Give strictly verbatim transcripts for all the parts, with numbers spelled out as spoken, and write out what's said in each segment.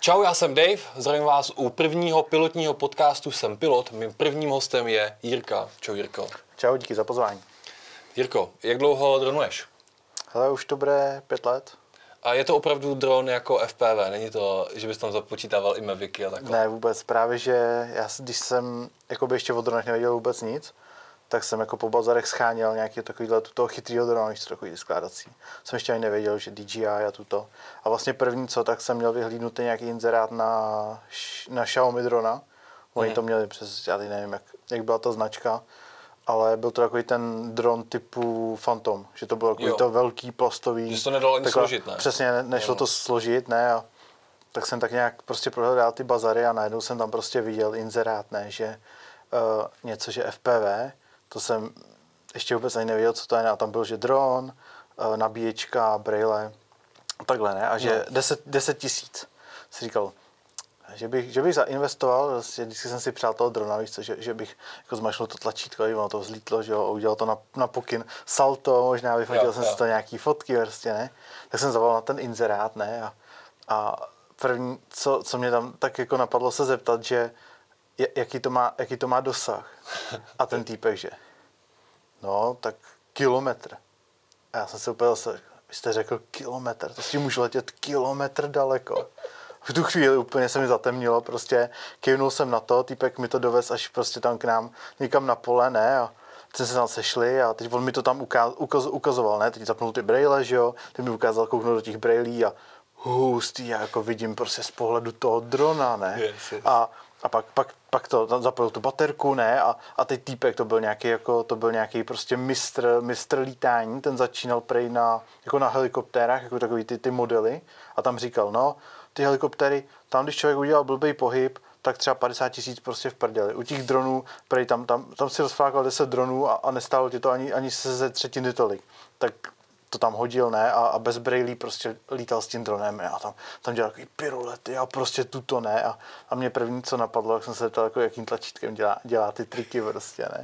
Čau, já jsem Dave, zdravím vás u prvního pilotního podcastu Jsem pilot. Mým prvním hostem je Jirka. Čau Jirko. Čau, díky za pozvání. Jirko, jak dlouho dronuješ? Hele, už to bude pět let. A je to opravdu dron jako F P V, není to, že bys tam započítával i Mavicy a takhle? Ne, vůbec. Právě, že já, když jsem jakoby ještě o dronech nevěděl vůbec nic, tak jsem jako po bazarech scháněl nějaký takovýhle tuto chytrýho drona, víš co, takový skládací. Jsem ještě ani nevěděl, že D J I a tuto. A vlastně první co, tak jsem měl vyhlídnutý nějaký inzerát na, na Xiaomi drona. Oni mm. to měli přes, já teď nevím, jak, jak byla ta značka, ale byl to takový ten dron typu Phantom, že to bylo takový to velký plastový. Že to nedalo ani takhle, složit, ne? Přesně, ne, nešlo no. to složit, ne, a tak jsem tak nějak prostě prohledal ty bazary a najednou jsem tam prostě viděl inzerát, ne, že uh, něco, že F P V, to jsem ještě vůbec ani nevěděl, co to je, a tam byl, že dron, uh, nabíječka, braille, takhle, ne, a že no. deset tisíc, si říkal, že bych, že bych zainvestoval, vlastně, vždycky jsem si přál toho drona, víš co, že, že bych jako zmačknul to tlačítko, ono to vzlítlo, že jo, udělal to na, na pokyn, salto, možná vyfotil jo, jsem jo. si to nějaký fotky, prostě, ne, tak jsem zavolal na ten inzerát, ne, a, a první, co, co mě tam tak jako napadlo se zeptat, že jaký to má, jaký to má dosah, a ten týpek, že no, tak kilometr, a já jsem se úplně zase, vy jste řekl kilometr, to s tím můžu letět kilometr daleko. V tu chvíli úplně se mi zatemnilo, prostě kývnul jsem na to, týpek mi to dovez až prostě tam k nám někam na pole, ne, a jsme se tam sešli a teď on mi to tam ukaz, ukaz, ukazoval, ne, teď zapnul ty braille, že jo, teď mi ukázal kouknout do těch brailí a hustý, já jako vidím prostě z pohledu toho drona, ne, yes, yes. a A pak, pak, pak to zapojil tu baterku, ne, a, a teď týpek, to byl nějaký, jako, to byl nějaký prostě mistr, mistr lítání, ten začínal prej na, jako na helikoptérách, jako takový ty, ty modely, a tam říkal, no, ty helikoptéry, tam když člověk udělal blbý pohyb, tak třeba padesát tisíc prostě v prdeli. U těch dronů, prej tam, tam, tam si rozflákal deset dronů a, a nestálo ti to ani, ani se ze třetiny tolik. Tak to tam hodil, ne, a, a bez brailí prostě lítal s tím dronem, a tam, tam dělal takový pirulety a prostě tuto, ne, a, a mě první, co napadlo, jak jsem se zeptal, jako jakým tlačítkem dělá, dělá ty triky prostě, ne.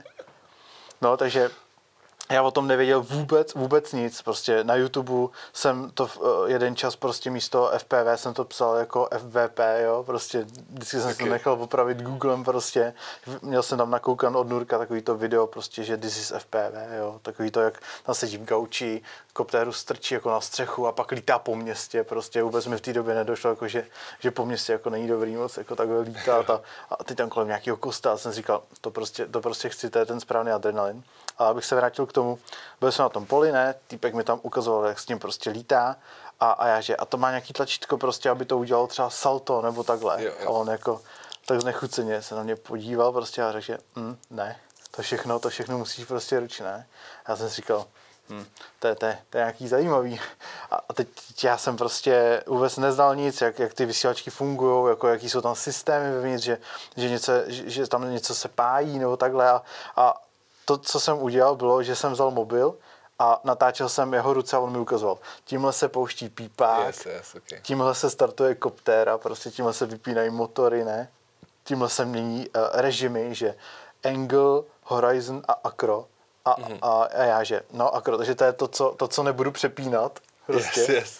No, takže já o tom nevěděl vůbec, vůbec nic, prostě na YouTube jsem to jeden čas prostě místo F P V jsem to psal jako F V P, jo, prostě vždycky jsem okay. to nechal opravit Googlem prostě, měl jsem tam nakoukan od Nurka takový to video prostě, že this is F P V, jo, takový to, jak tam sedí v gauči, koptéru strčí jako na střechu a pak lítá po městě, prostě vůbec mi v té době nedošlo, jako že, že po městě jako není dobrý moc jako takhle lítat a, a teď tam kolem nějakého kosta a jsem říkal, to prostě, to prostě chci, to je ten správný adrenalin. A abych se vrátil k tomu, byl jsem na tom poli, ne, týpek mi tam ukazoval, jak s tím prostě lítá a, a já, že a to má nějaký tlačítko prostě, aby to udělalo třeba salto nebo takhle. Jo, jo. A on jako tak znechuceně se na mě podíval prostě a řekl, že mm, ne, to všechno, to všechno musíš prostě ručně. Já jsem si říkal, hm, to, je, to, je, to je nějaký zajímavý. A, a teď já jsem prostě vůbec neznal nic, jak, jak ty vysílačky fungují, jako jaký jsou tam systémy vevnitř, že, že, něco, že, že tam něco se pájí nebo takhle a, a to, co jsem udělal, bylo, že jsem vzal mobil a natáčel jsem jeho ruce a on mi ukazoval. Tímhle se pouští pípák, yes, yes, okay. tímhle se startuje koptéra, prostě tímhle se vypínají motory, ne? Tímhle se mění uh, režimy, že angle, horizon a acro. A, mm-hmm. a, a já, že no acro, takže to je to, co, to, co nebudu přepínat. Prostě. Yes, yes.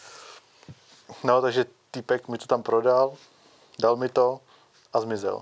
No, takže týpek mi to tam prodal, dal mi to a zmizel.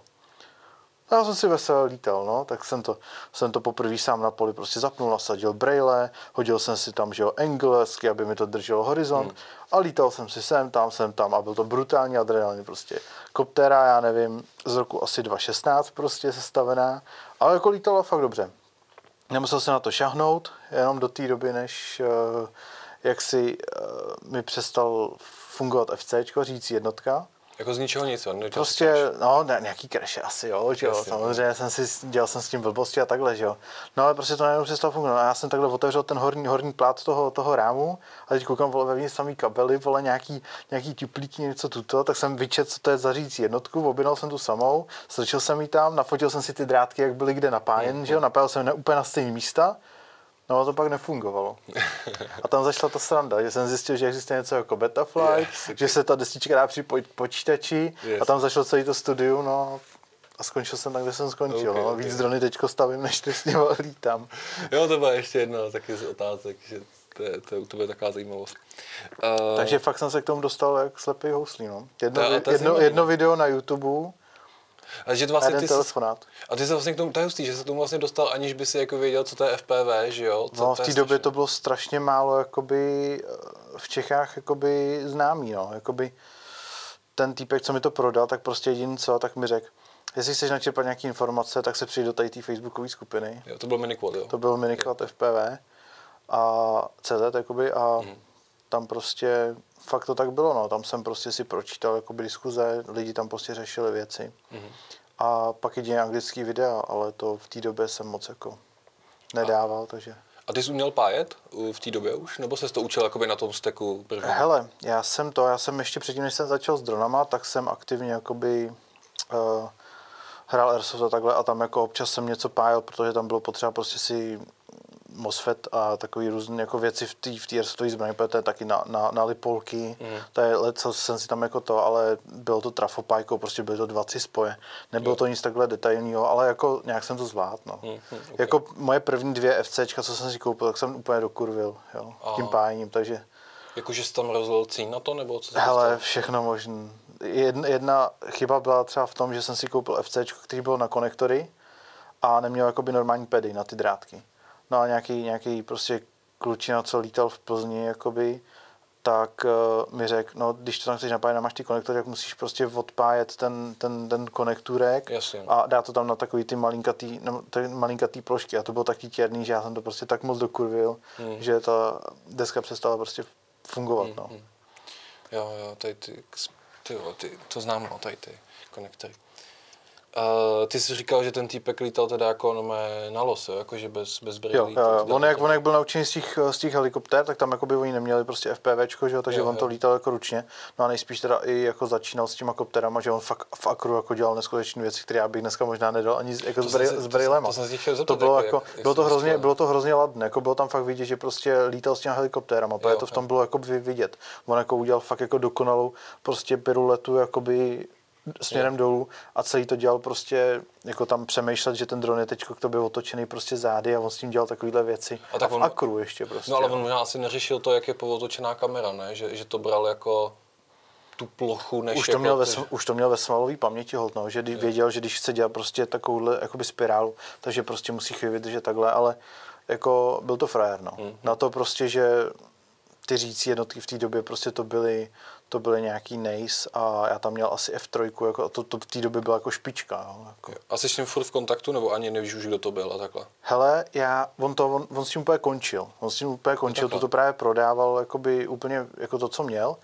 Já jsem si veselé lítal, no, tak jsem to, jsem to poprvé sám na poli prostě zapnul, nasadil braille, hodil jsem si tam, že jo, angle, aby mi to drželo horizont hmm. a lítal jsem si sem, tam, sem, tam a byl to brutální adrenalin prostě. Koptéra, já nevím, z roku asi dva tisíce šestnáct prostě sestavená, ale jako lítala fakt dobře. Nemusel jsem na to šahnout, jenom do té doby, než uh, jak si uh, mi přestal fungovat FCčko, řídící jednotka. Jako z ničeho nic, jo? Prostě, no, ne, nějaký crash asi, jo, že jo, Jasně, samozřejmě no. jsem si, dělal jsem s tím blbosti a takhle, že jo. No ale prostě to najednou přestalo fungovat. A já jsem takhle otevřel ten horní, horní plát toho, toho rámu a teď koukám, vole, vevnitř samý kabely, vole, nějaký, nějaký tuplíky, něco tuto, tak jsem vyčet, co to je za řídící jednotku, objednal jsem tu samou, strčil jsem ji tam, nafotil jsem si ty drátky, jak byly kde napájen, mm, že jo, napájel jsem ne úplně na stejné místa. No a to pak nefungovalo. A tam začala ta sranda, že jsem zjistil, že existuje něco jako Betaflight, yes, okay. že se ta destička dá připojit k počítači yes. a tam začalo celý to studium, no a skončil jsem tak, kde jsem skončil. Okay, no. Víc okay. drony teďko stavím, než s nimi lítám. Jo, to byla ještě jedna taky z otázek, že To je, to je u tebe taková zajímavost. Uh, Takže fakt jsem se k tomu dostal jak slepý houslí, no. Jedno, to, to jedno, jedno video na YouTube a, že to a vlastně jeden ty telefonát. Jsi, a ty se vlastně k tomu, to je hustý, že se k tomu vlastně dostal, aniž by si jako věděl, co to je F P V, že jo? Co, No, to v té je době strašný. to bylo strašně málo jakoby v Čechách jakoby známý, no. Jakoby ten týpek, co mi to prodal, tak prostě jediný co, tak mi řekl, jestli chceš načerpat nějaké informace, tak se přijď do tady té facebookové skupiny. Jo, to byl Miniquad, jo? To byl Miniquad F P V a C Z, jakoby, a mm. tam prostě fakt to tak bylo, no. Tam jsem prostě si pročítal jakoby diskuze, lidi tam prostě řešili věci. Mm. A pak jedině anglický videa, ale to v té době jsem moc jako nedával, a, takže... A ty jsi uměl pájet v té době už? Nebo jsi to učil jakoby na tom steku první? Hele, já jsem to, já jsem ještě předtím, než jsem začal s dronama, tak jsem aktivně jakoby uh, hrál Airsoft a takhle a tam jako občas jsem něco pájel, protože tam bylo potřeba prostě si MOSFET a takový různé jako věci v té v té airsoftové zbraně, to je taky na, na, na lipolky, mm. to je let, co jsem si tam jako to, ale bylo to trafopájkou, prostě byly to dva, tři spoje. Nebylo jo. to nic takhle detailního, ale jako nějak jsem to zvládl, no. Mm, mm, okay. Jako moje první dvě FCčka, co jsem si koupil, tak jsem úplně dokurvil, jo, Aha. tím pájením, takže... Jakože jsi tam rozlil cín na to, nebo co? Hele, všechno možné. Jedna, jedna chyba byla třeba v tom, že jsem si koupil FCčko, který byl na konektory a neměl jakoby normální pedy na ty drátky. No a nějaký, nějaký prostě klučina, co lítal v Plzni, jakoby, tak uh, mi řekl, no když to tam chceš napájet, máš ty konektory, tak musíš prostě odpájet ten, ten, ten konekturek Jasně. a dát to tam na takový ty malinkatý, ty malinkatý plošky. A to bylo taky těrný, že já jsem to prostě tak moc dokurvil, hmm. že ta deska přestala prostě fungovat. Hmm. No. Jo, jo, tady ty, ty, ty, to znám, no, tady ty konektory. Uh, ty jsi říkal, že ten týpek lítal teda jako no, na los, jo? Jakože bez, bez brýlí. Jo, jo, jo. On, jak, on jak byl naučený z těch, z těch helikoptér, tak tam jakoby oni neměli prostě FPVčko, že jo? Takže jo, on jo. to lítal jako ručně. No a nejspíš teda i jako začínal s těma kopterama, že on fakt v akru jako dělal neskutečné věci, které já bych dneska možná nedal ani jako to s, brý, s brýlema. To, to, to, to bylo jako, jak, bylo, to hrozně, bylo to hrozně ladné, jako bylo tam fakt vidět, že prostě lítal s těma helikoptérama, protože to v tom bylo jako vidět. On jako udělal fakt jako dokonalou prostě piruletu, jakoby směrem je. dolů a celý to dělal prostě, jako tam přemýšlet, že ten dron je teď k tobě otočený prostě zády a on s tím dělal takovýhle věci. A, tak a v on, akru ještě prostě. No ale on možná asi neřešil to, jak je otočená kamera, ne? Že, že to bral jako tu plochu, než už to jako měl ve, ty... už to měl ve svalový paměti hold, no, že když věděl, že když chce dělat prostě takovouhle jakoby spirálu, takže prostě musí chvíli vydržet takhle, ale jako byl to frajer, no. Mm-hmm. Na to prostě, že ty řící jednotky v té době prostě to byly to byly nějaký Nace a já tam měl asi F tři, jako, a to, to v té době byla jako špička. No, jako. A jsi s ním furt v kontaktu, nebo ani nevíš už, kdo to byl a takhle? Hele, já, on, to, on, on s tím úplně končil. On s tím úplně končil, to, to právě prodával jakoby úplně jako to, co měl,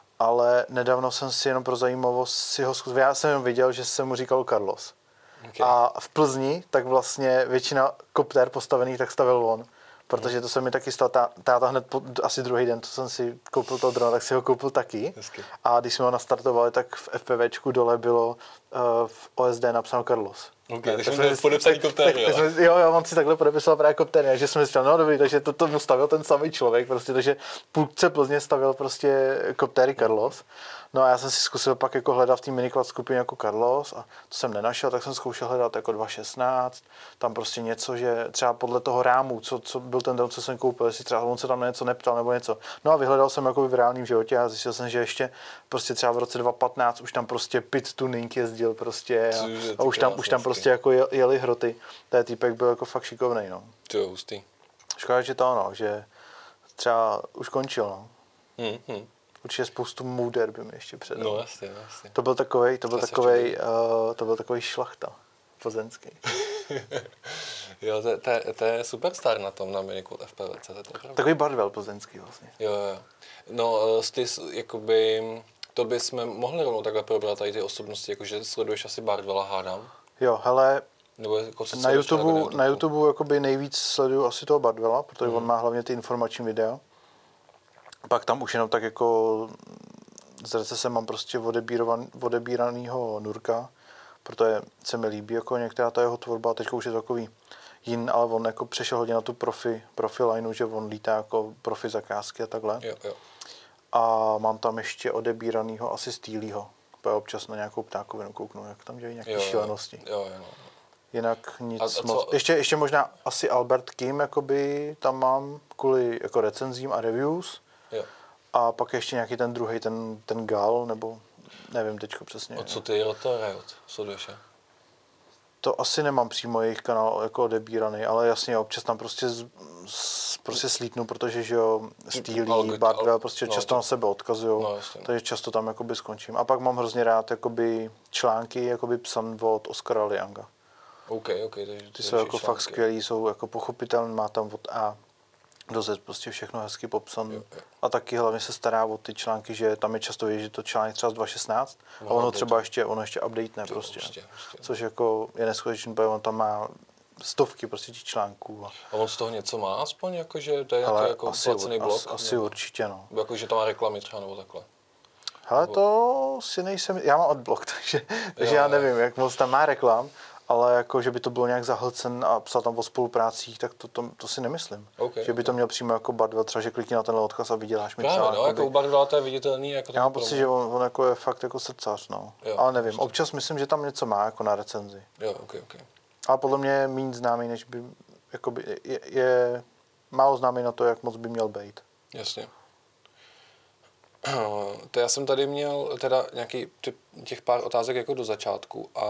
ale nedávno jsem si jenom pro zajímavost si ho zkusil. Já jsem jenom viděl, že se mu říkal Carlos. Okay. A v Plzni tak vlastně většina koptér postavených tak stavil on. Protože to se mi taky stalo, tá, táta hned po, asi druhý den, to jsem si koupil toho drona, tak si ho koupil taky. Hezky. A když jsme ho nastartovali, tak v FPVčku dole bylo uh, v O S D napsáno Carlos. Ok, tak, tak jsme podepsaný koptéry, jo? Jsme, jo, jo, on si takhle podepisoval právě koptéry, takže jsme říkali, no dobrý, takže to, to mu stavil ten samý člověk, prostě, takže půlce Plzně stavil prostě koptéry Carlos. No a já jsem si zkusil pak jako hledat v té Miniquad skupině jako Carlos a to jsem nenašel, tak jsem zkoušel hledat jako dva šestnáct, tam prostě něco, že třeba podle toho rámu, co, co byl ten dron, co jsem koupil, jestli třeba on se tam na něco neptal nebo něco. No a vyhledal jsem jako v reálném životě a zjistil jsem, že ještě prostě třeba v roce dva tisíce patnáct už tam prostě pit tuning jezdil prostě a, a už tam, už tam prostě jako jeli hroty. Ten týpek byl jako fakt šikovnej, no. To je hustý. Škoda, že to ono, že třeba už končil, no. Hmm, hmm. Určitě spoustu můder by mi ještě předal. No jasně, no, jasně. To byl takovej, to byl takovej, uh, to byl takovej šlachta plzeňský. Jo, to, to, to je superstar na tom, na Miniquad F P V C. Takový Bardwell plzeňský vlastně. Jo, jo. No, ty, jakoby, to bychom mohli rovnou takhle probrat tady ty osobnosti, jakože sleduješ asi Bardwella, hádám. Jo, hele, nebo jako co na YouTube, na YouTube, na YouTube jakoby nejvíc sleduju asi toho Bardwella, protože hmm. on má hlavně ty informační videa. Pak tam už jenom tak jako z recese mám prostě odebíranýho Nurka, protože se mi líbí jako některá ta jeho tvorba, teďka už je takový jin, ale on jako přešel hodně na tu profi, profi lineu, že on lítá jako profi zakázky a takhle. Jo, jo. A mám tam ještě odebíranýho asi Steelyho, protože občas na nějakou ptákovinu kouknu, jak tam dělají nějaké jo, šílenosti. Jo, jo, no. Jinak nic A- a co- moc. Ještě, ještě možná asi Albert Kim, jakoby tam mám kvůli jako recenzím a reviews. Jo. A pak ještě nějaký ten druhý, ten, ten Gal, nebo nevím teďko přesně. A co ty Rota Riot sleduješ? je? To asi nemám přímo jejich kanál jako odebíraný, ale jasně občas tam prostě, z, z, prostě slítnu, protože že jo, Steely, Algo- Bardwell al- prostě no, často to- na sebe odkazují, No, jasně. takže často tam jakoby skončím. A pak mám hrozně rád jakoby články jakoby psaný od Oscara Lianga. OK, OK. Takže Ty jsou jako fakt skvělý, jsou jako pochopitelné, má tam od A do Z prostě všechno hezky popsané. Jo, jo. A taky hlavně se stará o ty články, že tam je často vidět, že to článek třeba z dva tisíce šestnáct a ono třeba ještě, ono ještě updatene prostě. Prostě, prostě. Což jako je neskutečný, protože on tam má stovky prostě těch článků. A, A on z toho něco má aspoň, jakože to je ale nějaký jako asi, placený blog? asi, asi nebo, určitě, no. nebo jakože tam má reklamy třeba nebo takhle? Hele, to si nejsem, já mám adblock, takže, takže Jo, já jo. nevím, jak moc tam má reklam, ale jako, že by to bylo nějak zahlcen a psal tam o spoluprácích, tak to, to, to si nemyslím. OK, že by OK. to měl přímo jako Bardwell, třeba, že klikni na tenhle odkaz a vyděláš mi Právě, třeba. no, jakoby- jako u Bardwella to je viditelný. Jako Já mám to pocit, že on, on jako je fakt jako srdcař, no. Jo, ale nevím, prostě. občas myslím, že tam něco má jako na recenzi. Jo, OK, OK. Ale podle mě je méně známý, než by, jakoby, je, je málo známý na to, jak moc by měl být. Jasně. To já jsem tady měl teda nějaký typ, těch pár otázek jako do začátku a,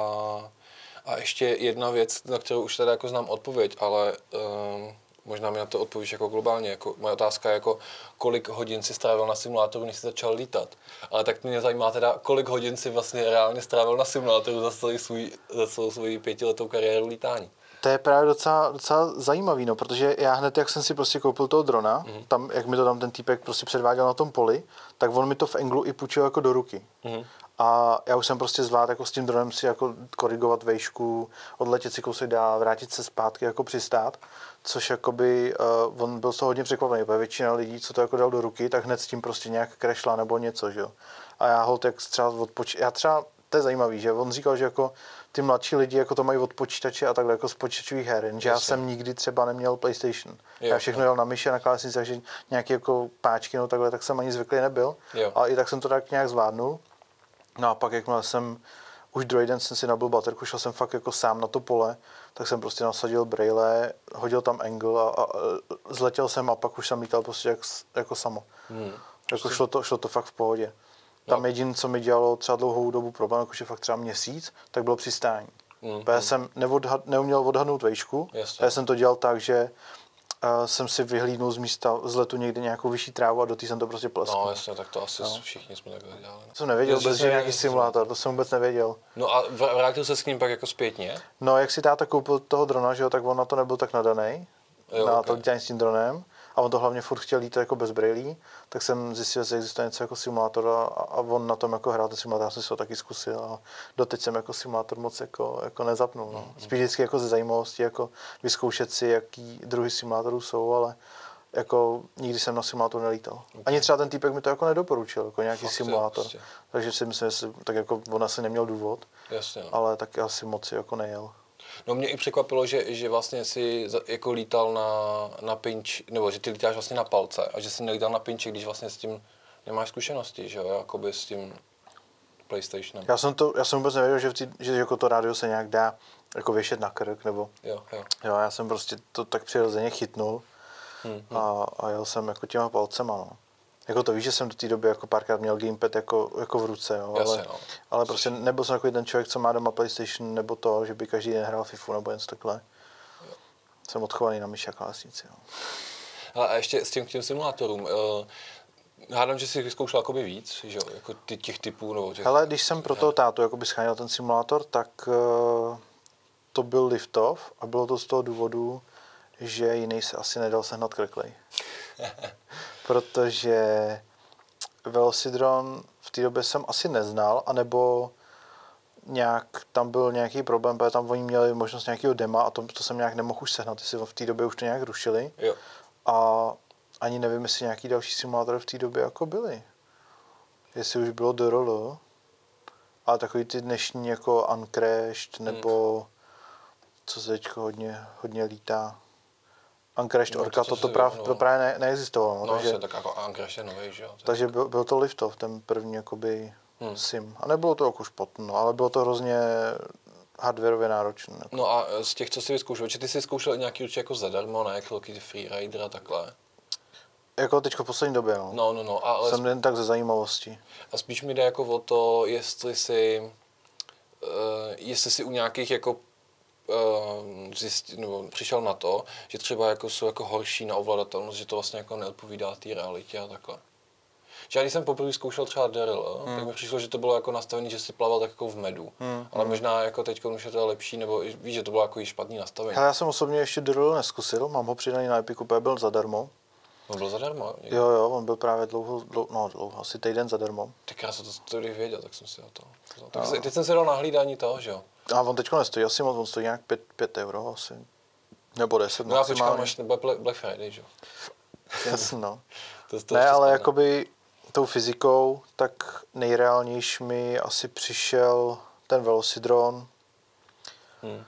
a ještě jedna věc, na kterou už teda jako znám odpověď, ale um, možná mi na to odpovíš jako globálně. Jako, moje otázka je jako, kolik hodin si strávil na simulátoru, než jsi začal lítat. Ale tak mě zajímá teda, kolik hodin si vlastně reálně strávil na simulátoru za, celý svůj, za celou svou pětiletou kariéru lítání. To je právě docela, docela zajímavý, no, protože já hned, jak jsem si prostě koupil toho drona, Mhm. mm. tam, jak mi to tam ten týpek prostě předváděl na tom poli, tak on mi to v Englu i půjčil jako do ruky. Mhm. A já už jsem prostě zvládl jako s tím dronem si jako korigovat vejšku, odletět si kousek dál, vrátit se zpátky, jako přistát, což jakoby, uh, on byl z toho hodně překvapený, protože většina lidí, co to jako dal do ruky, tak hned s tím prostě nějak crashla nebo něco, že jo. A já holt jak třeba odpoč... já třeba, to je zajímavý, že on říkal, že jako ty mladší lidi jako to mají od počítače a takhle jako z počítačových her, jenže já Jasně. jsem nikdy třeba neměl PlayStation. Jo, já všechno jo. jel na myši a na klávesnici, takže nějaký jako páčky, no takhle, tak jsem ani zvyklý nebyl. Jo. Ale i tak jsem to tak nějak zvládnul. No a pak, jakmile jsem už druhý den jsem si nabil baterku, šel jsem fakt jako sám na to pole, tak jsem prostě nasadil braille, hodil tam angle a, a, a zletěl jsem a pak už jsem lítal prostě jak, jako samo. Hmm. Jako šlo to, šlo to fakt v pohodě. Tam No. jediné, co mi dělalo třeba dlouhou dobu problém, jakože fakt třeba měsíc, tak bylo přistání. Hmm. Já jsem neodhad, neuměl odhadnout vejšku, Jasně. já jsem to dělal tak, že uh, jsem si vyhlídnul z místa z letu někde nějakou vyšší trávu a do té jsem to prostě pleskl. No jasně, tak to asi No. všichni jsme takhle dělali. To jsem nevěděl, Jestli vůbec, se- že nějaký simulátor, to jsem vůbec nevěděl. No a vr- vrátil se s ním pak jako zpětně? No, jak si táta koupil toho drona, že jo, tak on na to nebyl tak nadaný, Jo, na ok. to lítání s tím dronem. A on to hlavně furt chtěl lítat jako bez brýlí, tak jsem zjistil, že existuje něco jako simulátor a, a on na tom jako hrál ten simulátor, já jsem si ho taky zkusil a doteď jsem jako simulátor moc jako, jako nezapnul. No. Spíš vždycky jako ze zajímavosti, jako vyzkoušet si, jaký druhy simulátorů jsou, ale jako nikdy jsem na simulátor nelítal. Ani třeba ten týpek mi to jako nedoporučil, jako nějaký Fakt, jo, simulátor. prostě. Takže si myslím, že tak jako on asi neměl důvod, Jasně, no. ale taky asi moc jako nejel. No mě i překvapilo, že, že vlastně si za- jako lítal na, na pinč, nebo že ty lítáš vlastně na palce a že jsi nelítal na pinči, když vlastně s tím nemáš zkušenosti, že jo, jakoby s tím PlayStationem. Já jsem, to, já jsem vůbec nevěděl, že, v tý, že jako to rádio se nějak dá jako věšet na krk, nebo Jo, jo. jo, já jsem prostě to tak přirozeně chytnul Hmm, a, a jel jsem jako těma palcema, no. Jako to víš, že jsem do té doby jako párkrát měl gamepad jako, jako v ruce, jo, Jasně, ale, no. ale prostě nebyl jsem takový ten člověk, co má doma PlayStation, nebo to, že by každý den hrál FIFU nebo něco takhle. Jsem odchovaný na myši a klávesnici, no. Ale a ještě s tím k těm simulátorům. Uh, hádám, že jsi vyzkoušel jakoby víc, že jo, jako ty, těch typů, nebo těch... Hele, když jsem pro toho tátu jakoby scháněl ten simulátor, tak uh, to byl liftoff a bylo to z toho důvodu, že jiný se asi nedal sehnat krklej. Protože Velocidron v té době jsem asi neznal, anebo nějak tam byl nějaký problém, protože tam oni měli možnost nějakého dema a to, to jsem nějak nemohl už sehnat, jestli v té době už to nějak rušili. Jo. A ani nevím, jestli nějaký další simulátory v té době jako byly. Jestli už bylo D R L, ale takový ty dnešní jako Uncrashed, nebo hmm. co se teďko hodně, hodně lítá. Uncrashed No, to, Orca, co to, to, si práv, vyjmenoval. to právě ne, neexistovalo. No, No, takže takže... tak jako Uncrash je novej, že jo. Tak... takže byl, byl to Liftoff, ten první jakoby Hmm. sim. A nebylo to jako špatno, ale bylo to hrozně hardwareově náročný. Jako. No a z těch, co jsi vyzkoušel, či ty jsi zkoušel nějaký určitě jako zadarmo, ne? Chvilky ty Freerider a takhle. Jako teďko v poslední době, no. No, no, no. Ale jsem jen tak ze zajímavosti. A spíš mi jde jako o to, jestli si, uh, jestli si u nějakých jako uh, zjist, nebo přišel na to, že třeba jako jsou jako horší na ovladatelnost, že to vlastně jako neodpovídá té realitě a takhle. Že já když jsem poprvé zkoušel třeba Daryl, hmm. tak mi přišlo, že to bylo jako nastavené, že si plaval tak jako v medu. Hmm. Ale možná jako teď už je to lepší, nebo víš, že to bylo jako i špatný nastavení. Hele, já jsem osobně ještě Daryl neskusil, mám ho přidaný na Epiku, byl zadarmo. On byl zadarmo? Někde? Jo, jo, on byl právě dlouho, dlouho, no dlouho, asi týden zadarmo. Ty krása, to, to bych věděl, tak jsem si o to. Tak no. Teď jsem si dal na hlídání toho, že jo? A on teďko nestojí asi moc, on stojí nějak pět euro asi. Nebo deset. No já počkám, až Black Friday, že jo? Jasně, no. to, to ne, ale jakoby tou fyzikou, tak nejreálnější mi asi přišel ten Velocidron. Hmm.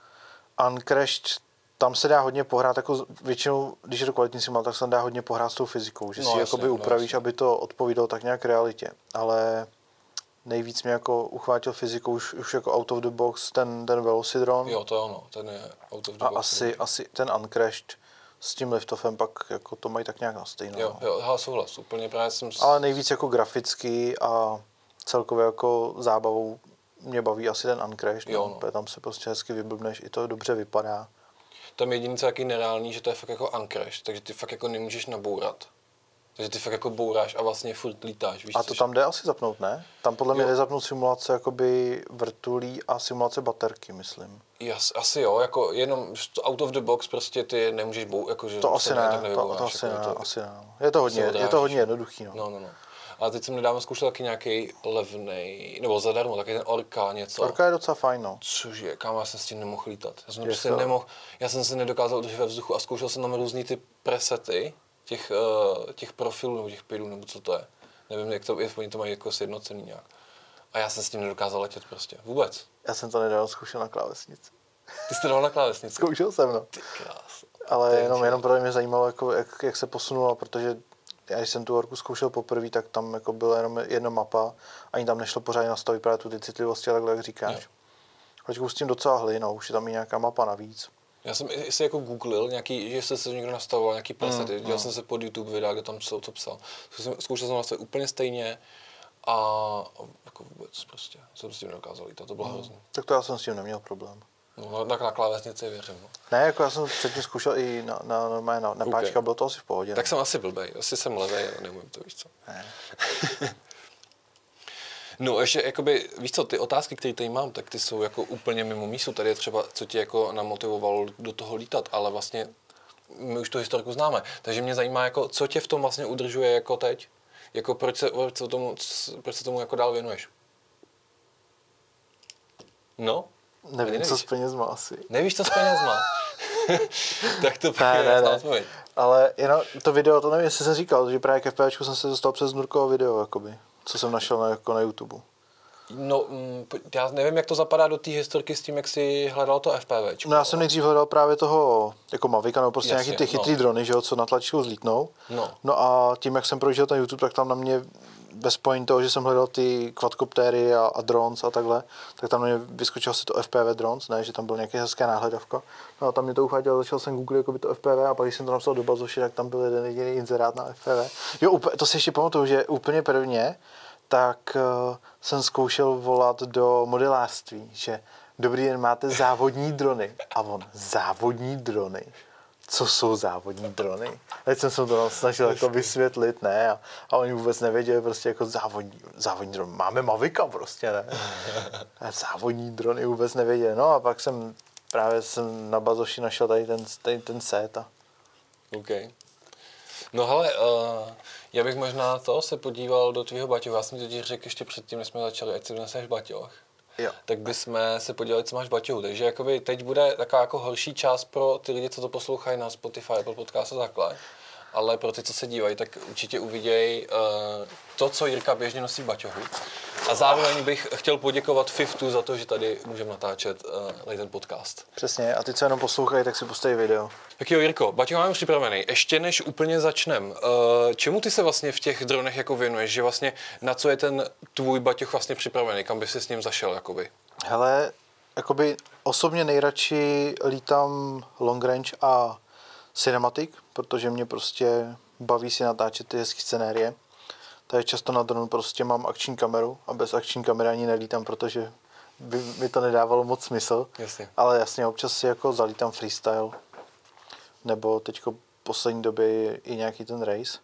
Uncrashed, tam se dá hodně pohrát, jako většinou, když je to kvalitní simulator, tak se dá hodně pohrát s tou fyzikou, že no, si jasně, jakoby upravíš, no, aby to odpovídalo tak nějak realitě. Ale nejvíc mě jako uchvátil fyzikou už, už jako out of the box ten, ten Velocidron. Jo, to je ono, ten je out of the a box. A asi, asi ten Uncrashed s tím liftoffem pak jako to mají tak nějak na stejno. Jo, jo, já souhlas, úplně právě jsem... Ale nejvíc jako graficky a celkově jako zábavou mě baví asi ten Uncrashed, jo, no. Tam se prostě hezky vyblbneš, i to dobře vypadá. Tam jediný, co je nereálný, že to je fakt jako Uncrashed, takže ty fakt jako nemůžeš nabourat. Takže ty fakt jako bouráš a vlastně furt lítáš, víš. A to tam jde asi zapnout, ne? Tam podle mě jde zapnout simulace jakoby vrtulí a simulace baterky, myslím. Jas, asi jo, jako jenom out of the box prostě ty nemůžeš bou, jako že to asi ne, ne, to, to asi jako ne, to, asi ne. Je to hodně, je to hodně jednoduchý, no. No, no, no. A teď jsem nedávno zkoušel taky nějaký levnej, nebo zadarmo, taky ten Orca něco. Orca je docela fajn, no. Cože, kámo, já jsem s tím nemohl lítat. Já jsem prostě nemohl, já jsem se nedokázal udržet ve vzduchu a zkoušel jsem tam různý ty presety těch, uh, těch profilů nebo těch pidů, nebo co to je. Nevím, jak to, jestli oni to mají jako sjednocený nějak. A já jsem s tím nedokázal letět prostě, vůbec. Já jsem to nedávno zkoušel na klávesnici. Ty jsi to dal na klávesnici? Zkoušel jsem, no. Ty krás. Ale jenom, jenom pro mě zajímalo, jako, jak, jak se posunula, protože já když jsem tu Orku zkoušel poprvé, tak tam jako byla jenom jedna mapa, ani tam nešlo pořádně nastavit právě tu ty citlivosti a takhle, jak říkáš. Teď s tím docela hly, no, už je tam i nějaká mapa navíc. Já jsem si jako googlil nějaký, že se někdo nastavoval nějaký presety, mm, dělal mm. jsem se pod YouTube videa, kde tam co, co psal. Zkoušel jsem nastavit úplně stejně a jako vůbec prostě jsem s tím nedokázal jít, to bylo mm. hrozný. Tak to já jsem s tím neměl problém. No, tak na klávesnici věřím. No. Ne, jako já jsem předtím zkoušel i na, na, na, na, na okay. páčka, bylo to asi v pohodě. Tak ne? Jsem asi blbej, asi jsem levej, ale neumím to, víš co. Ne. No ještě, jakoby, víš co, ty otázky, které tady mám, tak ty jsou jako úplně mimo mísu. Tady je třeba, co tě jako namotivovalo do toho lítat, ale vlastně my už tu historiku známe. Takže mě zajímá, jako, co tě v tom vlastně udržuje jako teď? Jako proč se, proč se tomu, proč se tomu jako dál věnuješ? No? Nevím, co s penězma asi. Nevíš, co s penězma? Tak to ne, ne, ne. Ale jenom to video, to nevím, jestli jsem říkal, že právě k FPVčku jsem se dostal přes Nurkovo video, jakoby, co jsem našel na, jako na YouTube. No, já nevím, jak to zapadá do té historky s tím, jak jsi hledal to FPVčko. No já jsem nejdřív hledal právě toho, jako Mavica, nebo prostě Jasně, nějaký ty chytrý no. drony, že jo, co na tlačítku zlítnou. No. No a tím, jak jsem projížděl ten YouTube, tak tam na mě bez spojení toho, že jsem hledal ty quadcoptery a, a drones a takhle, tak tam na mě vyskočil si to F P V drones, ne, že tam byl nějaký hezké náhledavka. No a tam mě to uchvátilo, začal jsem googlit jako by to F P V a pak když jsem to napsal do bazoši, tak tam byl jeden jediný inzerát na F P V. Jo, úplně, to si ještě pamatuju, že úplně prvně, tak uh, jsem zkoušel volat do modelářství, že dobrý den, máte závodní drony. A on, závodní drony? Co jsou závodní drony? Teď jsem se to snažil jako vysvětlit, ne? A, a oni vůbec nevěděli, prostě jako závodní, závodní dron. Máme Mavica prostě, ne? A závodní drony vůbec nevěděli. No a pak jsem právě jsem na bazoši našel tady ten, tady ten set. A... OK. No hele, uh, já bych možná to se podíval do tvýho baťohu. Já jsem ti řekl ještě předtím, než jsme začali, ať si doneseš baťoh. Jo. Tak bychom se podívali, co máš v baťohu. Takže jakoby teď bude taková jako horší část pro ty lidi, co to poslouchají na Spotify, Apple Podcast a takhle. Ale pro ty, co se dívají, tak určitě uvidějí uh, to, co Jirka běžně nosí v baťohu. A zároveň bych chtěl poděkovat Fiftu za to, že tady můžeme natáčet uh, ten podcast. Přesně, a ty, co jenom poslouchají, tak si postaví video. Tak jo, Jirko, baťoh máme připravený. Ještě než úplně začnem, uh, čemu ty se vlastně v těch dronech jako věnuješ? Že vlastně na co je ten tvůj baťoh vlastně připravený? Kam by si s ním zašel, jakoby? Hele, jakoby osobně nejradši lítám long range a cinematic, protože mě prostě baví si natáčet ty hezké scenérie. Takže často na dronu prostě mám akční kameru a bez akční kamery ani nelítám, protože by mi to nedávalo moc smysl. Jasně. Ale jasně, občas si jako zalítám freestyle, nebo teďko poslední době i nějaký ten race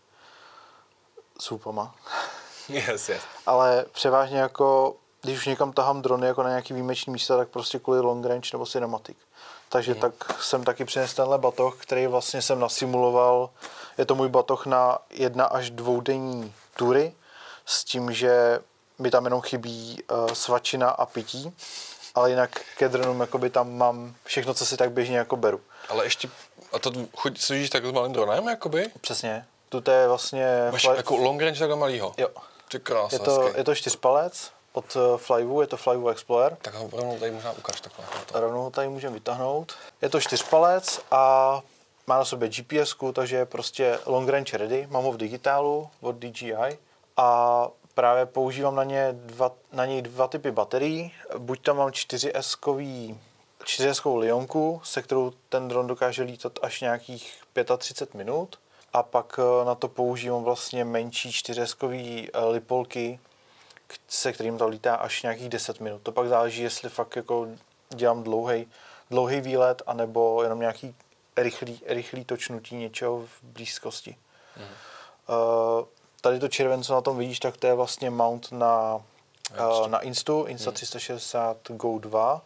s hupama. Yes, yes. Ale převážně jako, když už někam tahám drony jako na nějaký výjimečný místa, tak prostě kvůli long range nebo cinematic. Takže mm. tak jsem taky přinesl tenhle batoh, který vlastně jsem nasimuloval. Je to můj batoh na jedna až dvoudenní tury, s tím, že mi tam jenom chybí uh, svačina a pití, ale jinak ke dronům jakoby tam mám všechno, co si tak běžně jako beru. Ale ještě, a to chuť služíš tak s malým dronem, jakoby? Přesně. Tu je vlastně... Máš fly... jako long range takhle malýho? Jo. Ty krásný. Je to, je to čtyřpalec od Flyvu, je to Flyvu Explorer. Tak ho rovnou tady možná ukáž takhle. A rovnou ho tady můžeme vytáhnout. Je to čtyřpalec a má na sobě G P S ku, takže je prostě long range ready. Mám ho v digitálu od D J I a právě používám na, ně dva, na něj dva typy baterií. Buď tam mám čtyři eskový čtyřeskovou Lionku, se kterou ten dron dokáže lítat až nějakých třicet pět minut. A pak na to používám vlastně menší čtyřeskový Lipolky, se kterým to lítá až nějakých deset minut. To pak záleží, jestli fakt jako dělám dlouhý, dlouhý výlet, anebo jenom nějaký rychlý, rychlý točnutí něčeho v blízkosti. Mm. Uh, tady to červen, co na tom vidíš, tak to je vlastně mount na, uh, na Instu, Insta mm. tři sta šedesát Go dva,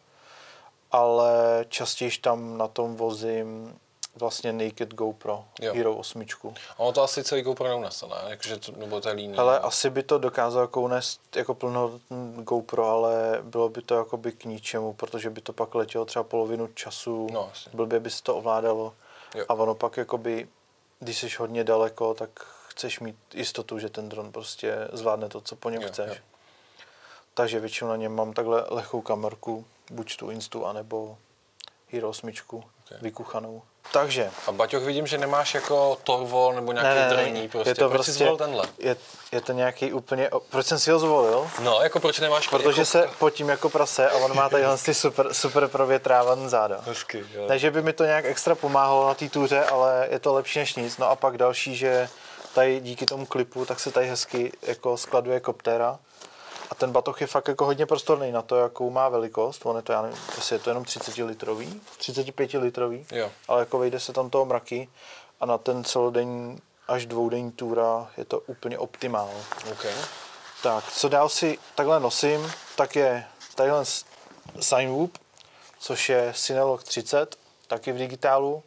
ale častěji tam na tom vozím vlastně Naked GoPro, jo. Hero osm. Ono to asi celý GoPro neunese, ne? Jakože to, nebo to je líný. Hele, asi by to dokázalo jako unést jako plnohodnotný GoPro, ale bylo by to jakoby k ničemu, protože by to pak letělo třeba polovinu času, no, blbě by se to ovládalo. Jo. A ono pak jakoby, když jsi hodně daleko, tak chceš mít jistotu, že ten dron prostě zvládne to, co po něm jo, chceš. Jo. Takže většinou na něm mám takhle lehkou kamerku, buď tu Instu, anebo Hero osm, okay. Vykuchanou. Takže. A Baťoch, vidím, že nemáš jako Torvol nebo nějaký ne, ne, drní prostě. Je to proč prostě, jsi zvolil tenhle? Je, je to nějaký úplně, proč jsem si ho zvolil? No, jako proč nemáš? Protože jako... se potím jako prase a on má tady ty super, super provětrávaný záda. Hezky, jo. Takže by mi to nějak extra pomáhalo na té túře, ale je to lepší než nic. No a pak další, že tady díky tomu klipu, tak se tady hezky jako skladuje koptéra. A ten batoh je fakt jako hodně prostorný na to, jakou má velikost. On je to, já nevím, jestli je to jenom třicet litrový, třicet pět litrový, jo. Ale jako vejde se tam toho mraky a na ten celodenní až dvoudenní túra je to úplně optimál. Okay. Tak, co dál si takhle nosím, tak je tadyhle Cinewhoop, což je Cinelog třicet, taky v digitálu.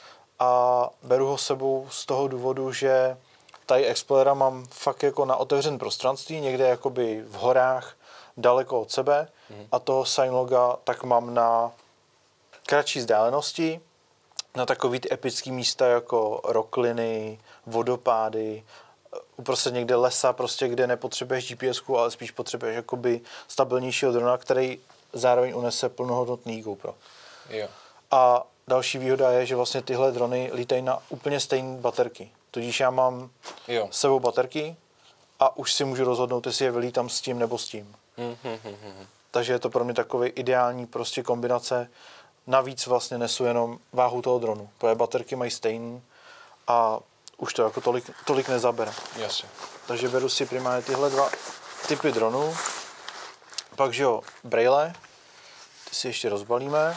A beru ho sebou z toho důvodu, že tady Explorera mám fakt jako na otevřen prostranství, někde jakoby v horách, daleko od sebe. Mm. A toho Sineloga tak mám na kratší vzdálenosti, na takový ty epický místa jako rokliny, vodopády, uprostřed někde lesa, prostě, kde nepotřebuješ G P S ku, ale spíš potřebuješ jakoby stabilnějšího drona, který zároveň unese plnohodnotný GoPro. Jo. A další výhoda je, že vlastně tyhle drony lítají na úplně stejné baterky. Tudíž já mám jo. s sebou baterky a už si můžu rozhodnout, jestli je vylítám s tím nebo s tím. Mm-hmm. Takže je to pro mě takový ideální prostě kombinace. Navíc vlastně nesu jenom váhu toho dronu, protože baterky mají stejný a už to jako tolik, tolik nezabere. Jasně. Takže beru si primárně tyhle dva typy dronů. Pak, že jo, brejle, ty si ještě rozbalíme.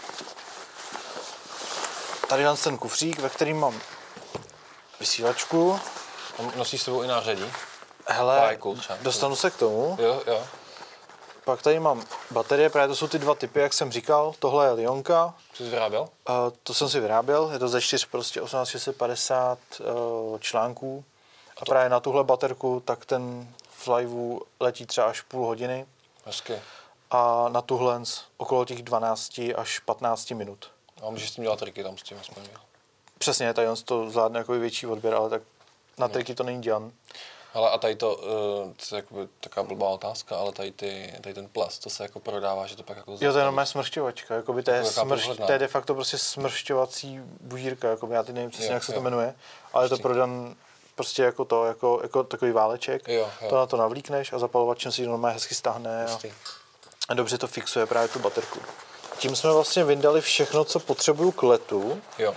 Tady mám ten kufřík, ve kterým mám vysílačku. Nosíš s tebou i nářadí? Hele, Pájku, dostanu se k tomu. Jo, jo. Pak tady mám baterie, právě to jsou ty dva typy, jak jsem říkal. Tohle je Lionka. Co jsi vyráběl? Uh, to jsem si vyráběl, je to ze čtyř prostě osmnáct šest set padesát uh, článků. A, a to... právě na tuhle baterku, tak ten Flyvu letí třeba až půl hodiny. Hezky. A na tuhle okolo těch dvanáct až patnáct minut. A můžeš s tím dělat triky tam s tím aspoň. Přesně, tady to zvládne jako větší odběr, ale tak na triky to není dělan. Hele, a tady to, uh, to je jakoby taková blbá otázka, ale tady, ty, tady ten plast, to se jako prodává, že to pak jako... Jo, to je jenom mé smršťovačka, jakoby to, je jako smrš, to je de facto prostě smršťovací bužírka, jakoby já teď nevím přesně, jo, jak se jo. to jmenuje, ale je to prodan prostě jako to, jako, jako takový váleček, jo, jo. To na to navlíkneš a zapalovačem si normálně hezky stáhne a, a dobře to fixuje právě tu baterku. Tím jsme vlastně vyndali všechno, co potřebuju k letu. Jo.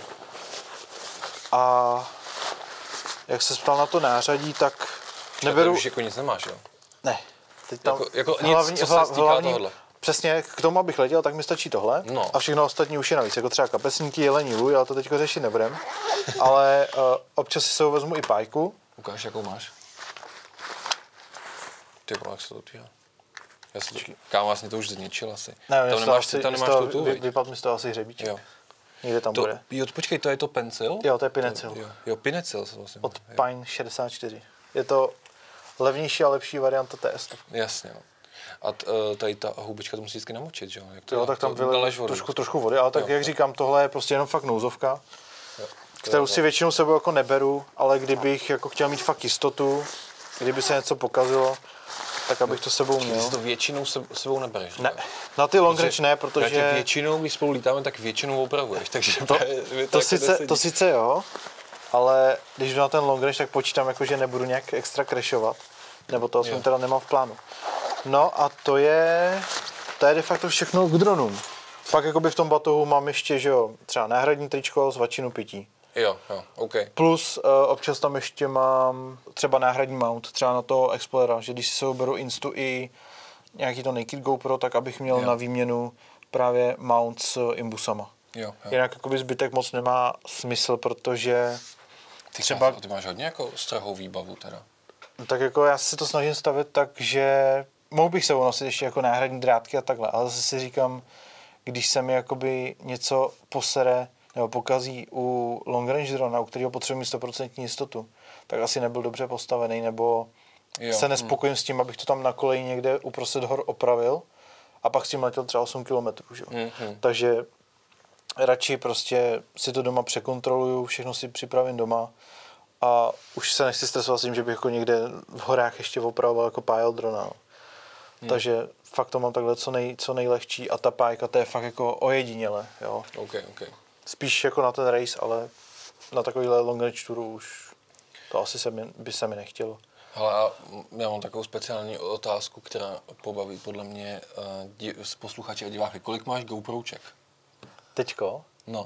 A jak se ptal na to nářadí, tak neberu... Už jako nic nemáš, jo? Ne. Teď tam jako, jako hlavní, nic, co se týká hlavní, tohohle. Přesně, k tomu, abych letěl, tak mi stačí tohle. No. A všechno ostatní už je navíc, jako třeba kapesníky, jelení lůj, ale to teďko řešit nebudem. Ale uh, občas si sebou vezmu i pájku. Ukáž, jakou máš. Ty vole, jak se to otvíhá. Já si to, kámo, vlastně to už zničil asi. Ne, tam nemáš, asi, tam nemáš toho, tu, vy, vypad mi z toho asi hřebíček. Jo. Někde tam to, bude. Jo, počkej, to je to pencil? Jo, to je Pinecil. To, jo, jo, Pinecil se vlastně. Od Pine šedesát čtyři. Je to levnější a lepší varianta té S. Jasně, no. A t, tady ta hubička to musí vždycky namočit, že jo? Jak to, jo, tak tam vyleješ trošku, trošku vody, ale tak jo, jak říkám, tohle je prostě jenom fakt nouzovka, jo, kterou si většinou sebou jako neberu, ale kdybych jako chtěl mít fakt jistotu, kdyby se něco pokazilo, tak abych to sebou měl. Ty to většinou se, sebou nebereš? Ne, na ty long range ne, protože... Já většinou, když spolu lítáme, tak většinou opravuješ, takže to, to, to, sice, to sice jo, ale když jdu na ten long range, tak počítám, jako, že nebudu nějak extra crashovat, nebo to aspoň teda nemám v plánu. No a to je, to je de facto všechno k dronům. Pak jakoby v tom batohu mám ještě, že jo, třeba náhradní tričko, svačinu pití. Jo, jo, OK. Plus uh, občas tam ještě mám třeba náhradní mount, třeba na toho Explorera, že když si sebou beru Instu i nějaký to Naked GoPro, tak abych měl jo. na výměnu právě mount s imbusama. Jo, jo. Jinak jakoby zbytek moc nemá smysl, protože ty třeba... Ty máš hodně jako strahou výbavu teda. Tak jako já si to snažím stavit tak, že mohl bych sebou nosit ještě jako náhradní drátky a takhle, ale zase si říkám, když se mi jakoby něco posere nebo pokazí u long range drona, u kterého potřebuji mít sto procent jistotu, tak asi nebyl dobře postavený, nebo jo, se nespokojím hmm. s tím, abych to tam na koleji někde uprostřed hor opravil a pak s tím letěl třeba osm kilometrů. Hmm, hmm. Takže radši prostě si to doma překontroluju, všechno si připravím doma a už se nechci stresovat s tím, že bych jako někde v horách ještě opravoval jako pájel drona. Hmm. Takže fakt to mám takhle co, nej, co nejlehčí a ta pájka to je fakt jako ojediněle. Jo. Okay, okay. Spíš jako na ten race, ale na takovýhle long range touru už to asi se mi, by se mi nechtělo. Hele, a já mám takovou speciální otázku, která pobaví podle mě uh, posluchače a diváky. Kolik máš GoProček? Teďko? No.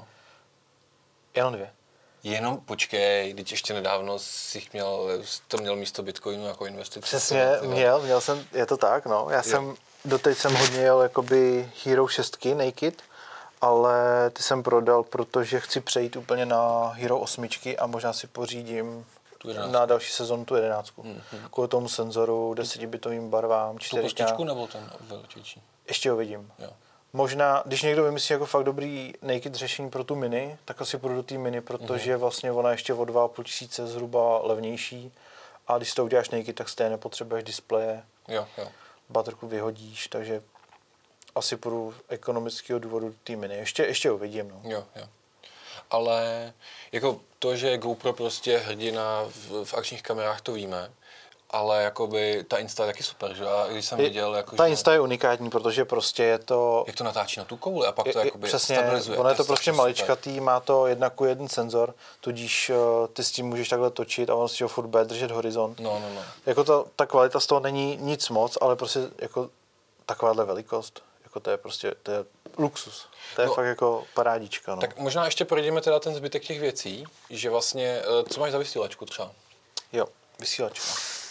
Jenom dvě. Jenom počkej, když ještě nedávno jsi měl, to měl místo Bitcoinu jako investici. Přesně, měl, měl jsem, je to tak, no. Já jo. jsem, doteď jsem hodně jel jakoby Hero šest Naked, ale ty jsem prodal, protože chci přejít úplně na Hero osm a možná si pořídím na další sezonu tu jedenáctku. Mm-hmm. Kvůli tomu senzoru, desetibitovým barvám, čtyři ká. Tu kostičku nebo ten veličejší? Ještě ho vidím. Jo. Možná, když někdo vymyslí jako fakt dobrý naked řešení pro tu mini, tak asi půjdu do té mini, protože mm-hmm. vlastně ona ještě o dva a půl tisíce zhruba levnější a když to uděláš naked, tak stejně nepotřebuješ displeje, jo, jo. baterku vyhodíš, takže asi půjdu ekonomického důvodu do té mini. Ještě, ještě uvidím. No. Jo, jo. Ale jako to, že GoPro prostě je hrdina v, v akčních kamerách, to víme. Ale jakoby ta Insta je taky super, že? A když jsem viděl, jako, ta že... Insta je unikátní, protože prostě je to... Jak to natáčí na tu kouli a pak to je, jakoby přesně, stabilizuje. Ono je to prostě maličkatý, má to jedna ku jeden senzor, tudíž uh, ty s tím můžeš takhle točit a on si ho furt bude držet horizont. No, no, no. Jako ta, ta kvalita z toho není nic moc, ale prostě jako takováhle velikost, jako to je prostě, to je luxus. To je no, fakt jako parádička. No. Tak možná ještě projdeme teda ten zbytek těch věcí, že vlastně, co máš za vysílačku třeba? Jo, vysílačka.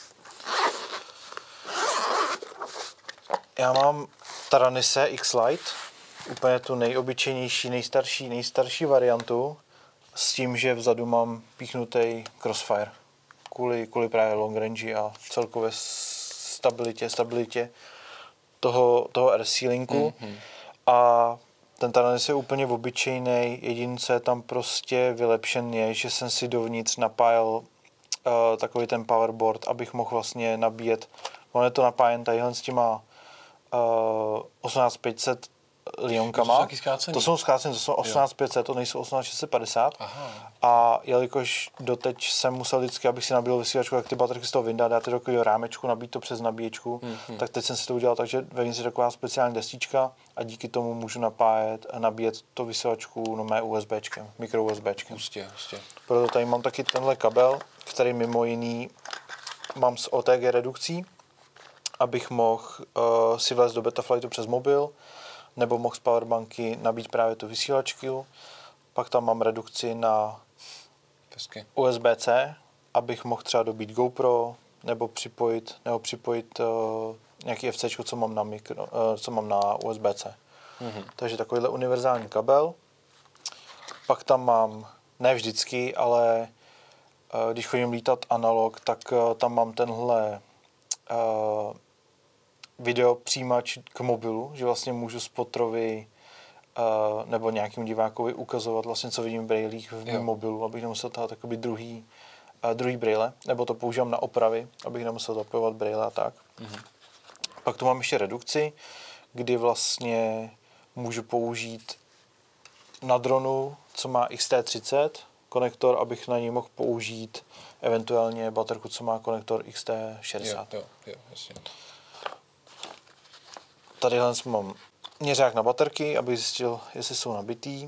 Já mám Taranise X-Lite, úplně tu nejobyčejnější, nejstarší, nejstarší variantu, s tím, že vzadu mám píchnutý Crossfire, kvůli, kvůli právě long range a celkové stabilitě, stabilitě toho, toho air-sealinku. Mm-hmm. A ten Taranis je úplně obyčejný, jediné, co je tam prostě vylepšen, je, že jsem si dovnitř napájel uh, takový ten powerboard, abych mohl vlastně nabíjet. On je to napájen tadyhle s těma uh, osmnáct pět set lionkama. To, to jsou zkrácené, to jsou osmnáct pět set, to nejsou osmnáct šest set padesát. Aha. A jelikož doteď jsem musel vždycky, abych si nabil vysílačku, jak ty baterky z toho vyndat, dát do takového rámečku, nabít to přes nabíječku, mm-hmm. tak teď jsem si to udělal, takže vevnitř je taková speciální destička a díky tomu můžu napájet a nabíjet to vysílačku no mé USBčkem, mikro USBčkem. Hustě, hustě. Proto tady mám taky tenhle kabel, který mimo jiný mám s O T G redukcí abych mohl uh, si vlézt do Betaflightu přes mobil, nebo mohl z powerbanky nabít právě tu vysílačku. Pak tam mám redukci na Pesky. U S B C, abych mohl třeba dobít GoPro, nebo připojit, nebo připojit uh, nějaký F C, co mám na, mikro, uh, co mám na U S B C. Mm-hmm. Takže takovýhle univerzální kabel. Pak tam mám, ne vždycky, ale uh, když chodím lítat analog, tak uh, tam mám tenhle uh, video přijímač k mobilu, že vlastně můžu spotrovi uh, nebo nějakým divákovi ukazovat vlastně, co vidím v brailích v mém mobilu, abych nemusel tahat takový druhý, uh, druhý braille, nebo to používám na opravy, abych nemusel zapojovat braille a tak. Mm-hmm. Pak tu mám ještě redukci, kdy vlastně můžu použít na dronu, co má X T třicet, konektor, abych na něj mohl použít eventuálně baterku, co má konektor X T šedesát. Jo, jo, jo, jasně. Tadyhle mám měřák na baterky, abych zjistil, jestli jsou nabitý.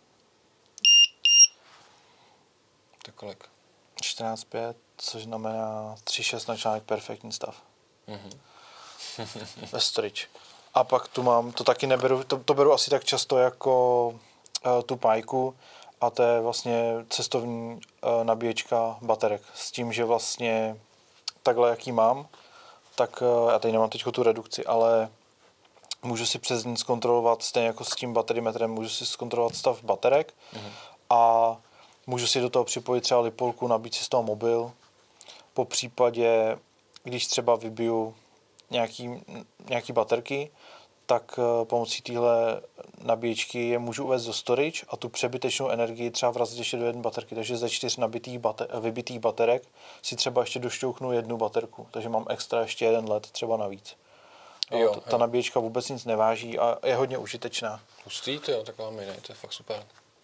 Tak kolik? čtrnáct pět, což znamená tři šest na článek perfektní stav. Mm-hmm. Bez storage. A pak tu mám, to taky neberu, to, to beru asi tak často jako uh, tu pájku, a to je vlastně cestovní uh, nabíječka baterek. S tím, že vlastně takhle, jaký mám, tak uh, já tady nemám teď tu redukci, ale můžu si přes ní zkontrolovat, stejně jako s tím baterimetrem, můžu si zkontrolovat stav baterek mm-hmm. a můžu si do toho připojit třeba lipolku, nabít si z toho mobil. Po případě, když třeba vybiju nějaký, nějaký baterky, tak pomocí téhle nabíječky je můžu uvést do storage a tu přebytečnou energii třeba vrazit ještě do jedné baterky. Takže ze čtyř nabitých bater- vybitých baterek si třeba ještě došťouchnu jednu baterku. Takže mám extra ještě jeden led třeba navíc. Jo, ta, ta nabíječka vůbec nic neváží a je hodně užitečná. Hustý, to jo, taková mini, to je fakt super.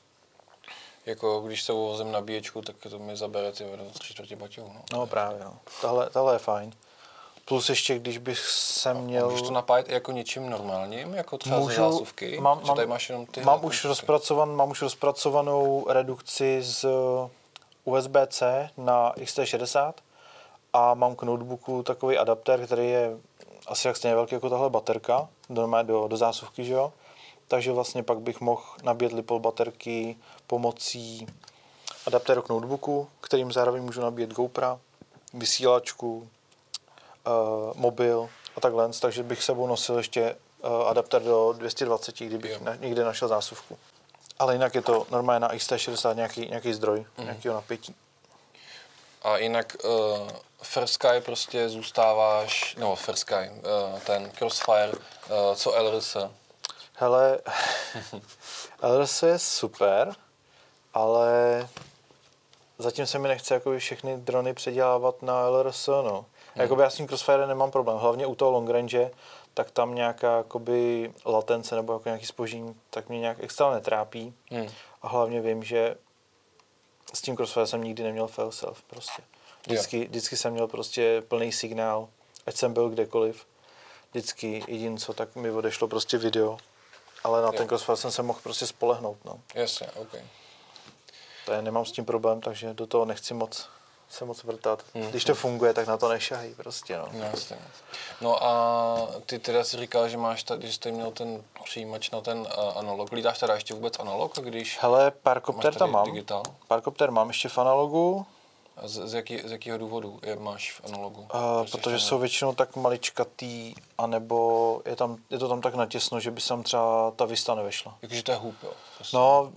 Jako když se uvozím nabíječku, tak to mi zabere ty tři čtvrtě baťohu. No, no právě, no. Tahle, tahle je fajn. Plus ještě, když bych se měl... Můžeš to napájet jako něčím normálním, jako třeba Můžu, ze zásuvky? Mám, že tady máš jenom ty mám, už rozpracovan, mám už rozpracovanou redukci z U S B C na X T šedesát a mám k notebooku takový adaptér, který je asi jak stejně velký jako tahle baterka, do, do, do zásuvky, že jo? Takže vlastně pak bych mohl nabíjet lipol baterky pomocí adaptéru k notebooku, kterým zároveň můžu nabíjet GoPro, vysílačku, Uh, mobil a takhle, takže bych sebou nosil ještě uh, adapter do dvě stě dvacet, kdybych na, někde našel zásuvku. Ale jinak je to normálně na X T šedesát nějaký, nějaký zdroj, mm. nějakého napětí. A jinak uh, First Sky prostě zůstáváš, no First Sky, uh, ten Crossfire, uh, co L R S? Hele, L R S je super, ale zatím se mi nechce jako všechny drony předělávat na L R S, no. Hmm. Jakoby já s tím Crossfire nemám problém, hlavně u toho long range, tak tam nějaká jakoby latence nebo jako nějaký zpoždění, tak mě nějak extra netrápí. Hmm. A hlavně vím, že s tím Crossfire jsem nikdy neměl fail self prostě. Vždycky, vždycky jsem měl prostě plný signál, ať jsem byl kdekoliv. Vždycky jediné co, tak mi odešlo prostě video. Ale na jo. ten Crossfire jsem se mohl prostě spolehnout, no. Jasně, OK. To je, nemám s tím problém, takže do toho nechci moc se moc vrtat. Hmm. Když to funguje, tak na to nešahají prostě, no. Jasně. No a ty teda si říkal, že máš tady, že jsi měl ten přijímač na ten uh, analog. Lítáš teda ještě vůbec analog, když hele, Parkopter tam mám. Digitál? Parkopter mám ještě v analogu. A z, z, jaký, z jakého důvodu je máš v analogu? Uh, protože jsou většinou tak maličkatý, anebo je, tam, je to tam tak natěsno, že by sem třeba ta Vista nevešla. Jakože to je hůb, jo? Prostě. No,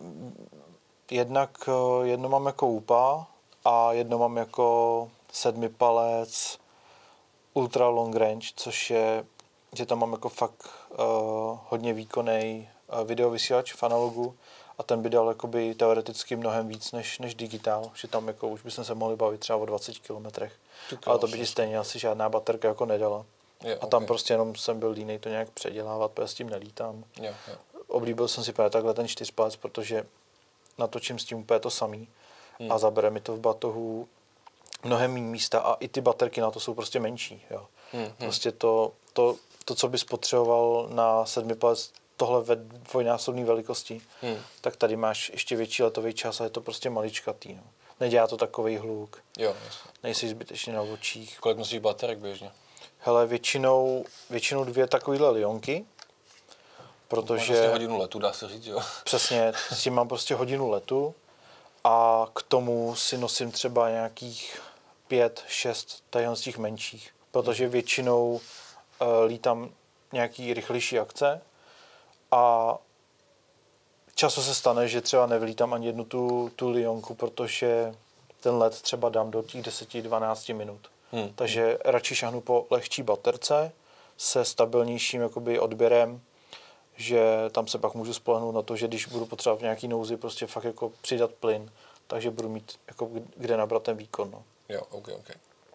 jednak jedno mám jako úpa a jedno mám jako sedmipalec ultra long range, což je, že tam mám jako fakt uh, hodně výkonný uh, videovysílač v analogu a ten by dal jakoby teoreticky mnohem víc než, než digitál, že tam jako už bychom se mohli bavit třeba o dvaceti kilometrech, ale to by ti stejně asi žádná baterka jako nedala. Je, a tam okay. prostě jenom jsem byl línej to nějak předělávat, protože s tím nelítám. Je, je. Oblíbil jsem si právě takhle ten čtyřpalec, protože natočím s tím úplně to samý hmm. a zabere mi to v batohu mnohem méně místa a i ty baterky na to jsou prostě menší. Jo. Hmm. Prostě to, to, to, co bys potřeboval na sedmipalec, tohle ve dvojnásobné velikosti, hmm. tak tady máš ještě větší letový čas a je to prostě maličkatý. No. Nedělá to takovej hluk. Jo, jasně. Nejsi zbytečně na očích. Kolik nosíš baterek běžně? Hele, většinou, většinou dvě takovýhle Lyonky, protože... Prostě hodinu letu, dá se říct, jo. Přesně, s tím mám prostě hodinu letu a k tomu si nosím třeba nějakých pět, šest tady z těch menších, protože většinou uh, lítám nějaký rychlejší akce a často se stane, že třeba nevylítám ani jednu tu, tu Lyonku, protože ten let třeba dám do těch deset dvanáct minut. Hmm. Takže radši šahnu po lehčí baterce se stabilnějším jakoby odběrem, že tam se pak můžu spolehnout na to, že když budu potřebovat v nějaký nouzi prostě fakt jako přidat plyn, takže budu mít jako kde nabrat ten výkon. No. Jo, ok, ok.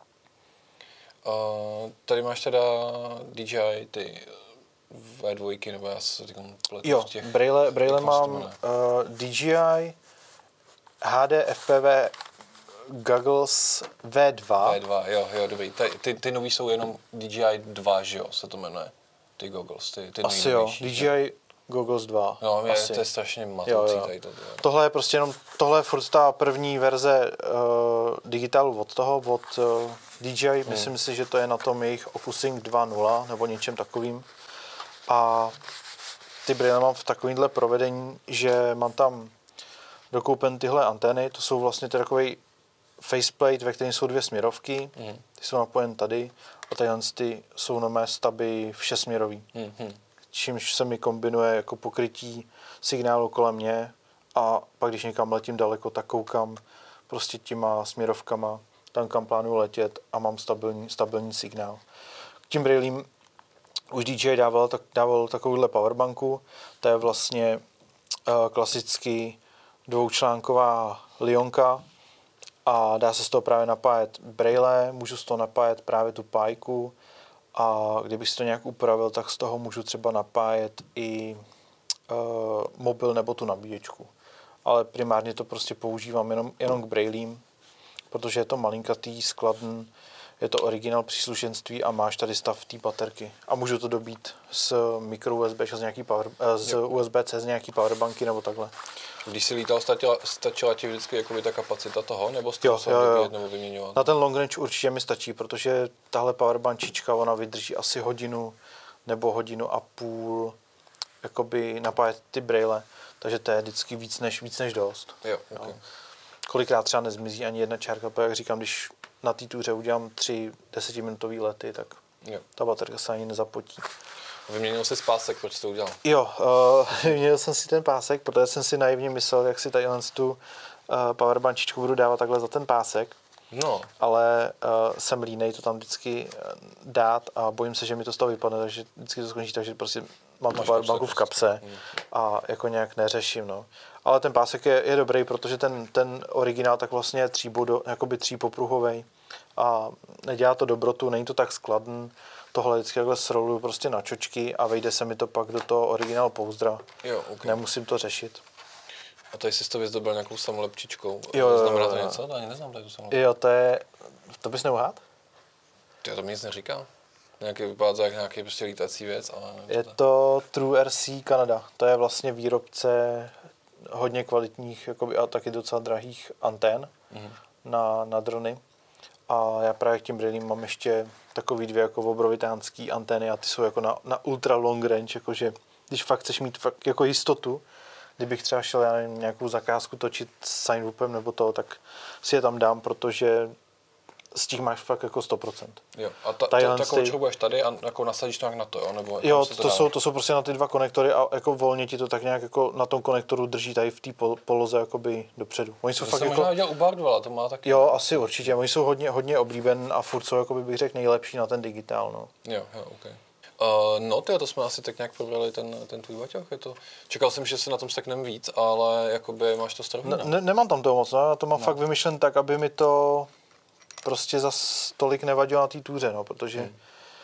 Uh, tady máš teda D J I, ty V dva, nebo já se říkám pletu Jo, těch... Braille, Braille mám uh, D J I, H D F P V Goggles V dva. V dva, jo, jo, dobrý. Ty, ty, ty nový jsou jenom D J I dva, že jo, se to jmenuje. Ty goggles, ty, ty Asi jo, D J I Goggles dva. No, je, asi. To je strašně matoucí jo, jo. tady to. Tohle je prostě jenom, tohle je furt ta první verze uh, digitálu od toho, od uh, D J I, hmm. myslím si, že to je na tom jejich Ocusync dva nula nebo něčem takovým. A ty Braille mám v takovýmhle provedení, že mám tam dokoupen tyhle antény, to jsou vlastně takový faceplate, ve kterém jsou dvě směrovky, mm. ty jsou napojen tady a tady ty jsou na mé staby všesměrový. Mm. Čímž se mi kombinuje jako pokrytí signálu kolem mě a pak když někam letím daleko, tak koukám prostě těma směrovkama tam, kam plánuju letět a mám stabilní, stabilní signál. Tím Braillem už D J I dával, tak, dával takovouhle powerbanku, to je vlastně uh, klasicky dvoučlánková Lyonka a dá se z toho právě napájet Braille, můžu z toho napájet právě tu pájku a kdybych si to nějak upravil, tak z toho můžu třeba napájet i uh, mobil nebo tu nabíječku. Ale primárně to prostě používám jenom, jenom k Braillím, protože je to malinkatý, skladný, je to originál příslušenství a máš tady stav té baterky. A můžu to dobít z mikro U S B, z, nějaký power, z U S B C, z nějaký powerbanky nebo takhle. Když jsi lítal, stačila, stačila ti vždycky jakoby ta kapacita toho, nebo z toho se dobíjet nebo vyměňovat? Na ten long range určitě mi stačí, protože tahle powerbančička, ona vydrží asi hodinu nebo hodinu a půl jakoby napájet ty Braille, takže to je vždycky víc než, víc než dost. Jo, okay. Jo. Kolikrát třeba nezmizí ani jedna čárka, protože jak říkám, když na té túře udělám tři desetiminutový lety, tak jo. Ta baterka se ani nezapotí. Vyměnil jsi pásek, proč jsi to udělal? Jo, uh, vyměnil jsem si ten pásek, protože jsem si naivně myslel, jak si tady tu uh, powerbančičku budu dávat takhle za ten pásek. No. Ale uh, jsem línej to tam vždycky dát a bojím se, že mi to z toho vypadne, takže vždycky to skončí tak, že prostě mám tu powerbanku v kapse a jako nějak neřeším, no. Ale ten pásek je, je dobrý, protože ten, ten originál tak vlastně je tříbodo, jakoby třípopruhovej a nedělá to dobrotu, není to tak skladný. Tohle vždycky takhle sroluju prostě na čočky a vejde se mi to pak do toho originál pouzdra. Jo, okay. Nemusím to řešit. A tady jsi to vyzdobil nějakou samolepčičkou. Jo, znamená to něco? To ani neznám tady tu samolepčičku. Jo, to je... To bys neuhádl? Já to mi nic neříká. Nějaký vypadá to jak nějaký prostě lítací věc, ale nevím, je to True R C Canada. To je vlastně výrobce hodně kvalitních jakoby, a taky docela drahých antén mm-hmm. na, na drony. A já právě k těm Braillím mám ještě takový dvě jako obrovitánský antény a ty jsou jako na, na ultra long range, jakože když fakt chceš mít fakt jako jistotu, kdybych třeba šel, já nevím, nějakou zakázku točit s Signwoopem nebo to, tak si je tam dám, protože z těch máš fakt jako sto procent. Jo, a ta, ta, takovou ty... budeš tady a jako nasadíš to nějak na to, jo? Nebo jo, to, to, jsou, to jsou prostě na ty dva konektory a jako volně ti to tak nějak jako na tom konektoru drží tady v té pol, poloze jakoby dopředu. Oni jsou to fakt se jako... možná viděl u Bardwella, to má taky. Jo, asi určitě, oni jsou hodně, hodně oblíben a furt jsou, jakoby bych řekl, nejlepší na ten digitál, no. Jo, jo, ok. Uh, no tyjo, to jsme asi tak nějak probrali ten, ten tvůj baťoch, je to... Čekal jsem, že se na tom steknem víc, ale jakoby máš to starový, ne, ne, Nemám tam toho moc, no, já to mám no. fakt vymyšlen tak, aby mi to prostě zas tolik nevadilo na té túře, no, protože hmm.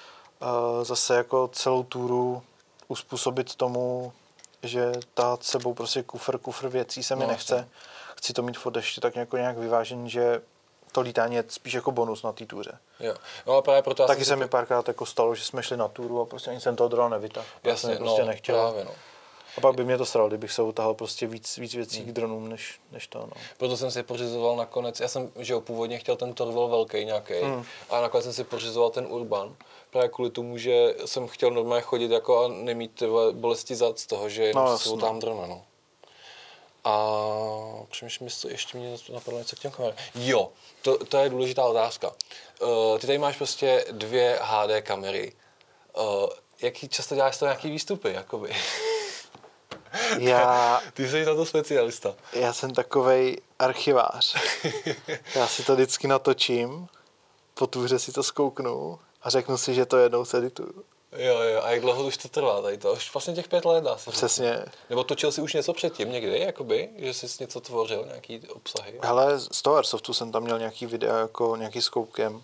uh, zase jako celou túru uspůsobit tomu, že tahat sebou prostě kufr, kufr věcí se mi no, nechce. Vlastně. Chci to mít furt ještě tak jako nějak vyvážený, že to lítání je spíš jako bonus na té túře. Jo. No a právě proto taky se mi párkrát jako stalo, že jsme šli na túru a prostě ani jsem toho drona nevytáhl. Jasně, prostě no, nechtěl. Právě, no. A pak by mě to sralo, kdybych se utahal prostě víc, víc věcí hmm. k dronům, než, než to, no. Proto jsem si pořizoval nakonec, já jsem, že jo, původně chtěl ten Torval velký nějaký, hmm. a nakonec jsem si pořizoval ten Urban. Právě kvůli tomu, že jsem chtěl normálně chodit jako a nemít tyhle bolesti zad z toho, že jenom no, se utám drona, no. A přemýšlím, jestli ještě mě napadlo něco k těm kamerám. Jo, to, to je důležitá otázka. Uh, ty tady máš prostě dvě H D kamery. Uh, jaký často děláš to nějaký výstupy, jakoby? Já... Ty jsi na to specialista. Já jsem takovej archivář. Já si to vždycky natočím, po túře si to zkouknu a řeknu si, že to jednou sedituju. Jo, jo, a jak dlouho už to trvá tady to? Už vlastně těch pět let dá se. Přesně. Říct. Nebo točil jsi už něco předtím někdy, jakoby? Že jsi něco tvořil, nějaký obsahy? Hele, z toho Airsoftu jsem tam měl nějaký video, jako nějaký s koukem,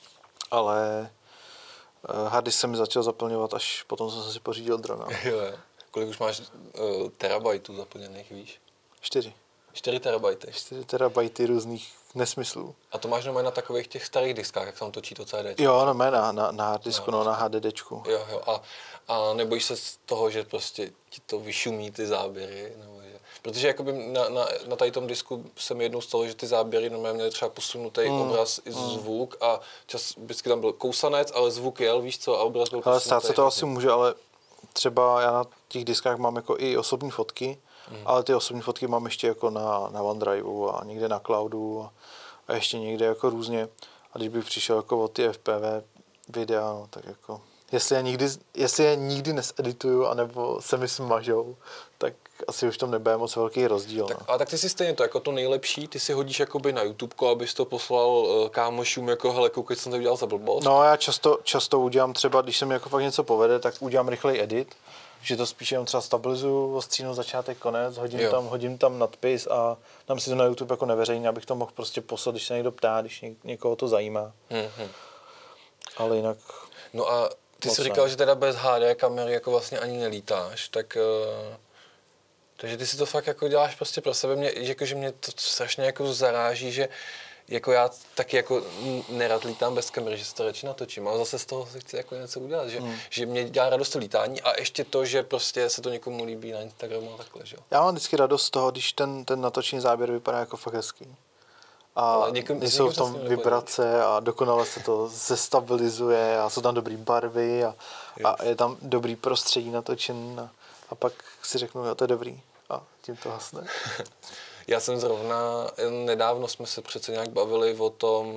ale uh, hard disk jsem mi začal zaplňovat, až potom jsem si pořídil drona. Jo, jo. Kolik už máš uh, terabajtů zaplněných, víš? Čtyři. Čtyři terabajty. Čtyři terabajty různých nesmyslů. A to máš normálně na takových těch starých diskách, jak tam točí to C D? Jo, no na, na, na hard disku, no, no na HDDčku. Jo, jo. A, a nebojíš se z toho, že prostě ti to vyšumí ty záběry? Nebo že... Protože jakoby na, na, na tady tom disku se mi jednou stalo, že ty záběry normálně měly třeba posunutý mm. obraz i mm. zvuk a čas vždycky tam byl kousanec, ale zvuk jel, víš co, a obraz byl ale posunutý. stát se to asi může, ale třeba já na těch diskách mám jako i osobní fotky, mm. ale ty osobní fotky mám ještě jako na, na OneDriveu a někde na cloudu a, a ještě někde jako různě. A když bych přišel jako od ty F P V videa, no, tak jako, jestli je nikdy, jestli je nikdy nesedituju, anebo se mi smažou, tak asi už tam nebude moc velký rozdíl. Tak, no. a tak ty si stejně to, jako to nejlepší, ty si hodíš jakoby na YouTube, abys to poslal uh, kámošům, jako hele, koukej, co jsem to udělal za blbost. No já často, často udělám třeba, když se mi jako fakt něco povede, tak udělám rychlej edit, že to spíš jenom třeba stabilizuju, ostřínu začátek, konec, hodím tam, hodím tam nadpis a dám si to na YouTube jako neveřejně, abych to mohl prostě poslat, když se někdo ptá, když něk- někoho to zajímá. Mm-hmm. Ale jinak... No a ty jsi říkal, že teda bez H D kamery jako vlastně ani nelítáš, tak... Uh, takže ty si to fakt jako děláš prostě pro sebe. Mě, jako, že mě to strašně jako zaráží, že jako já taky jako nerad lítám bez kamery, že se to radši natočím, ale zase z toho si chci jako něco udělat, že, hmm. že mě dělá radost to lítání a ještě to, že prostě se to někomu líbí na Instagramu a takhle, že jo. Já mám vždycky radost z toho, když ten, ten natočený záběr vypadá jako fakt hezký. A někom, jsou v tom vibrace a dokonale se to zestabilizuje a jsou tam dobrý barvy a, a je tam dobrý prostředí natočený a, a pak si řeknu, jo, to je dobrý a tím to hasne. Já jsem zrovna, nedávno jsme se přece nějak bavili o tom,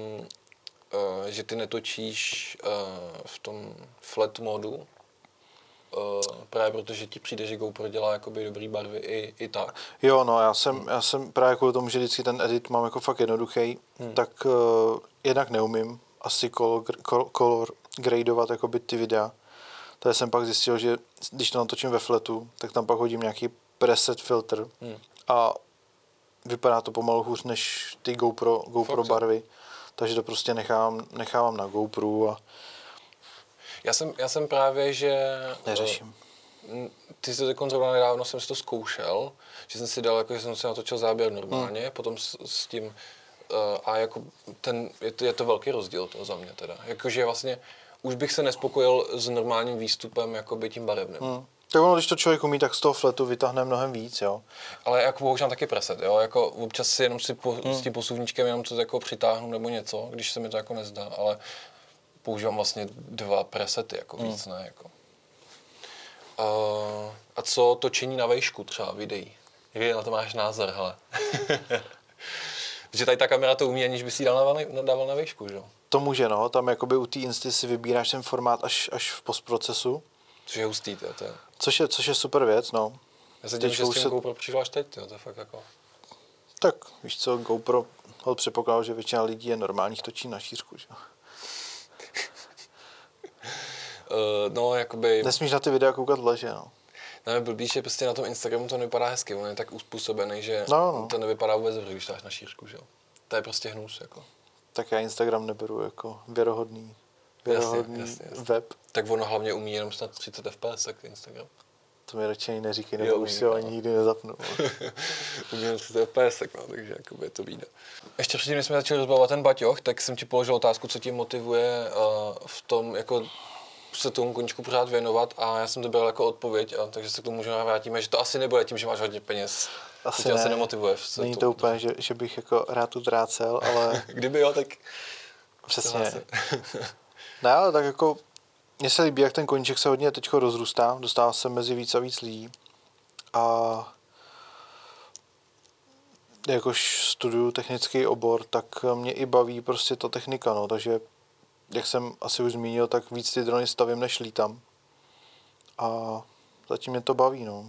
že ty netočíš v tom flat modu, právě protože ti přijde, že GoPro dělá jakoby dobrý barvy i, i tak. Jo, no já jsem, já jsem právě kvůli tomu, že vždycky ten edit mám jako fakt jednoduchý, hmm. tak uh, jednak neumím asi color, color gradeovat jakoby ty videa. Takže jsem pak zjistil, že když to natočím ve flatu, tak tam pak hodím nějaký preset filtr hmm. a vypadá to pomalu hůř než ty GoPro, GoPro barvy. Takže to prostě nechám, nechávám na GoPro a Já jsem, já jsem právě, že... Neřeším. Ty jsi to zrovna nedávno, jsem si to zkoušel, že jsem si dal, jako, že jsem si natočil záběr normálně, hmm. potom s, s tím, uh, a jako ten, je to, je to velký rozdíl to za mě teda. Jakože vlastně už bych se nespokojil s normálním výstupem, jakoby tím barevným. Hmm. Tak ono, když to člověk umí, tak z toho fletu vytáhne mnohem víc, jo. Ale jako používám taky preset, jo, jako občas si jenom si po, hmm. s tím posuvníčkem jenom to jako přitáhnu nebo něco, když se mi to jako nezdá, ale používám vlastně dva presety, jako hmm. víc, ne, jako. Uh, a co točení na vejšku třeba videí? Jaký na to máš názor, hele? Že tady ta kamera to umí, aniž by si ji dal na, dával na vejšku, že jo? To může, no, tam jakoby u té insty si vybíráš ten formát až, až v postprocesu. Což je hustý, to, to je. Což je, což je super věc, no. Já se tím, že s tím se... GoPro přišel až teď, to je fakt jako... Tak, víš co, GoPro, ho předpokládal, že většina lidí je normálních točí na šířku, že jo. Uh, no, jakoby... Nesmíš na ty videa koukat v leže, no. Ne, blbý, že prostě na tom Instagramu to nevypadá hezky, on je tak uspůsobený, že no, no. to nevypadá vůbec dobře, když dáš na šířku, že jo. To je prostě hnus, jako. Tak já Instagram neberu jako věrohodný, věrohodný jasně, jasně, jasně. web. Tak ono hlavně umí jenom snad třicet F P S, tak Instagram. To mi radši neříkej, nebo už si ho ani nikdy nezapnu. Umí jenom třicet F P S, no, takže jakoby to vyjde. Ještě předtím, než jsme začali rozbavovat ten baťoch, tak jsem ti položil otázku, co tě motivuje uh, v tom, jako se tomu koníčku pořád věnovat a já jsem to bral jako odpověď, a takže se k tomu možná vrátíme, že to asi nebude tím, že máš hodně peněz. Asi to tě ne. asi nemotivuje. Není to úplně, že, že bych jako rád utrácel, ale... Kdyby jo, tak... Přesně. Ne, ale tak jako... Mně se líbí, jak ten koníček se hodně teďko rozrůstá, dostává se mezi víc a víc lidí. A... jakož studuju technický obor, tak mě i baví prostě ta technika, no, takže jak jsem asi už zmínil, tak víc ty drony stavím, než lítám. A zatím mě to baví, no.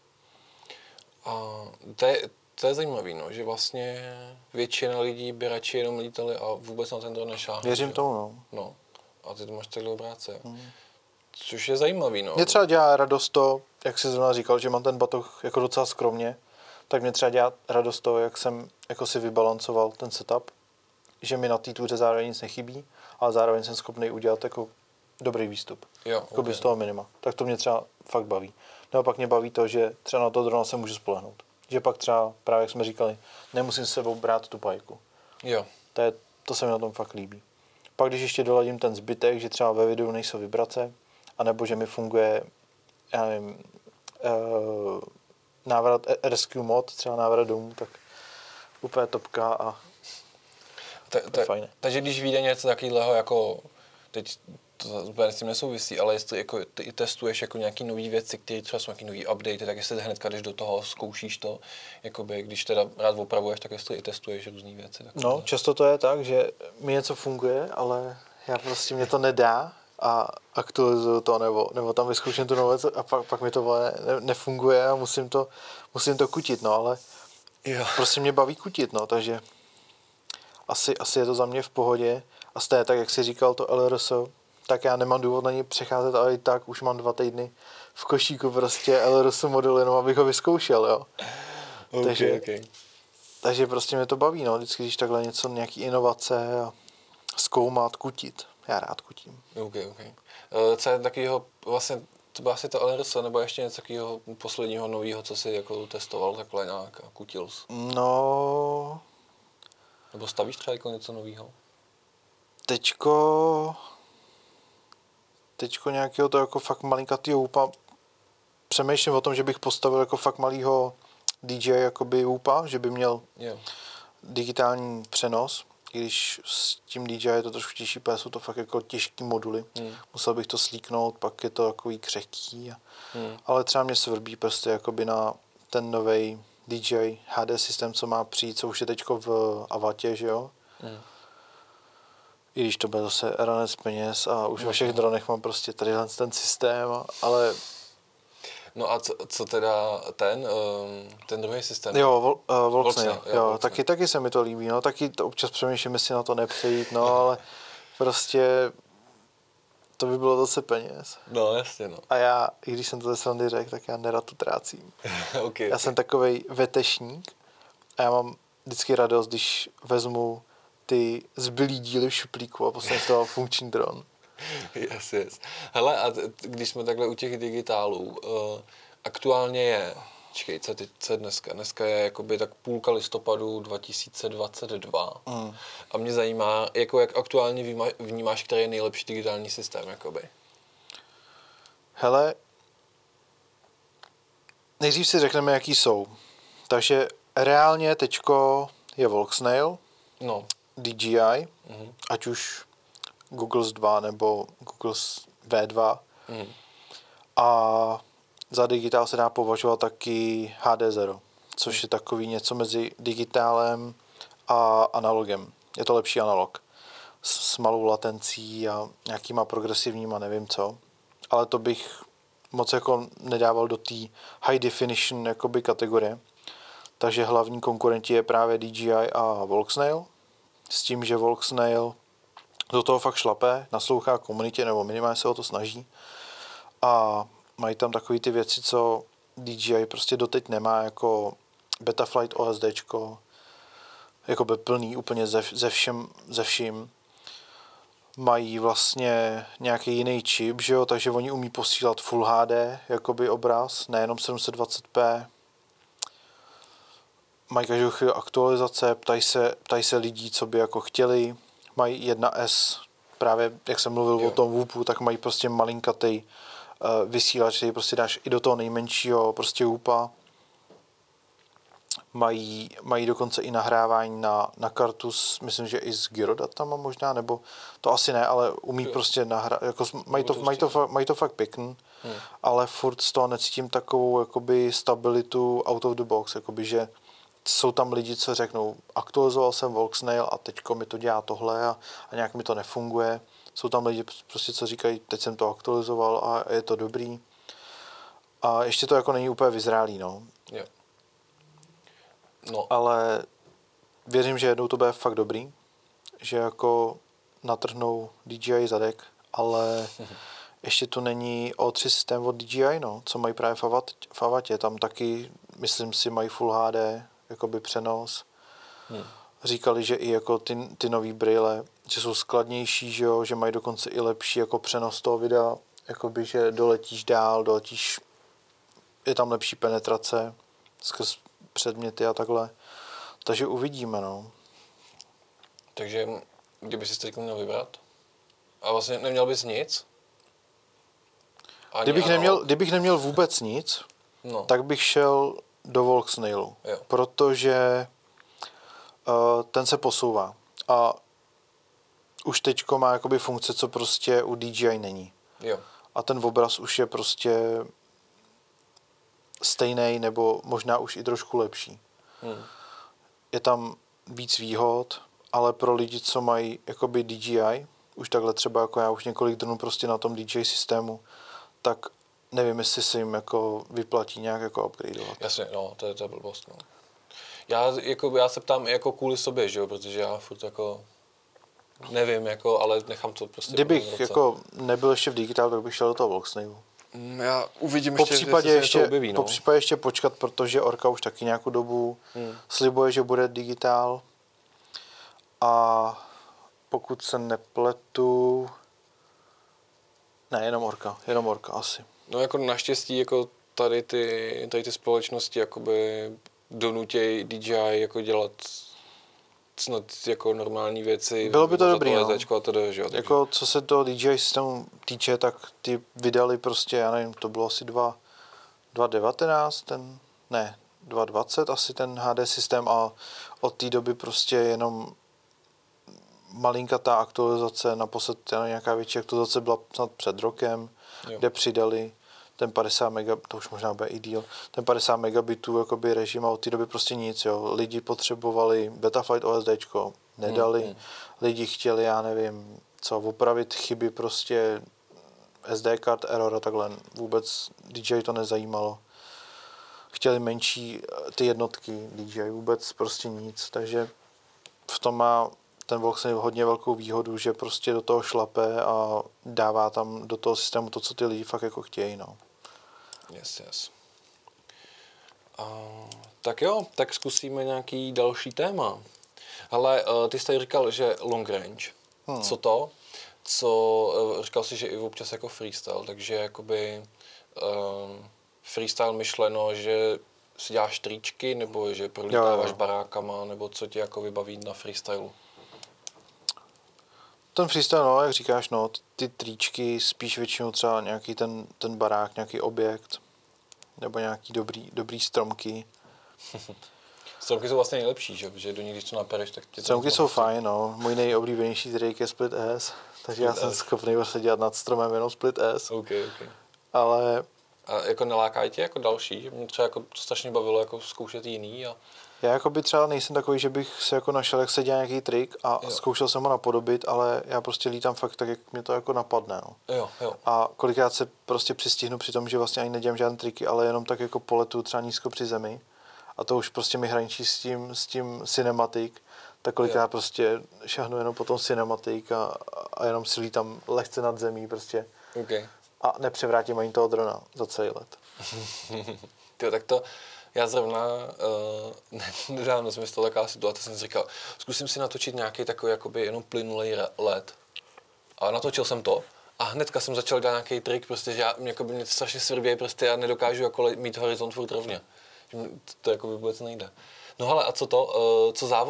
A to je, to je zajímavé, no, že vlastně většina lidí by radši jenom lítali a vůbec na ten dron nešáhli. Věřím tomu, no. No. A ty to máš takhle obráce. Hmm. Což je zajímavý, no. Mě třeba dělá radost to, jak jsi zrovna říkal, že mám ten batoh jako docela skromně, tak mě třeba dělá radost to, jak jsem jako si vybalancoval ten setup, že mi na té tuře zároveň nic nechybí, ale zároveň jsem schopný udělat jako dobrý výstup. Jo, jako okay. z toho minima. Tak to mě třeba fakt baví. Nebo pak mě baví to, že třeba na to drona se můžu spolehnout. Že pak třeba, právě jak jsme říkali, nemusím s sebou brát tu pajku. Jo. To, je, to se mi na tom fakt líbí. Pak když ještě doladím ten zbytek, že třeba ve videu nejsou vibrace, anebo že mi funguje, já nevím, uh, návrat rescue mod, třeba návrat domů, tak úplně topka a ta, ta, fajn. Takže když vyjde něco takového, jako teď to úplně s tím nesouvisí, ale jestli jako ty testuješ jako nějaký nový věci, které třeba jsou nějaký nový update, tak jestli hnedka jdeš do toho, zkoušíš to, jakoby, když teda rád opravuješ, tak jestli i testuješ různý věci. Takové. No, často to je tak, že mi něco funguje, ale já prostě mě to nedá a aktualizuju to, nebo, nebo tam vyzkouším tu novou věc a pak, pak mi to ne, nefunguje a musím to, musím to kutit, no, ale jo. Prostě mě baví kutit, no, takže asi, asi je to za mě v pohodě a stejně tak, jak jsi říkal to L R S, tak já nemám důvod na něj přecházet, ale i tak už mám dva týdny v košíku prostě L R S model, jenom abych ho vyzkoušel, jo. Okay, takže, okay. takže prostě mě to baví, no, vždycky, když takhle něco, nějaký inovace a zkoumat, kutit. Já rád kutím. Ok, ok. Co je takového, vlastně, to bylo asi to L R S, nebo ještě něco takového posledního nového, co jsi jako testoval takhle nějak a kutil jsi? No... Nebo stavíš třeba jako něco nového? Teďko... Teďko nějakého to jako fakt malinkatýho úpa. Přemýšlím o tom, že bych postavil jako fakt malýho D J jakoby úpa, že by měl yeah. digitální přenos, i když s tím D J je to trošku těžší, protože jsou to fakt jako těžký moduly. Hmm. Musel bych to slíknout, pak je to takový křehký. A... Hmm. Ale třeba mě svrbí prostě jakoby na ten novej D J H D systém, co má přijít, co už je teďko v Avatě, že jo? Hmm. I když to bude zase ranec peněz a už no, ve všech dronech mám prostě tady ten systém, ale... No a co, co teda ten, ten druhý systém? Jo, vol, uh, Volksnail, jo, jo Volksnail. Taky, taky se mi to líbí, no, taky to občas přemýšlím, jestli na to nepřejít, no, ale prostě to by bylo zase peněz. No, jasně, no. A já, i když jsem to ze srandy řekl, tak já nerad utrácím. okay, já okay. jsem takovej vetešník a já mám vždycky radost, když vezmu ty zbylý díly v šuplíku a posledně z toho funkční dron. Yes, yes. Hele, a t- když jsme takhle u těch digitálů, uh, aktuálně je, čekej, co, ty, co je dneska? Dneska je jakoby tak půlka listopadu dva tisíce dvacet dva. Mm. A mě zajímá, jako jak aktuálně vnímáš, vnímáš, který je nejlepší digitální systém, jakoby? Hele, nejdřív si řekneme, jaký jsou. Takže reálně teďko je Volksnail, no. D J I, mm-hmm. ať už Googles dva nebo Googles V dva. Mm. A za digitál se dá považovat taky H D zero, což je takový něco mezi digitálem a analogem. Je to lepší analog. S, s malou latencí a nějakýma progresivníma nevím co. Ale to bych moc jako nedával do té high definition jakoby kategorie. Takže hlavní konkurenti je právě D J I a Volksnail. S tím, že Volksnail do toho fakt šlape, naslouchá komunitě, nebo minimálně se o to snaží. A mají tam takové ty věci, co D J I prostě doteď nemá, jako Betaflight OSDčko, jako by plný úplně ze, ze, všem, ze vším. Mají vlastně nějaký jiný čip, že jo, takže oni umí posílat Full H D, jakoby obraz, nejenom sedm set dvacet p. Mají každou chvíli aktualizace, ptají se, ptají se lidí, co by jako chtěli. Mají jedna S právě, jak jsem mluvil Jo. o tom Whoopu, tak mají prostě malinkatej uh, vysílač, který prostě dáš i do toho nejmenšího prostě Whoopa. Mají, mají dokonce i nahrávání na, na kartu, s, myslím, že i s gyrodatama možná, nebo to asi ne, ale umí Jo. prostě nahrát, jako, mají, to, to mají, to, fa- mají to fakt pěkný, Hmm. ale furt z toho necítím takovou jakoby stabilitu out of the box, jakoby, že jsou tam lidi, co řeknou, aktualizoval jsem Volksnail a teďko mi to dělá tohle a, a nějak mi to nefunguje. Jsou tam lidi, prostě, co říkají, teď jsem to aktualizoval a je to dobrý. A ještě to jako není úplně vyzrálý, no. Jo. No. Ale věřím, že jednou to bude fakt dobrý, že jako natrhnou D J I zadek, ale ještě to není O tři systém od D J I, no, co mají právě v, Avat, v Avatě. Tam taky, myslím si, mají Full H D, jakoby přenos. Hmm. Říkali, že i jako ty, ty nový brýle, že jsou skladnější, že, jo, že mají dokonce i lepší jako přenos toho videa, jakoby, že doletíš dál, doletíš, je tam lepší penetrace skrz předměty a takhle. Takže uvidíme, no. Takže kdyby si teď měl vybrat? A vlastně neměl bys nic? Ani Kdybych neměl, kdybych neměl vůbec nic, no. tak bych šel do Volksnailu, Jo. protože uh, ten se posouvá a už teďko má jakoby funkce, co prostě u D J I není. Jo. A ten obraz už je prostě stejný nebo možná už i trošku lepší. Hmm. Je tam víc výhod, ale pro lidi, co mají jakoby D J I, už takhle třeba jako já už několik dnů prostě na tom D J I systému, tak nevím, jestli se jim jako vyplatí nějak jako upgradeovat. Jasně, no, to je, to je blbost, no. Já, jako, já se ptám jako kvůli sobě, že jo, protože já furt jako nevím, jako, ale nechám to prostě. Kdybych jako nebyl ještě v digitálu, tak bych šel do toho Volksnailu. Mm, já uvidím Po ještě, případě jestli se ještě, to objeví, no. po případě ještě počkat, protože Orka už taky nějakou dobu hmm. slibuje, že bude digitál. A pokud se nepletu, ne, jenom Orka, jenom Orka asi. No jako naštěstí jako tady ty, tady ty společnosti jakoby donutějí D J I jako dělat snad jako normální věci. Bylo by to dobrý, no. A to jde, že jo, takže... Jako co se toho D J I systému týče, tak ty vydali prostě, já nevím, to bylo asi dva, dva devatenáct, ten, ne, dva dvacet asi ten H D systém a od té doby prostě jenom malinkatá aktualizace, naposled nějaká větší aktualizace byla snad před rokem, jo. Kde přidali ten padesát megabitů, to už možná bude i díl, ten padesát megabitů jakoby režim a od té doby prostě nic, jo. Lidi potřebovali Betaflight OSDčko, nedali, hmm, hmm. Lidi chtěli, já nevím, co, opravit chyby prostě S D card error a takhle, vůbec D J I to nezajímalo. Chtěli menší ty jednotky D J I, vůbec prostě nic, takže v tom má ten Volkswagen hodně velkou výhodu, že prostě do toho šlape a dává tam do toho systému to, co ty lidi fakt jako chtějí, no. Yes, yes. Uh, tak jo, tak zkusíme nějaký další téma. Ale uh, ty jsi tady říkal, že long range. Hmm. Co to? Co, uh, říkal jsi, že i občas jako freestyle, takže jakoby uh, freestyle myšleno, že si děláš tričky, nebo že prolítáváš barákama, nebo co tě jako vybaví na freestylu? Ten freestyle, no, jak říkáš, no, ty tričky, spíš většinou třeba nějaký ten, ten barák, nějaký objekt, nebo nějaký dobrý, dobrý stromky. Stromky jsou vlastně nejlepší, že? Že do nich, když to napereš, tak tě stromky jsou fajn, no. Můj nejoblíbenější trik je Split S, takže split já jsem schopný se dělat nad stromem jenom Split S. Okay, okay. Ale... A jako nelákají tě jako další? Mě třeba jako to strašně bavilo jako zkoušet jiný a... Já jako by třeba nejsem takový, že bych se jako našel, jak se dělá nějaký trik a jo. Zkoušel jsem ho napodobit, ale já prostě lítám fakt tak, jak mě to jako napadne, no. Jo, jo. A kolikrát se prostě přistihnu při tom, že vlastně ani nedělám žádné triky, ale jenom tak jako poletu třeba nízko při zemi a to už prostě mi hraničí s tím, s tím cinematic, tak kolikrát jo. Prostě šahnu jenom po tom cinematic a, a jenom si lítám lehce nad zemí prostě. Okay. A nepřevrátím ani toho drona za celý let. Tyjo, tak to... Já zrovna uh, nedávno jsem stala taková situace, jsem si říkal, zkusím si natočit nějaký takový jakoby jenom plynulej let. A natočil jsem to a hnedka jsem začal dělat nějaký trik, prostě, že já, jakoby mě to strašně svrběje, prostě já nedokážu jako mít horizont furt rovně. To, to jakoby vůbec nejde. No ale a co to, uh, co závody?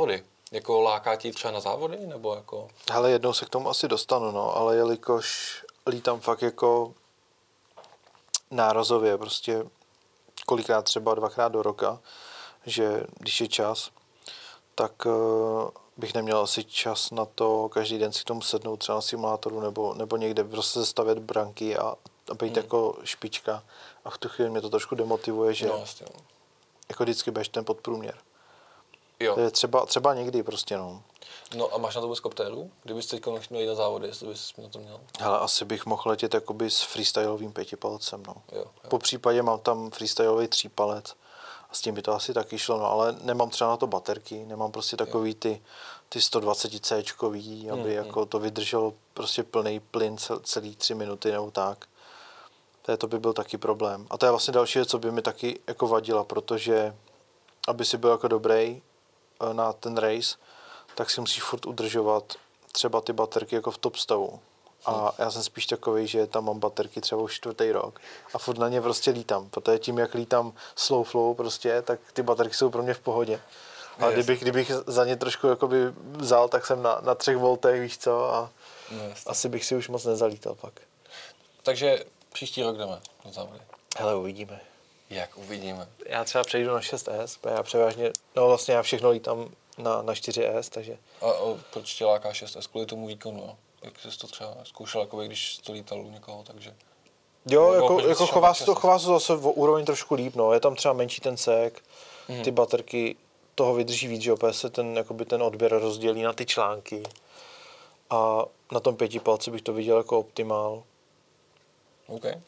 Jako láká ti třeba na závody, nebo jako... Hele, jednou se k tomu asi dostanu, no, ale jelikož lítám fakt jako nárazově, prostě kolikrát třeba dvakrát do roka, že když je čas, tak uh, bych neměl asi čas na to každý den si k tomu sednout třeba na simulátoru nebo, nebo někde prostě stavět branky a, a být hmm. jako špička. A v tu chvíli mě to trošku demotivuje, že no, vlastně. jako vždycky budeš ten podprůměr. Jo. To je třeba, třeba někdy prostě, no. No a máš na to vůbec koptéru? Kdybys teď měl jít na závody, jestli bys na to měl? Hele, asi bych mohl letět jakoby s freestylovým pětipalcem, no. Jo, jo. Po případě mám tam freestylový třípalec a s tím by to asi taky šlo, no, ale nemám třeba na to baterky, nemám prostě takový ty, ty sto dvacet céčkový, aby hmm, jako hmm. to vydrželo prostě plný plyn cel, celý tři minuty nebo tak. To, je, to by byl taky problém. A to je vlastně další věc, co by mi taky jako vadila, protože aby si byl jako dobrý na ten race, tak si musíš furt udržovat třeba ty baterky jako v top stavu. A já jsem spíš takovej, že tam mám baterky třeba už čtvrtý rok a furt na ně prostě lítám, protože tím, jak lítám slow flow prostě, tak ty baterky jsou pro mě v pohodě. A kdybych, kdybych za ně trošku jakoby vzal, tak jsem na, na třech voltech, víš co, a no, asi bych si už moc nezalítal pak. Takže příští rok jdeme na závody. Hele, uvidíme. Jak uvidíme? Já třeba přejdu na šest S, já převážně, no vlastně já všechno lítám na, na čtyři S, takže... A, a proč tě láká šest S? Kvůli tomu výkonu, jo? Jak jsi to třeba zkoušel, jako když to lítal u někoho, takže... Jo, jako, jako chová se to, chová se to zase v úroveň trošku líp, no. Je tam třeba menší ten sek, hmm. ty baterky toho vydrží víc, že opět se ten, jakoby ten odběr rozdělí na ty články. A na tom pětipalci bych to viděl jako optimál. OK. Uh,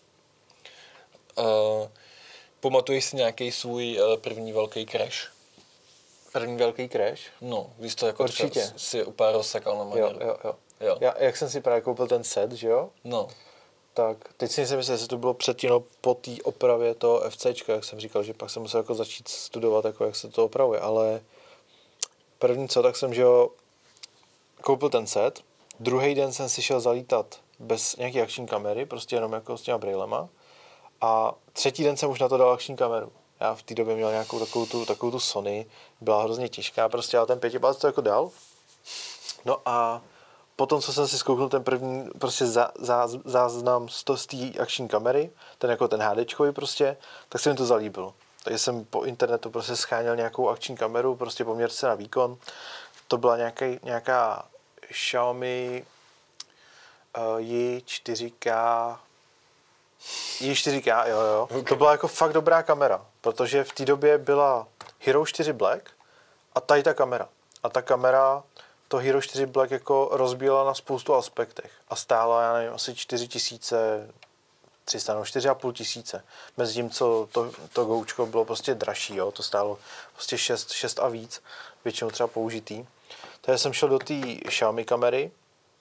pamatuješ si nějaký svůj uh, první velký crash? První velký crash? No, když to jako určitě si úplně rozsekal na manéru. Jo, jo, jo. jo. Já, jak jsem si právě koupil ten set, že jo? No. Tak teď si myslím, jestli to bylo předtím, no, po té opravě toho FCčka, jak jsem říkal, že pak jsem musel jako začít studovat, jako jak se to opravuje, ale první co, tak jsem, že jo, koupil ten set, druhý den jsem si šel zalítat bez nějaké akční kamery, prostě jenom jako s těma brýlema a třetí den jsem už na to dal akční kameru. Já v té době měl nějakou takovou tu, takovou tu Sony, byla hrozně těžká, prostě ale ten pětipalec to jako dal. No a potom, co jsem si zkouknul ten první prostě zá, zá, záznam z té akční kamery, ten jako ten HDčkový prostě, tak se mi to zalíbilo. Takže jsem po internetu prostě scháněl nějakou akční kameru, prostě poměrce na výkon. To byla nějaký, nějaká Xiaomi uh, J čtyři K, J čtyři K, jo, jo. Okay. To byla jako fakt dobrá kamera, protože v té době byla Hero čtyři Black a tady ta kamera. A ta kamera to Hero čtyři Black jako rozbíjela na spoustu aspektech a stála, já nevím, asi čtyři tisíce tři sta, no čtyři a půl tisíce. Mezi tím, co to, to goučko bylo prostě dražší, jo, to stálo prostě šest, šest a víc, většinou třeba použitý. Takže jsem šel do té Xiaomi kamery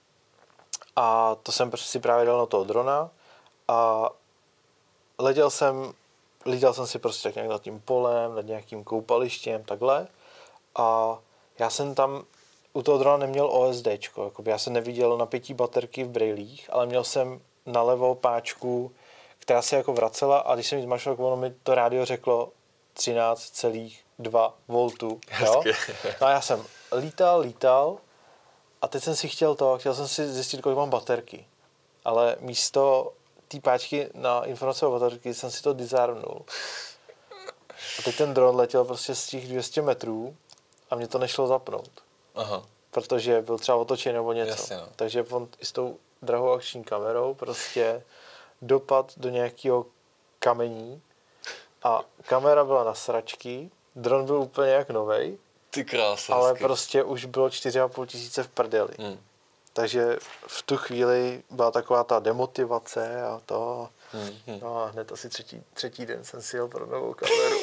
a to jsem si právě dal na toho drona a letěl jsem, lítal jsem si prostě tak nějak nad tím polem, nad nějakým koupalištěm, takhle a já jsem tam u toho drona neměl OSDčko, jakoby já jsem neviděl napětí baterky v brejlích, ale měl jsem nalevo páčku, která se jako vracela a když jsem ji zmašil, ono mi to rádio řeklo třináct celá dva voltů, jo? No a já jsem lítal, lítal a teď jsem si chtěl to, chtěl jsem si zjistit, kolik mám baterky, ale místo té páčky na informace o baterky jsem si to disarmnul. A teď ten dron letěl prostě z těch dvě stě metrů a mě to nešlo zapnout. Aha. Protože byl třeba otočený nebo něco. Jasně, no. Takže on i s tou drahou akční kamerou prostě dopad do nějakého kamení a kamera byla na sračky, dron byl úplně jak novej, ty krása, ale prostě už bylo čtyři a půl tisíce v prdeli. Hmm. Takže v tu chvíli byla taková ta demotivace a to. Hmm. Hmm. No a hned asi třetí, třetí den jsem si jel pro novou kameru.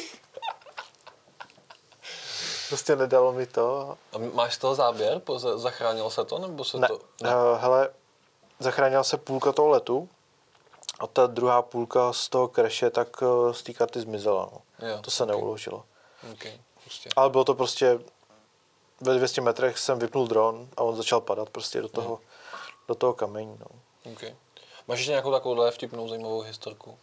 Prostě nedalo mi to. A máš z toho záběr? Zachránilo se to? Nebo se ne. to... Ne. Uh, hele, zachránila se půlka toho letu a ta druhá půlka z toho crashe tak uh, z té karty zmizela. No. Jo, to se okay. neuložilo. Okay, prostě. Ale bylo to prostě ve dvě stě metrech jsem vypnul dron a on začal padat prostě do toho, mm. do toho kamení. No. Okay. Máš ještě nějakou takovou vtipnou zajímavou historku?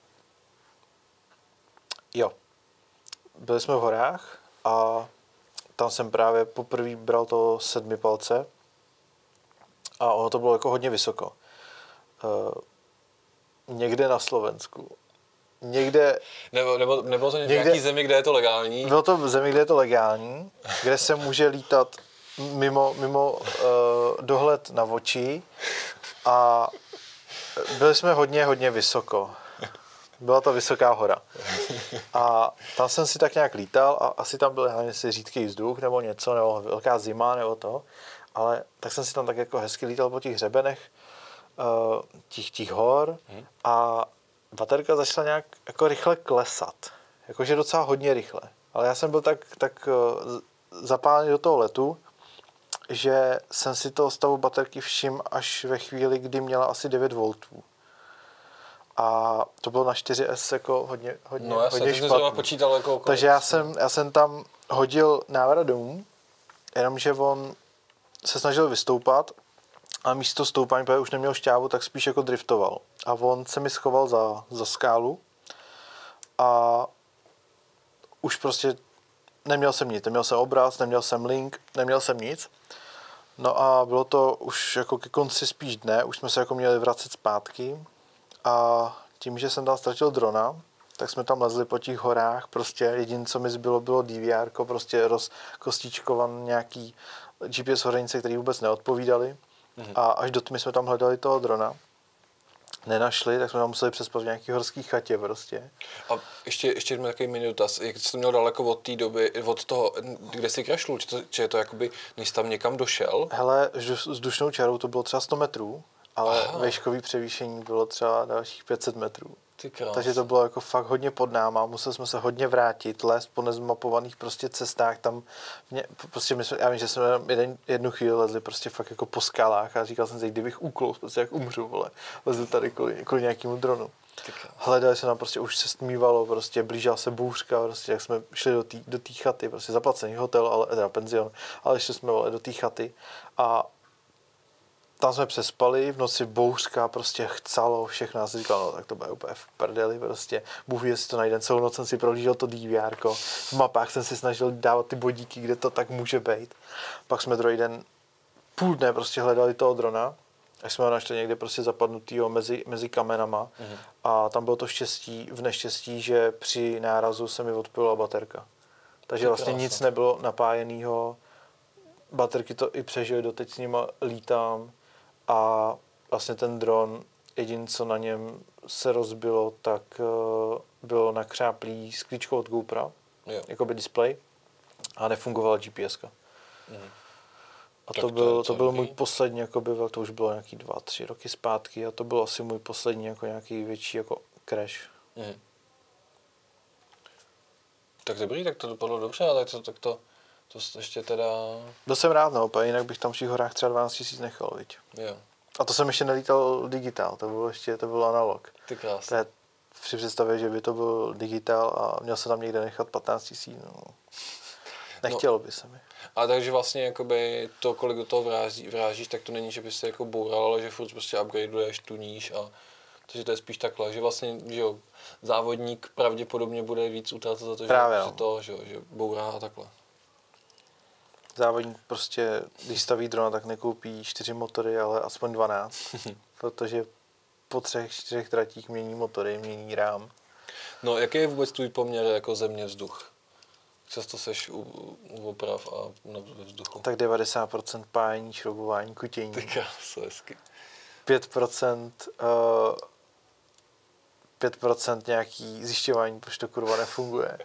Jo. Byli jsme v horách a tam jsem právě poprvé bral to sedmi palce a ono to bylo jako hodně vysoko. Uh, někde na Slovensku. Někde... Nebo, nebo, nebo to v někde, nějaký zemi, kde je to legální? Bylo to v zemi, kde je to legální, kde se může lítat mimo, mimo uh, dohled na oči a byli jsme hodně, hodně vysoko. Byla to vysoká hora. A tam jsem si tak nějak lítal a asi tam byl, nevím, jestli řídký vzduch nebo něco, nebo velká zima nebo to. Ale tak jsem si tam tak jako hezky lítal po těch hřebenech uh, těch, těch hor a baterka začala nějak jako rychle klesat. Jakože docela hodně rychle. Ale já jsem byl tak, tak uh, zapálený do toho letu, že jsem si toho stavu baterky všiml až ve chvíli, kdy měla asi devět voltů. A to bylo na čtyři es jako hodně, hodně, no, hodně špatný. Počítal jako Takže já jsem, já jsem tam hodil návrat domů, jenomže on se snažil vystoupat a místo stoupání, protože už neměl šťávu, tak spíš jako driftoval. A on se mi schoval za, za skálu a už prostě neměl jsem nic. Neměl jsem obraz, neměl jsem link, neměl jsem nic. No a bylo to už jako ke konci spíš dne, už jsme se jako měli vracet zpátky a tím, že jsem tam ztratil drona, tak jsme tam lezli po těch horách, prostě jediné, co mi zbylo, bylo D V R, prostě rozkostičkovan nějaký G P S horenice, které vůbec neodpovídaly. Mm-hmm. A až do tmy jsme tam hledali toho drona. Nenašli, tak jsme tam museli přespat v nějaký horský chatě prostě. A ještě, ještě mám takový mini dotaz, jak jsi to měl daleko od té doby, od toho, kde jsi crashnul, či, to, či je to jakoby, než tam někam došel? Hele, vzdušnou čarou to bylo třeba sto metrů, ale Aha. Vejškový převýšení bylo třeba dalších pět set metrů. Takže to bylo jako fakt hodně pod náma, museli jsme se hodně vrátit, lézt po nezmapovaných prostě cestách, tam mě, prostě my jsme, já vím, že jsme jeden, jednu chvíli lezli prostě fakt jako po skalách a říkal jsem si, kdybych uklous, prostě jak umřu, vole, lezli tady kvůli, kvůli nějakému dronu. Hledali se nám prostě, už se stmívalo, prostě blížila se bouřka, prostě jak jsme šli do té do té chaty, prostě zaplacený hotel, ale teda penzion, ale šli jsme vole, do té chaty a tam jsme přespali, v noci bouřka, prostě chcalo, všechno. Já jsem říkal, no tak to bude úplně v prdeli, prostě. Bůh ví, jestli to najde. Celou noc jsem si prohlížel to D V R ko. V mapách jsem si snažil dávat ty bodíky, kde to tak může být. Pak jsme druhý den půl dne prostě hledali toho drona, až jsme ho našli někde prostě zapadnutýho mezi, mezi kamenama. Mhm. A tam bylo to štěstí, v neštěstí, že při nárazu se mi odpojila baterka. Takže vlastně nic nebylo napájenýho. Baterky to i přežily, doteď s nima lítám. A vlastně ten dron, jediné, co na něm se rozbilo, tak uh, bylo nakřáplý sklíčko od GoPro, jakoby display, a nefungovala G P S ka. Mm. A to byl, to byl můj poslední, jakoby, to už bylo nějaký dva, tři roky zpátky a to byl asi můj poslední jako nějaký větší jako crash. Mm. Tak dobrý, tak to dopadlo dobře, ale tak to, tak to, to ještě teda... Byl jsem rád, no, jinak bych tam v těch horách třeba dvanáct tisíc nechal, viď. Jo. A to jsem ještě nelítal digitál, to bylo ještě, to byl analog. Ty krásný. To je při představě, že by to byl digitál a měl se tam někde nechat patnáct tisíc, no. Nechtělo no, by se mi. A takže vlastně jakoby to, kolik do toho vrází, vrážíš, tak to není, že bys se jako boural, ale že furt prostě upgradeuješ, tuníš a takže to je spíš takhle, že vlastně, že jo, závodník pravděpodobně bude víc utrácet za to, Právě, že, no. že to, že, že bourá a takhle. Závodník prostě, když staví drona, tak nekoupí čtyři motory, ale aspoň dvanáct, protože po třech, čtyřech tratích mění motory, mění rám. No, jaký je vůbec tvůj poměr jako země vzduch? Často seš u, u oprav a na vzduchu. Tak devadesát procent pájení, šroubování, kutění. Ty kráso, hezky. pět procent, uh, pět procent nějaký zjišťování, proč to kurva nefunguje.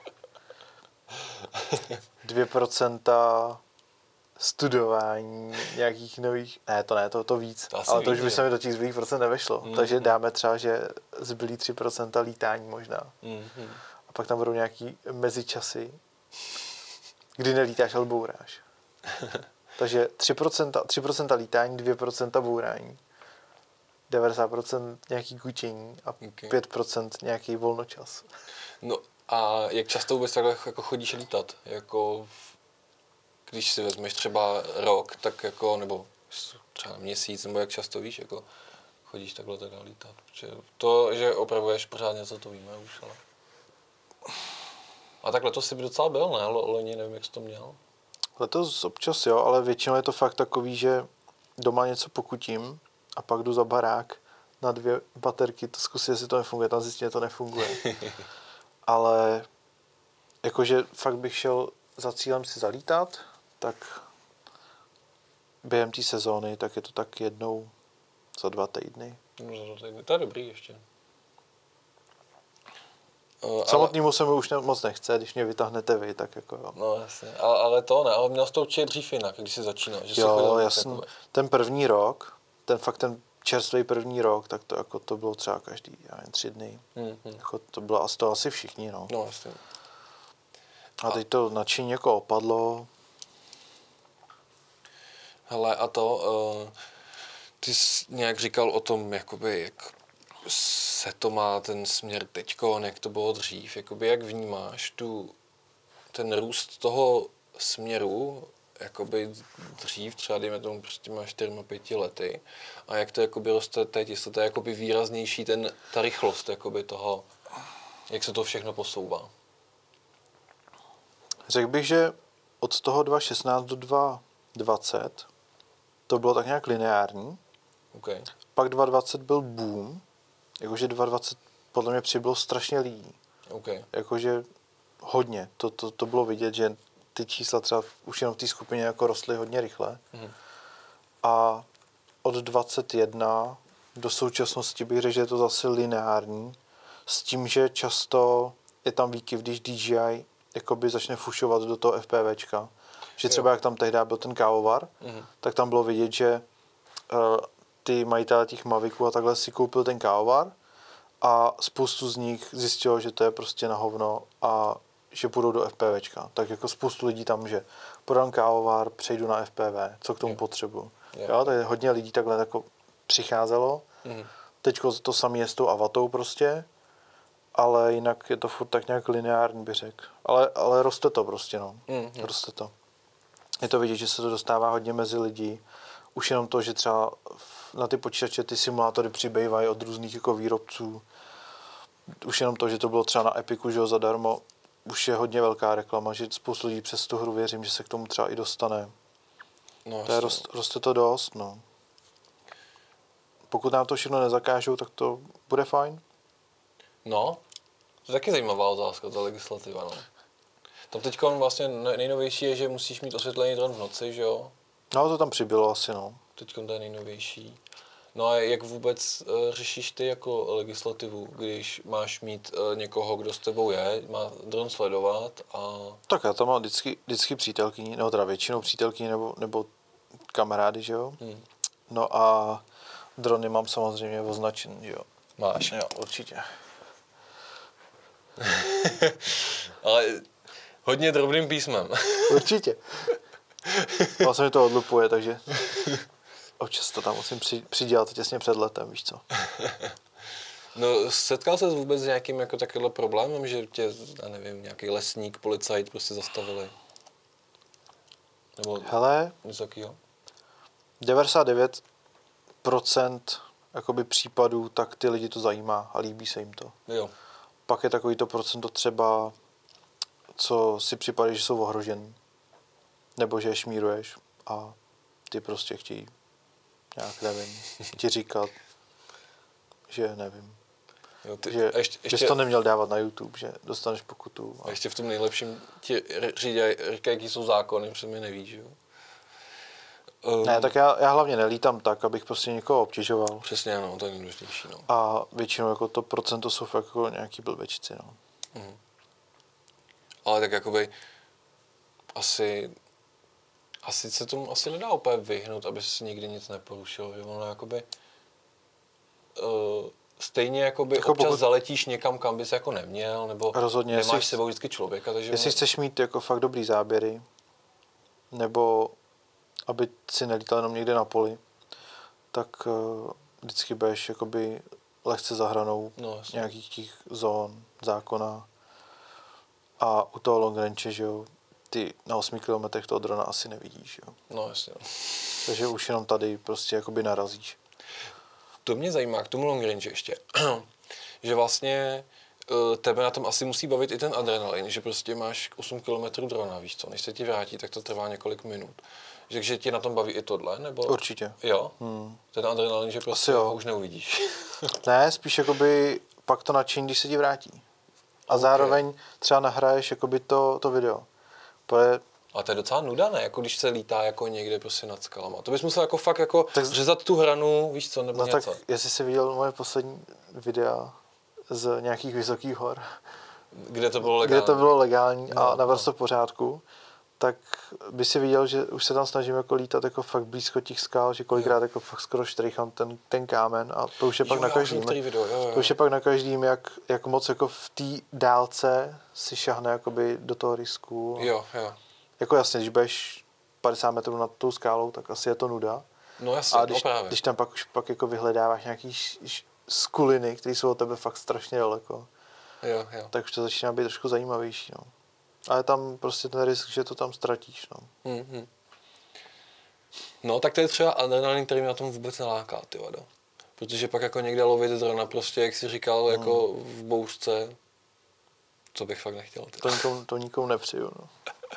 dvě procenta studování nějakých nových, ne to ne, to, to víc, to ale to už by se mi do těch zbylých procent nevešlo. Mm-hmm. Takže dáme třeba, že zbylý tři procenta lítání možná. Mm-hmm. A pak tam budou nějaký mezičasy, kdy nelítáš, ale bouráš. Takže tři procenta, tři procenta lítání, dvě procenta bourání, devadesát procent nějaký kučení a okay. pět procent nějaký volnočas. No a jak často vůbec takhle jako chodíš lítat? Jako když si vezmeš třeba rok, tak jako, nebo třeba měsíc, nebo jak často víš, jako chodíš takhle teda lítat? Protože to, že opravuješ pořád něco, to víme už, ale... A takhle to si by docela byl, ne? Loni, nevím, jak jsi to měl. Letos občas jo, ale většinou je to fakt takový, že doma něco pokutím a pak jdu za barák na dvě baterky, to zkusím, jestli to nefunguje, tam zjistím, že to nefunguje. Ale jakože fakt bych šel za cílem si zalítat, tak během té sezóny, tak je to tak jednou za dva týdny. No, za dva týdny. To je dobrý ještě. Uh, Samotnýmu ale... se mi už ne, moc nechce, když mě vytáhnete vy, tak jako jo. No jasně, ale, ale to ne, ale měl jsi to určitě dřív jinak, když jsi začínal. Že jo, jasně. Ten první rok, ten fakt ten čerstvý první rok, tak to jako to bylo třeba každý, já jen tři dny. Hmm, hmm. Jako to bylo asi, to asi všichni, no. No jasně. A teď to nadšení jako opadlo. Hele, a to, uh, ty jsi nějak říkal o tom, jakoby, jak se to má ten směr teďkon, jak to bylo dřív, jakoby, jak vnímáš tu, ten růst toho směru, jakoby dřív, třeba dejme tomu prostě má čtyři pět lety, a jak to jakoby roste teď, jestli to je jakoby výraznější, ten, ta rychlost jakoby toho, jak se to všechno posouvá. Řekl bych, že od toho dva tisíce šestnáct do dva tisíce dvacet to bylo tak nějak lineární. Okay. Pak dva tisíce dvacet byl boom, jakože dva tisíce dvacet podle mě přibylo strašně lidí. Okay. Jakože hodně. To, to, to bylo vidět, že ty čísla třeba už jenom v té skupině jako rostly hodně rychle. Mm. A od dvacet jedna do současnosti bych řekl, že je to zase lineární. S tím, že často je tam výkyv, když D J I jakoby začne fušovat do toho FPVčka. Že třeba jo. Jak tam tehdy byl ten kávovar, mm. tak tam bylo vidět, že uh, ty majitelé těch Maviců a takhle si koupil ten kávovar a spoustu z nich zjistilo, že to je prostě na hovno a že půjdou do FPVčka. Tak jako spoustu lidí tam, že podám kávovar, přejdu na F P V, co k tomu jo. potřebuju. Jo. Jo, tak hodně lidí takhle jako přicházelo. Mm. Teďko to samé je s tou avatou prostě, ale jinak je to furt tak nějak lineární, bych řekl. Ale, ale roste to prostě, no. Mm. Roste to. Je to vidět, že se to dostává hodně mezi lidi. Už jenom to, že třeba na ty počítače ty simulátory přibývají od různých jako výrobců. Už jenom to, že to bylo třeba na Epiku, že jo, zadarmo, už je hodně velká reklama, že spoustu lidí přes tu hru věřím, že se k tomu třeba i dostane. No, to je, rost, roste to dost, no. Pokud nám to všechno nezakážou, tak to bude fajn. No, to je taky zajímavá otázka, ta legislativa, no. Tam teď vlastně nejnovější je, že musíš mít osvětlený dron v noci, že jo? No, to tam přibylo asi, no. Teď to je nejnovější. No a jak vůbec uh, řešíš ty jako legislativu, když máš mít uh, někoho, kdo s tebou je, má dron sledovat a... Tak já tam mám vždycky, vždycky přítelkyni, nebo teda většinou přítelkyni nebo, nebo kamarády, že jo? Hmm. No a drony mám samozřejmě označen, že jo? Máš? Jo, určitě. Ale hodně drobným písmem. Určitě. Vlastně mi to odlupuje, takže občas to tam musím při, přidělat těsně před letem, víš co. No, setkal ses vůbec s nějakým jako takovýhle problémem, že tě, já nevím, nějaký lesník, policajt prostě zastavili? Nebo hele, něco takového? devadesát devět procent jakoby případů, tak ty lidi to zajímá a líbí se jim to. Jo. Pak je takový to procento třeba, co si připadá, že jsou ohrožený. Nebo že je šmíruješ a ty prostě chtějí nějak, nevím, ti říkat, že nevím. Jo, ty, že, ještě, že jsi to neměl dávat na YouTube, že dostaneš pokutu. A, a ještě v tom nejlepším ti říkají, jaký jsou zákony, protože mi nevíš, jo. Um, ne, tak já, já hlavně nelítám tak, abych prostě někoho obtěžoval. Přesně, no, to je nejdůležitější, no. A většinou jako to procento jsou fakt jako nějaký blbečci, no. Mhm. Ale tak jakoby asi, asi se tomu asi nedá úplně vyhnout, aby si nikdy nic neporušil, že ono jakoby uh, stejně jakoby jako občas pokud... zaletíš někam, kam bys jako neměl, nebo rozhodně, nemáš jestli... sebou vždycky člověka, takže... Jestli ono... chceš mít jako fakt dobrý záběry, nebo aby si nelítal jenom někde na poli, tak uh, vždycky budeš jakoby lehce za hranou no, nějakých těch zón, zákona. A u toho long range, že jo, ty na osmi kilometrech toho drona asi nevidíš, jo. No jasně. Takže už jenom tady prostě jakoby narazíš. To mě zajímá k tomu long range ještě, že vlastně uh, tebe na tom asi musí bavit i ten adrenalin, že prostě máš osm kilometrů drona, víš co, než se ti vrátí, tak to trvá několik minut. Takže tě na tom baví i tohle, nebo? Určitě. Jo? Hmm. Ten adrenalin, že prostě ho už neuvidíš. Ne, spíš jakoby pak to nadšení, když se ti vrátí. A okay. zároveň třeba nahraješ jakoby to, to video. Pojde... A to je docela nuda, ne? Jako když se lítá jako někde prostě nad skalama. To bys musel jako fakt jako tak... řezat tu hranu, víš co, nebo no něco. Tak jestli jsi viděl moje poslední videa z nějakých vysokých hor, kde to bylo legální, kde to bylo legální no, a naprosto no. v pořádku, tak by si viděl, že už se tam snažím jako lítat jako fakt blízko těch skal, že kolikrát jo. jako fakt skoro štrýchám ten, ten kámen a to už je pak jo, na každým. Video, jo, jo. To už je pak na každým, jak, jak moc jako v té dálce si šahne jakoby do toho risku. Jo, jo. Jako jasně, když budeš padesát metrů nad tou skálou, tak asi je to nuda. No jasně, a když, no právě. když tam pak už pak jako vyhledáváš nějaký š, š, skuliny, které jsou od tebe fakt strašně daleko, jo, jo. tak už to začíná být trošku zajímavější. No. Ale tam prostě ten risk, že to tam ztratíš. No, mm-hmm. No tak to je třeba adrenalin, který mě na tom vůbec neláká, ty vado. Protože pak jako někde lovit drona prostě, jak jsi říkal, mm. jako v bouřce, co bych fakt nechtěl. To nikomu, to nikomu nepřiju. No.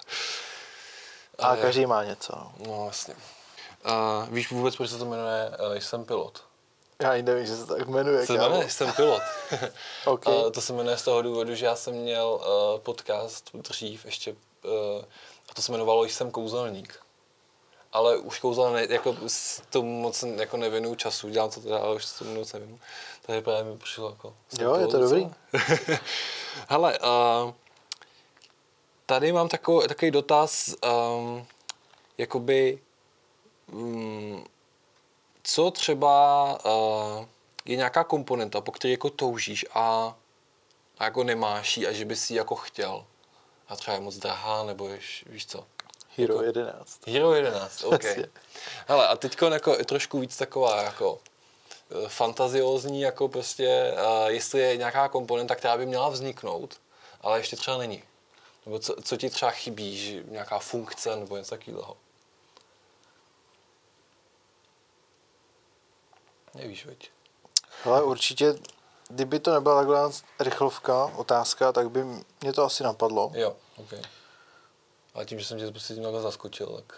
A Ale každý má něco. No, no vlastně. A víš vůbec, proč se to jmenuje uh, Jsem pilot? Já ani nevím, že se tak jmenuje. Se jmenuje Jsem pilot. Okay. uh, to se jmenuje z toho důvodu, že já jsem měl uh, podcast dřív ještě, uh, a to se jmenovalo Jsem kouzelník. Ale už kouzel ne, jako s tomu moc jako nevěnuju času, dělám to teda, ale už s tomu moc nevěnuju. Takže právě mi přišlo jako... Jo, je to dobrý. Hele, uh, tady mám takový, takový dotaz, um, jakoby, um, co třeba uh, je nějaká komponenta, po které jako toužíš a, a jako nemáš ji a že bys ji jako chtěl. A třeba je moc drahá, nebo ješ, víš co? Hero jedenáct. Hero jedenáct, OK. Hele, a teďko jako trošku víc taková jako fantaziózní, jako prostě, uh, jestli je nějaká komponenta, která by měla vzniknout, ale ještě třeba není. Nebo co, co ti třeba chybí, že nějaká funkce nebo něco takového. Nevíš, veď? Ale určitě, kdyby to nebyla takhle rychlovka, otázka, tak by mě to asi napadlo. Jo, OK. Ale tím, že jsem tě prostě tím takhle zaskočil, tak...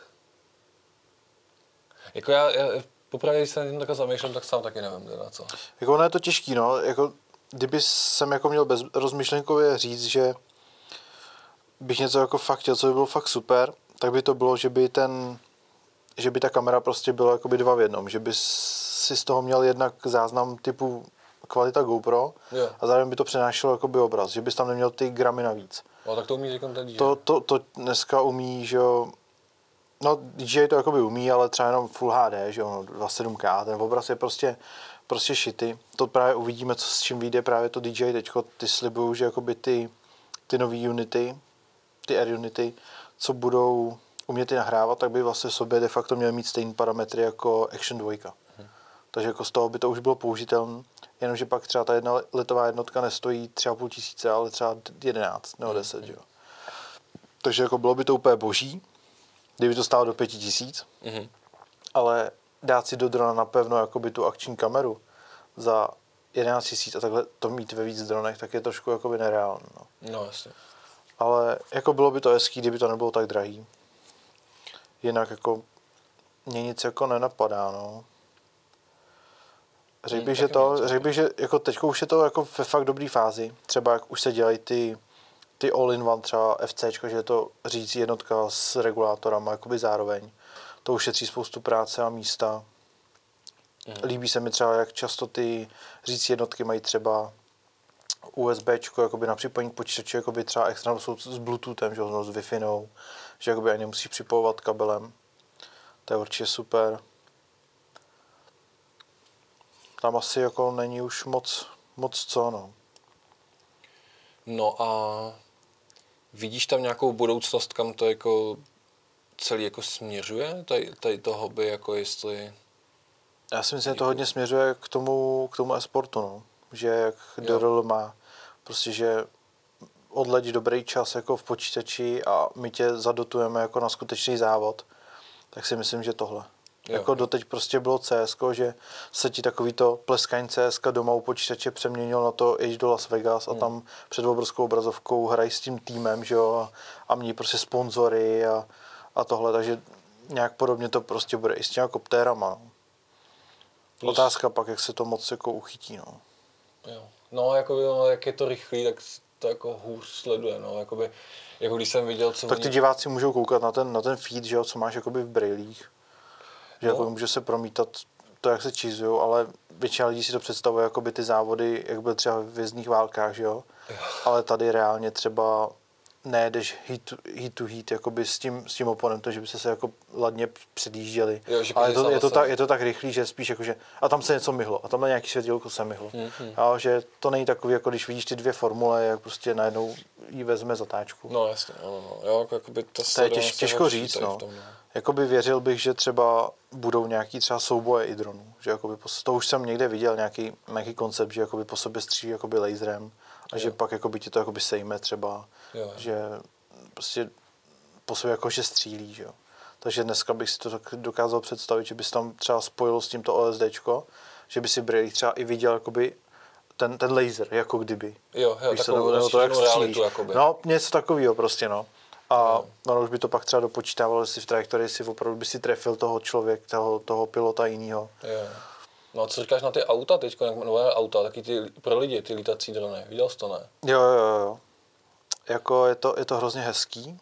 Jako já, já popravdě, když se na tím takhle zamýšlím, tak sám taky nevím, teda co. Jako ono je to těžký, no. Jako, kdyby jsem jako měl bez rozmyšlenkově říct, že bych něco jako fakt chtěl, co by bylo fakt super, tak by to bylo, že by ten, že by ta kamera prostě byla jakoby dva v jednom, že by si z toho měl jednak záznam typu kvalita GoPro jo. a zároveň by to přenášelo jakoby obraz, že bys tam neměl ty gramy navíc. No, tak to umí říkám ten D J. To, to, to dneska umí, že jo, no D J to jakoby umí, ale třeba jenom Full H D, že jo, no, dvacet sedm K, ten obraz je prostě, prostě šity. To právě uvidíme, co, s čím vyjde právě to D J teďko, ty slibují, že jakoby ty, ty nový Unity, ty Air Unity, co budou umět i nahrávat, tak by vlastně v sobě de facto měly mít stejné parametry jako Action dva. Hmm. Takže jako z toho by to už bylo použitelné, jenomže pak třeba ta jedna letová jednotka nestojí tři a půl tisíce, ale třeba jedenáct nebo deset, hmm. že jo. Takže jako bylo by to úplně boží, kdyby to stálo do pěti tisíc, hmm. ale dát si do drona napevno jakoby tu akční kameru za jedenáct tisíc a takhle to mít ve víc dronech, tak je trošku jakoby nereálné. No. no jasně. Ale jako bylo by to hezký, kdyby to nebylo tak drahý. Jinak jako mě nic jako nenapadá, no. Řekl bych, hmm, že to, řekl bych, že jako teďko už je to jako ve fakt dobrý fázi. Třeba jak už se dělají ty, ty all-in-one třeba FCčka, že je to řídící jednotka s regulátorama jakoby zároveň. To ušetří spoustu práce a místa. Hmm. Líbí se mi třeba, jak často ty řídící jednotky mají třeba USBčko jakoby na připojení k počítači, jakoby třeba externou jsou s Bluetoothem, že ho s Wi-Fi, že jakoby ani nemusí připojovat kabelem. To je určitě super. Tam asi jako není už moc, moc co, no. No a vidíš tam nějakou budoucnost, kam to jako celý jako směřuje? Tady, tady to hobby, jako jestli... Já si myslím, že to hodně směřuje k tomu, k tomu e-sportu, no. Že jak D R L má prostě, že odleď dobrý čas jako v počítači a my tě zadotujeme jako na skutečný závod, tak si myslím, že tohle. Jo. Jako doteď prostě bylo C S ko, že se ti takový to pleskaň C S ka doma u počítače přeměnil na to jít do Las Vegas a hmm. tam před obrovskou obrazovkou hrají s tím týmem, že jo, a, a mějí prostě sponzory a, a tohle, takže nějak podobně to prostě bude i s těma koptérama. Plus. Otázka pak, jak se to moc jako uchytí, no. Jo. No, jako, no, jak je to rychlý, tak to jako hůř sleduje, no, jakoby, jako když jsem viděl, co tak ty oni... diváci můžou koukat na ten, na ten feed, že jo, co máš jakoby v brailích. Že no. jako může se promítat to, jak se čízujou, ale většina lidí si to představuje jako by ty závody, jak byl třeba v Vězdných válkách, že jo? jo. Ale tady reálně třeba nejedeš hit to hit, to hit jakoby s tím, s tím oponentem, že by se se jako ladně předjížděli. Jo, ale je to, je, to tak, je to tak rychlý, že spíš jakože, a tam se něco myhlo, a tamhle nějaký světýlko se myhlo. Mm-hmm. A že to není takový, jako když vidíš ty dvě formule, jak prostě najednou jí vezme zatáčku. No jasně, no, no. Jo, jakoby to, to je těž, těžko říct, no. Tom, no. Jakoby věřil bych, že třeba budou nějaký třeba souboje i dronů, že jakoby po, to už jsem někde viděl nějaký, nějaký koncept, že jakoby po sobě střílí jakoby laserem a jo. že pak jakoby ti to jakoby sejme třeba, jo, že prostě po sobě jakože střílí, že jo. Takže dneska bych si to dokázal představit, že bys tam třeba spojil s tímto OSDčko, že by si brýlích třeba i viděl jakoby ten, ten laser, jako kdyby. Jo, jo, takovou rozšířenou realitu jakoby. No, něco takového prostě, no. A no, už by to pak třeba dopočítával, jestli v trajektorii si opravdu by si trefil toho člověka, toho, toho pilota jinýho. Jo. No a co říkáš na ty auta teď, nové auta, taky ty pro lidi, ty lítací drony, viděl jsi to, ne? Jo, jo, jo. Jako je to, je to hrozně hezký,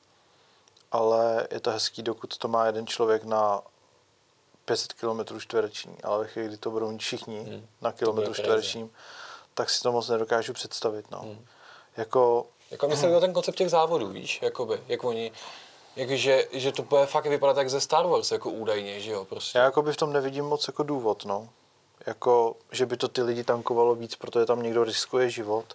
ale je to hezký, dokud to má jeden člověk na pět set kilometrů čtverečních, ale ve chvíli, kdy to budou všichni hmm. na kilometru čtverečním, tak si to moc nedokážu představit, no. Hmm. Jako... Jako myslím o ten koncept těch závodů, víš, jakoby, jak oni, jakože, že to bude fakt vypadat jak ze Star Wars, jako údajně, že jo, prostě. Já jakoby v tom nevidím moc jako důvod, no. Jako, že by to ty lidi tankovalo víc, protože tam někdo riskuje život.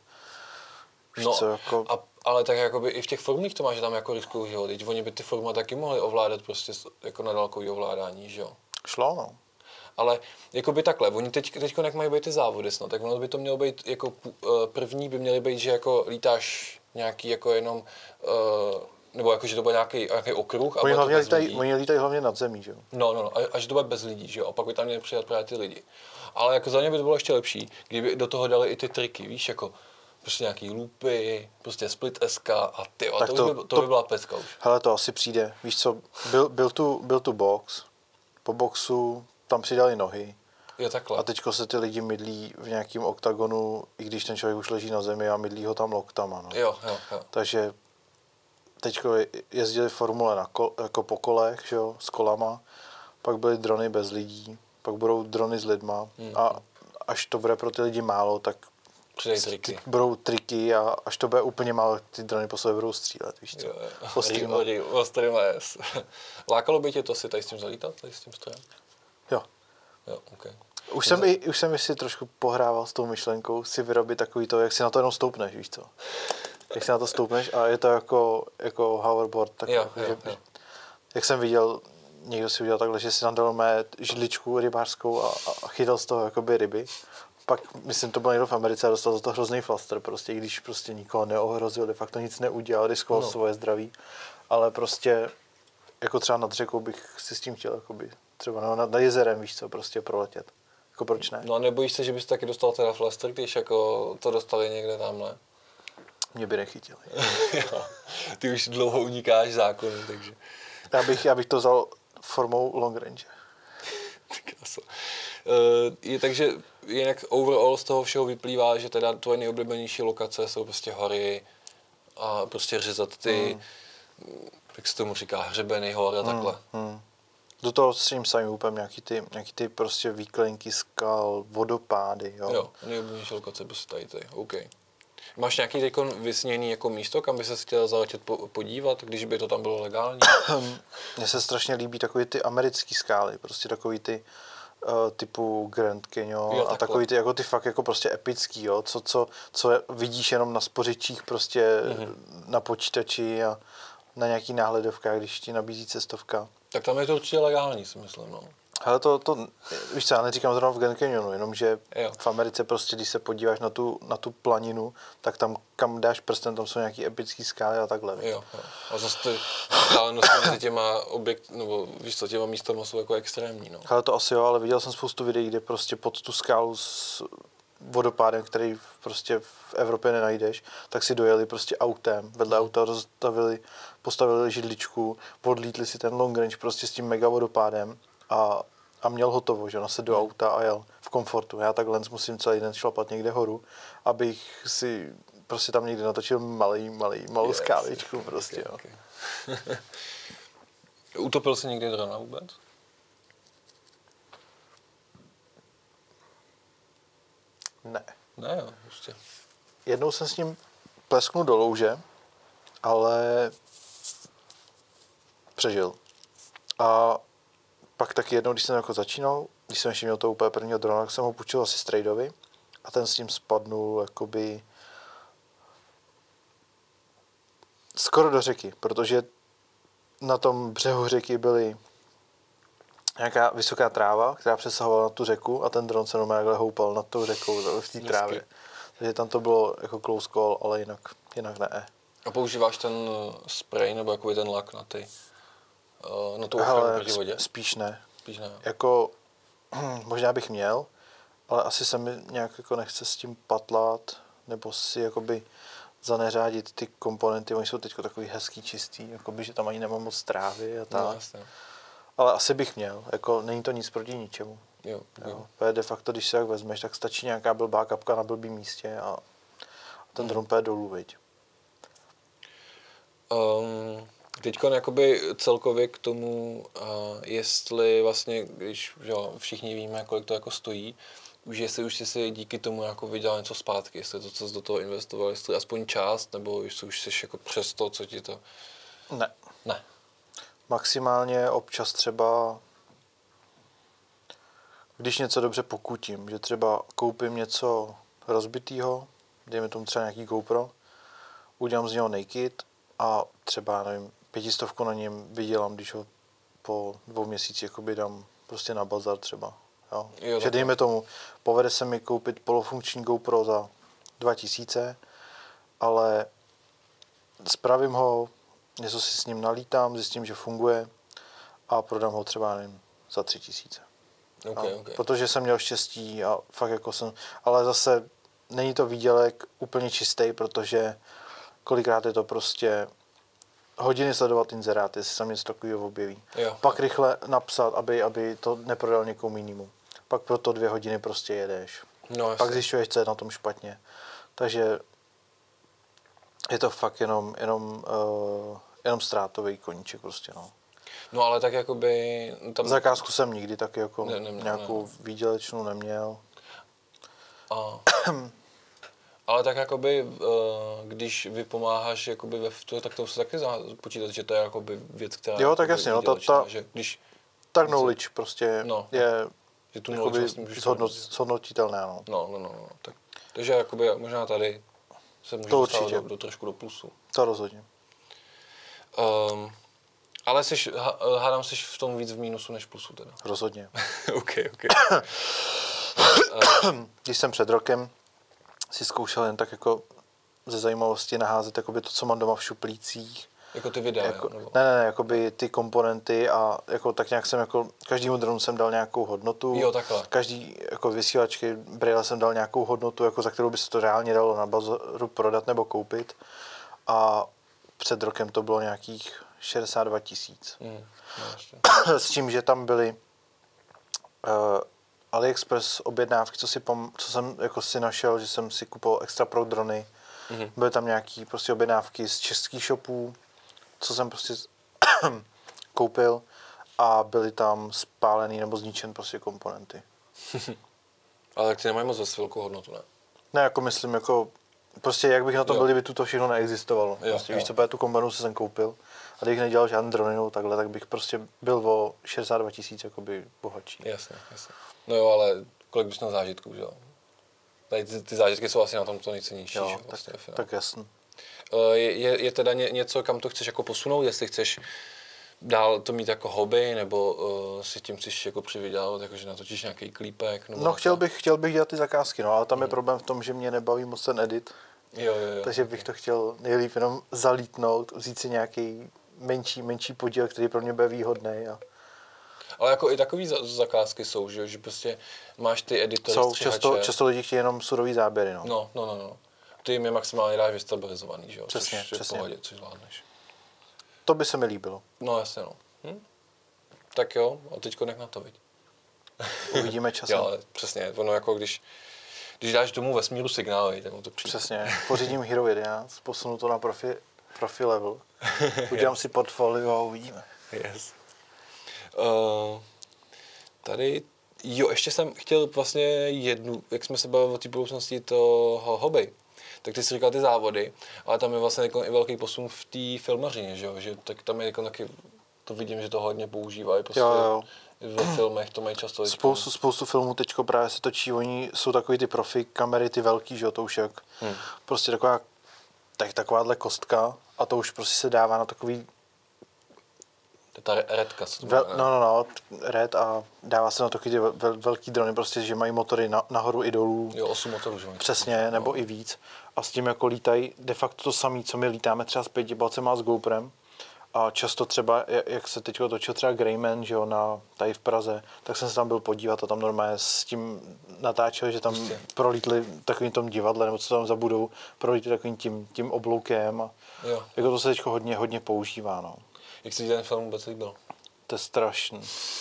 No, co, jako... a, ale tak jakoby i v těch formulích to máš, že tam jako riskují život, teď oni by ty formy taky mohli ovládat prostě jako na dálkový ovládání, že jo. Šlo, no. Ale jako by takhle, oni teď, teď jak mají být ty závody snad, tak ono by to mělo být jako první by měly být, že jako lítáš nějaký jako jenom, uh, nebo jako, že to bude nějaký, nějaký okruh. Oni, hlavně lítají, oni lítají hlavně nad zemí, že jo? No, no, no, a, a že to bude bez lidí, že jo, a pak by tam měli přidat právě ty lidi. Ale jako za mě by to bylo ještě lepší, kdyby do toho dali i ty triky, víš, jako prostě nějaký loopy, prostě split S K a ty, a to, to, by, to, to by byla pecka už. Hele, to asi přijde, víš co, byl, byl, tu, byl tu box, po boxu tam přidali nohy. Jo, takhle. A teďko se ty lidi mydlí v nějakém oktagonu, i když ten člověk už leží na zemi a mydlí ho tam loktama. No. Jo, jo, jo. Takže teďko jezdili formule na kol, jako po kolech, že jo, s kolama, pak byly drony bez lidí, pak budou drony s lidma mm. a až to bude pro ty lidi málo, tak přidej triky. Budou triky a až to bude úplně málo, ty drony po sobě budou střílet, víš co? Ostrýma. Ostrýma, yes. Lákalo by tě to si tady s tím zalítat, tady s tím strojem? Jo. Jo, okay. Už jsem, i, už jsem si trošku pohrával s tou myšlenkou si vyrobit takový to, jak si na to jenom stoupneš, víš co? Jak si na to stoupneš a je to jako, jako hoverboard, tak jo, že, jo, jo. Jak jsem viděl, někdo si udělal takhle, že si nadal mé židličku rybářskou a, a chytal z toho jakoby ryby. Pak, myslím, to bylo někdo v Americe a dostal za to hrozný flaster, prostě, i když prostě nikoho neohrozil, de facto nic neudělal, riskoval no. svoje zdraví, ale prostě jako třeba nad řekou bych si s tím chtěl, jakoby, třeba no, nad, nad jezerem, víš co, prostě proletět. Jako proč ne? No a nebojíš se, že bys taky dostal teda flaster, když jako to dostali někde tamhle? Mě by nechytili. Ty už dlouho unikáš zákony, takže... Já bych, já bych to vzal formou long range. Uh, je, takže jinak overall z toho všeho vyplývá, že teda tvoje nejoblíbenější lokace jsou prostě hory a prostě řezat ty, mm. jak se tomu říká, hřebeny, hor a mm. takhle. Mm. Do toho s tím samým úplně nějaký ty, nějaký ty prostě výklenky skal, vodopády, jo. Jo, nejoblíbenější lokace prostě tady ty, OK. Máš nějaký teďkon vysněný jako místo, kam by se chtěl zaletět podívat, když by to tam bylo legální? Mně se strašně líbí takový ty americký skály, prostě takový ty uh, typu Grand Canyon jo, a takový ty, jako ty fakt jako prostě epický, jo, co, co, co vidíš jenom na spořičích prostě mm-hmm. na počítači a na nějaký náhledovkách, když ti nabízí cestovka. Tak tam je to určitě legální, si myslím, no. Ale to, to, víš co, já neříkám zrovna v Grand Canyonu, jenomže Jo. v Americe prostě, když se podíváš na tu, na tu planinu, tak tam, kam dáš prstem, tam jsou nějaký epický skály a takhle. Jo, jo. A zase ty vzdálenosti mezi těma objekt, nebo víš co, těma místama jsou jako extrémní, no. Ale to asi jo, ale viděl jsem spoustu videí, kde prostě pod tu skálu s vodopádem, který prostě v Evropě nenajdeš, tak si dojeli prostě autem, vedle auta rozstavili, postavili židličku, odlítli si ten long range prostě s tím mega vodopádem a, a měl hotovo, že nasedl do auta a jel v komfortu. Já takhle musím celý den šlapat někde horu, abych si prostě tam někde natočil malý, malý, malou yes, skáličku prostě, okay, jo. Okay. Utopil jsi někdy drona vůbec? Ne. Ne, jo, prostě. Jednou jsem s ním plesknul do louže, ale přežil. A pak taky jednou, když jsem jako začínal, když jsem ještě měl to úplně prvního drona, tak jsem ho půjčil asi strejdovi a ten s ním spadnul jakoby skoro do řeky, protože na tom břehu řeky byly nějaká vysoká tráva, která přesahovala na tu řeku a ten dron se normálně houpal nad tou řekou v té trávě. Takže tam to bylo jako close call, ale jinak, jinak ne. A používáš ten spray nebo jakoby ten lak na ty, na tu ochranu proti vodě? Spíš ne. Spíš ne. Jako, možná bych měl, ale asi se mi nějak jako nechce s tím patlat, nebo si jakoby zaneřádit ty komponenty, oni jsou teď takový hezký, čistý, jakoby, že tam ani nemám moc trávy a tak. No, jasně. Ale asi bych měl, jako není to nic proti ničemu. Jo, jo. Jo. De facto, když se jak vezmeš, tak stačí nějaká blbá kapka na blbým místě a ten dron půjde dolů, viď. Um, teďko jakoby celkově k tomu, uh, jestli vlastně, když že všichni víme, kolik to jako stojí, už jestli už jsi si díky tomu jako vydělal něco zpátky, jestli to, co jsi do toho investoval, jestli aspoň část, nebo jestli už jsi jako přes to, co ti to... Ne. Ne. Maximálně občas třeba, když něco dobře pokutím, že třeba koupím něco rozbitýho, dejme tomu třeba nějaký GoPro, udělám z něho naked a třeba, nevím, pětistovku na něm vydělám, když ho po dvou měsících jakoby dám prostě na bazar třeba. Jo. Jo, že dejme tomu, povede se mi koupit polofunkční GoPro za dva tisíce, ale spravím ho, něco si s ním nalítám, zjistím, že funguje a prodám ho třeba nevím, za tři tisíce. Okay, okay. Protože jsem měl štěstí a fakt jako jsem, ale zase není to výdělek úplně čistý, protože kolikrát je to prostě hodiny sledovat inzeráty, jestli se něco takového objeví. Jo. Pak rychle napsat, aby, aby to neprodal někomu jinému. Pak proto dvě hodiny prostě jedeš. No, pak zjišťuješ, co je na tom špatně. Takže je to fakt jenom, jenom, uh, jenom ztrátový koníček prostě, no. No ale tak jakoby... Tam... Zakázku jsem nikdy taky jako ne, neměl, nějakou ne. výdělečnou neměl. A... Ale tak jakoby, když vypomáháš jakoby ve to, tak to se taky počítat, že to je jakoby věc, která... Jo, tak jasně, no ta, ta že když... tak knowledge prostě no, je že tu jakoby vlastně zhodnot, zhodnotitelné, no. No, no, no, no, tak, takže jakoby možná tady se může dostat do, do trošku do plusu. To rozhodně. Um, ale jsi, hádám, jsi v tom víc v mínusu než plusu teda. Rozhodně. OK, OK. Když jsem před rokem si zkoušel jen tak jako ze zajímavosti naházet jakoby to, co mám doma v šuplících. Jako ty videa, jako, nebo? Ne, ne, ne, jakoby ty komponenty a jako tak nějak jsem jako, každému dronu jsem dal nějakou hodnotu. Jo, takhle. Každý jako vysílačky Braille jsem dal nějakou hodnotu, jako za kterou by se to reálně dalo na bazaru prodat nebo koupit. A před rokem to bylo nějakých šedesát dva tisíc. Mm, no, s tím, že tam byly uh, AliExpress objednávky, co, si pom- co jsem jako si našel, že jsem si kupoval extra pro drony. Mm-hmm. Byly tam nějaký prostě objednávky z českých shopů, co jsem prostě koupil a byly tam spálený nebo zničen prostě komponenty. Ale tak ty nemají moc zase velkou hodnotu, ne? Ne, jako myslím, jako prostě jak bych na tom byl, kdyby tuto všechno neexistovalo. Jo, prostě, jo. Víš co, tu kombinu jsem koupil a kdybych nedělal žádný drony nebo takhle, tak bych prostě byl o šedesát dva tisíc jakoby bohatší. Jasně, jasně. No jo, ale kolik bys měl zážitků, že jo? Tady ty, ty zážitky jsou asi na tom to nejcennější. Jo, vlastně, tak, tak jasný. Je, je, je teda ně, něco, kam to chceš jako posunout, jestli chceš dál to mít jako hobby, nebo uh, si tím chceš jako přivydělat, jakože natočíš nějaký klípek? Nebo No tak? chtěl bych, chtěl bych dělat ty zakázky, no, ale tam je problém v tom, že mě nebaví moc ten edit. Jo, jo, jo. Takže bych to chtěl nejlíp jenom zalítnout, vzít si nějaký menší, menší podíl, který pro mě bude výhodný. A... Ale jako i takový za- zakázky jsou, že, že prostě máš ty editory, Jsou střihače. často, často lidi chtějí jenom surový záběry, no. No, no, no, no. Ty jim je maximálně dáš vystabilizovaný, že jo? Přesně, což je v přesně. pohodě, což zvládneš. To by se mi líbilo. No jasně, no. Hm? Tak jo, a teďko nech na to, viď? Uvidíme časem. Jo, ale přesně, ono jako když, když dáš domů vesmíru signály, tak mu to přijde. Přesně. Pořídím Hero jedenáct, posunu to na profi, profi level. Udělám si portfolio a uvidíme. Yes. Uh, tady, jo, ještě jsem chtěl vlastně jednu, jak jsme se bavili o té budoucnosti toho hobby, tak ty jsi říkal ty závody, ale tam je vlastně jako i velký posun v té filmařině, že jo, že tak tam je jako taky, to vidím, že to hodně používají, prostě Jo, jo. ve filmech to mají často. Spoustu, spoustu filmů teďko právě se točí, oni jsou takový ty profi kamery, ty velký, že jo, to už jak Hmm. prostě taková, tak, takováhle kostka a to už prostě se dává na takový To je ta re- redka, co to Vel, bude, no, no, no, red a dává se na takový ty vel, velký drony, prostě, že mají motory na, nahoru i dolů. Jo, osm motorů, že mají. Přesně, nebo no. i víc. A s tím jako lítají de facto to samé, co my lítáme třeba s pětibalcem a s GoPrem. A často třeba, jak se teď točil třeba Greyman, že jo, na, tady v Praze, tak jsem se tam byl podívat a tam normálně s tím natáčel, že tam Prostě. prolítli takovým tom divadle, nebo co tam za budou, prolítli takovým tím, tím obloukem a Jo. jako to se teď hodně, hodně používá, no. Jak se ti ten film vůbec líbil? To je strašný.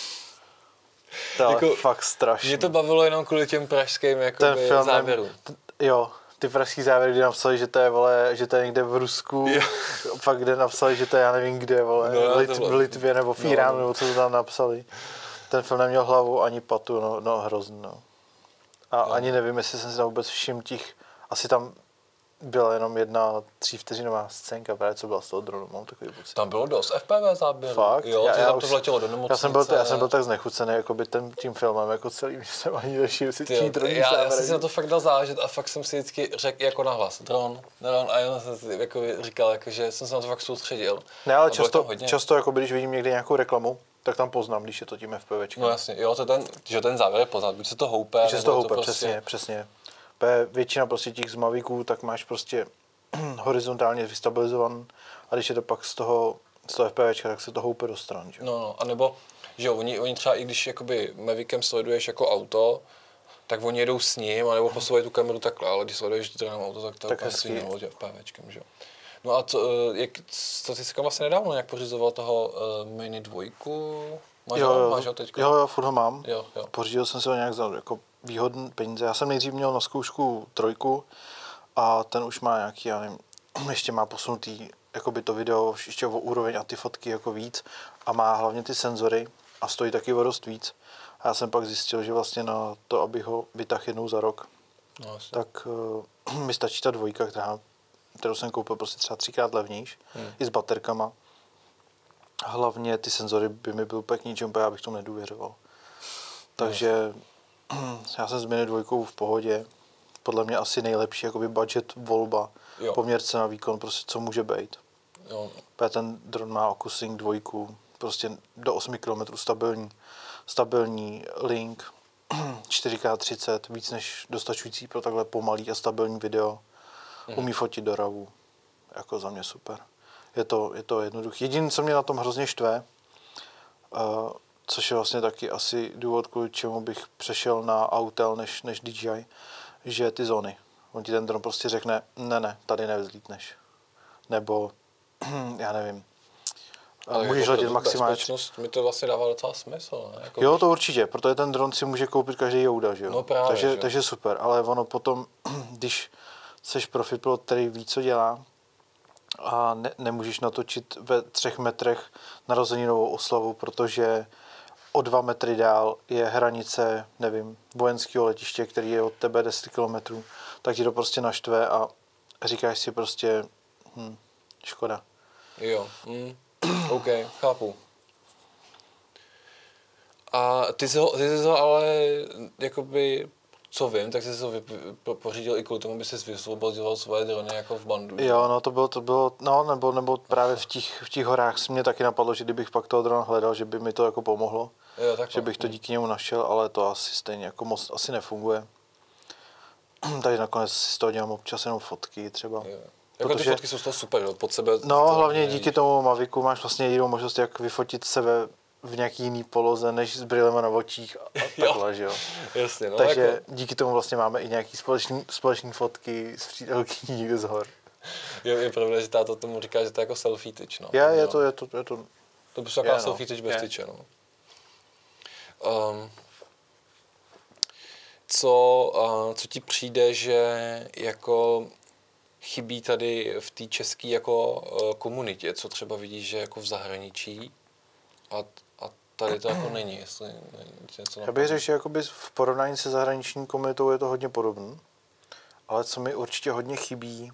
To je Jako, fakt strašný. Mě to bavilo jenom kvůli těm pražským Ten jakoby, film, záběrům. t- jo, ty pražský závěry, kdy napsali, že to je, vole, že to je někde v Rusku, Jo. pak kde napsali, že to je, já nevím kde, vole, No, v, Lit, to bylo- v Litvě nebo v no, Iránu, no. nebo co to tam napsali. Ten film neměl hlavu ani patu, no, no hrozný, no. A No. ani nevím, jestli jsem si tam vůbec všiml těch, asi tam byla jenom jedna třívteřinová scénka, právě co byla z toho dronu, mám takový pocit. Tam bylo dost F P V záběrů. Fakt? Jo, Já- že já tam už- to vletělo do nemocnice. Já jsem byl, já jsem byl tak znechucený jakoby ten, tím filmem jako celým, že jsem ani nešil si Ty jo, čít droní já, já závěry. jsem si na to fakt dal záležet a fakt jsem si vždycky řekl jako nahlas dron, dron a já jsem si jako říkal, jako, že jsem se na to fakt soustředil. Ne, ale A bylo často, tam hodně. často jako když vidím někde nějakou reklamu, tak tam poznám, když je to tím FPVčkem. No jasně, jo, to ten, že ten závěr je poznat, buď se to houpe, Když se nebo to je houpe, prostě, přesně, přesně. P- Většina prostě těch zmavíků, tak máš prostě horizontálně vystabilizovan a když je to pak z toho, z toho FPVčka, tak se to houpe do stran, že? No, no, a nebo, že jo, oni, oni třeba i když jakoby Mavicem sleduješ jako auto, tak oni jedou s ním, anebo posouvají tu kameru takhle, ale když sleduješ dronem auto, tak to Tak úplně hezký. si jinou FPVčkem, že jo. No a co, eh, jak, co ty jsi vlastně nedávno nějak pořizoval toho uh, Mini dvojku? Máš Jo, ho, jo, máš ho teďka? jo, jo, furt ho mám. Jo, jo. Pořídil jsem si ho nějak za jako výhodné peníze. Já jsem nejdřív měl na zkoušku trojku a ten už má nějaký, já nevím, ještě má posunutý jakoby to video ještě o úroveň a ty fotky jako víc a má hlavně ty senzory a stojí taky o dost víc. A já jsem pak zjistil, že vlastně na to, abych ho vytáhl jednou za rok, No, jasně. tak uh, mi stačí ta dvojka, která, kterou jsem koupil prostě třeba třikrát levnější, Hmm. i s baterkama. Hlavně ty senzory by mi byly úplně k ničemu, protože já bych tomu nedůvěřoval. Takže já jsem s Mini dvojkou v pohodě. Podle mě asi nejlepší jakoby budget volba, Jo. poměr cena výkon, prostě co může být. Jo. Protože ten dron má OcuSync dvojku, prostě do osmi kilometrů stabilní, stabilní link, čtyři krát třicet, víc než dostačující pro takhle pomalý a stabilní video. Mhm. Umí fotit do ravu, jako za mě super. Je to, je to jednoduché. Jediné, co mě na tom hrozně štve, uh, což je vlastně taky asi důvod, kvůli čemu bych přešel na Autel než, než D J I, že ty zóny. On ti ten dron prostě řekne, ne, ne, tady nevzlítneš. Nebo, já nevím, Ale můžeš jako letět pro tu maximálně. bezpečnost mi to vlastně dává docela smysl, ne? Jako, Jo, to určitě, protože ten dron si může koupit každý Jouda, že jo? No právě, takže, že jo. takže super, ale ono potom, když seš profipilot, který ví, co dělá a ne, nemůžeš natočit ve třech metrech narozeninovou oslavu, protože o dva metry dál je hranice, nevím, vojenského letiště, který je od tebe deset kilometrů, tak ti to prostě naštve a říkáš si prostě, hm, škoda. Jo, mm. OK, chápu. A ty jsi ho, ty jsi ho ale, jakoby, co vím, tak jsi to vy, po, pořídil i kvůli tomu, aby jsi vysvobodoval svoje drony jako v bandu. Jo, no to bylo, to bylo, no nebo, nebo právě v těch, v těch horách se mě taky napadlo, že kdybych pak toho drona hledal, že by mi to jako pomohlo. Jo, takhle. Že bych to díky němu našel, ale to asi stejně jako moc asi nefunguje. Takže nakonec si z toho dělám občas jenom fotky třeba. Jo. Jako protože, ty fotky jsou z toho super, jo, pod sebe. No hlavně díky tomu Mavicu máš vlastně jedinou možnost, jak vyfotit sebe v nějaký jiný poloze, než s brýlema na očích a takhle, že jo. Jasně, no. Takže jako... díky tomu vlastně máme i nějaký společný, společný fotky z přítelky někde z hor. Jo, je pravda, že táto tomu říká, že to je jako selfie tyč, no. Je, je to, je to, je to. To by se taková selfie tyč bez tyče, no. Um, co, uh, co ti přijde, že jako chybí tady v té české jako uh, komunitě, co třeba vidíš, že jako v zahraničí a, a tady to jako není, jestli není něco. Já bych řekl, že jakoby v porovnání se zahraniční komunitou je to hodně podobné, ale co mi určitě hodně chybí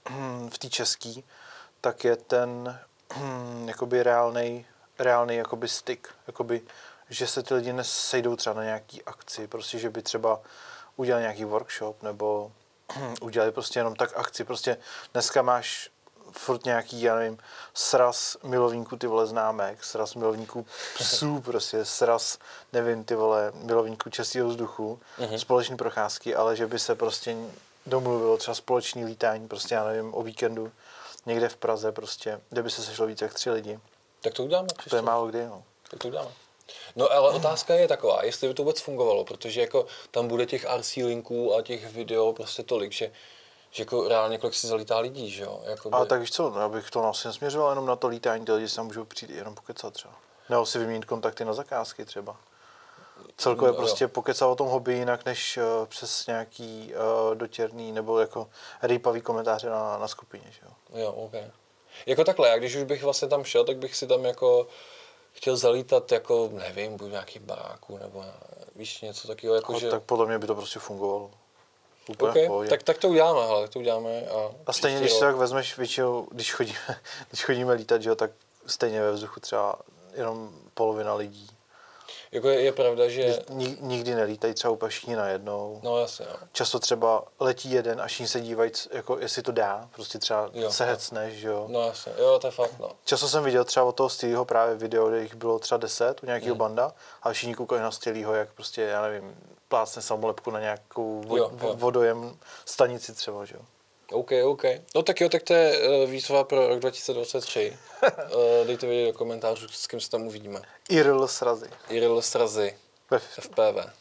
v té české, tak je ten jakoby reálnej, reálnej jakoby styk, jakoby, že se ty lidi nesejdou třeba na nějaký akci, prostě, že by třeba udělali nějaký workshop, nebo udělali prostě jenom tak akci, prostě dneska máš furt nějaký, já nevím, sraz milovníků ty vole známek, sraz milovníků psů prostě, sraz, nevím, ty vole, milovníků čistého vzduchu, mm-hmm. společný procházky, ale že by se prostě domluvilo třeba společný lítání, prostě já nevím, o víkendu, někde v Praze prostě, kde by se sešlo víc jak tři lidi. Tak to uděláme. To je málo kdy, no. Tak to uděláme. No ale otázka je taková, jestli by to vůbec fungovalo, protože jako tam bude těch R C linků a těch video prostě tolik, že, že jako reálně kolik si zalítá lidí, že jo? Jakoby... Ale tak víš co, já bych to vlastně nesměřoval jenom na to lítání, ty lidi se můžou přijít jenom pokecat třeba. Nebo si vyměnit kontakty na zakázky třeba. Celkově no, prostě jo. Pokecat o tom hobby jinak než uh, přes nějaký uh, dotěrný nebo jako rýpavý komentáře na, na skupině, že jo? Jo, ok. Jako takhle, já když už bych vlastně tam šel, tak bych si tam jako chtěl zalítat jako, nevím, buď nějaký baráku, nebo víš, něco takového, jako no, že... Tak podle mě by to prostě fungovalo. Úplně okay, v pohodě. tak, tak to uděláme, ale tak to uděláme a... A stejně, když si tak vezmeš většinou, když chodíme, když chodíme lítat, že jo, tak stejně ve vzduchu třeba jenom polovina lidí. Jako je, je pravda, že... Nikdy nelítají třeba úplně všichni najednou. No jasně, jo. Často třeba letí jeden a všichni se dívají, jako jestli to dá, prostě třeba jo, se hecneš, že jo. No jasně, jo, to je fakt, no. Často jsem viděl třeba od toho Stylího právě video, kde jich bylo třeba deset u nějakého hmm. banda a všichni koukali na Stylího, jak prostě, já nevím, plácne samolepku na nějakou vo- jo, jo. vodojem stanici třeba, že jo. OK, OK. No tak jo, tak to je uh, výzva pro rok dva tisíce dvacet tři. uh, dejte vědět do komentářů, s kým se tam uvidíme. I R L srazy. I R L srazy. F P V.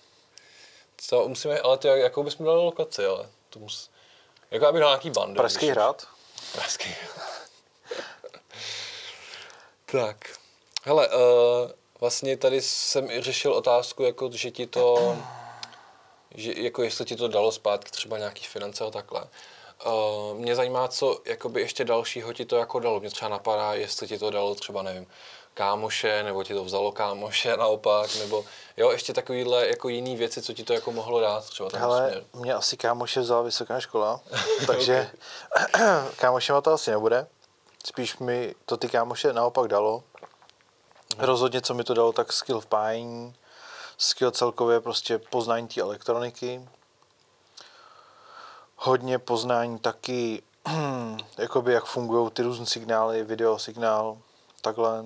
Co, musíme, ale ty, jakou bychom dali lokaci, ale to mus... Jako aby dal nějaký bandy. Pražský hrad. Pražský hrad. Tak. Hele, uh, vlastně tady jsem i řešil otázku, jako, že ti to, že, jako jestli ti to dalo zpátky třeba nějaký finance a takhle. Uh, mě zajímá, co jakoby ještě dalšího ti to jako dalo. Mě třeba napadá, jestli ti to dalo třeba, nevím, kámoše, nebo ti to vzalo kámoše naopak, nebo jo, ještě takovýhle jako jiný věci, co ti to jako mohlo dát třeba ten Hele, směr. mě asi kámoše vzala vysoká škola, takže kámošema to asi nebude. Spíš mi to ty kámoše naopak dalo. Hmm. Rozhodně, co mi to dalo, tak skill v pájení, skill celkově prostě poznání té elektroniky. Hodně poznání taky, jakoby jak fungují ty různé signály, videosignál, takhle.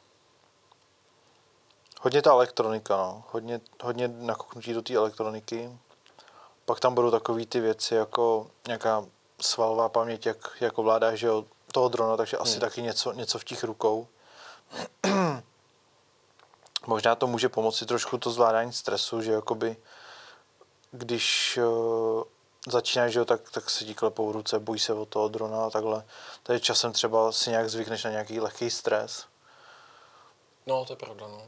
Hodně ta elektronika, no. Hodně, hodně nakoknutí do té elektroniky. Pak tam budou takové ty věci, jako nějaká svalová paměť, jak, jak ovládáš, že jo, toho drona, takže asi hmm. taky něco, něco v těch rukou. Možná to může pomoci trošku to zvládání stresu, že jakoby, když uh, začínáš, že jo, tak, tak se ti klepou ruce, bojí se o toho drona a takhle. Takže časem třeba si nějak zvykneš na nějaký lehký stres. No, to je pravda, no.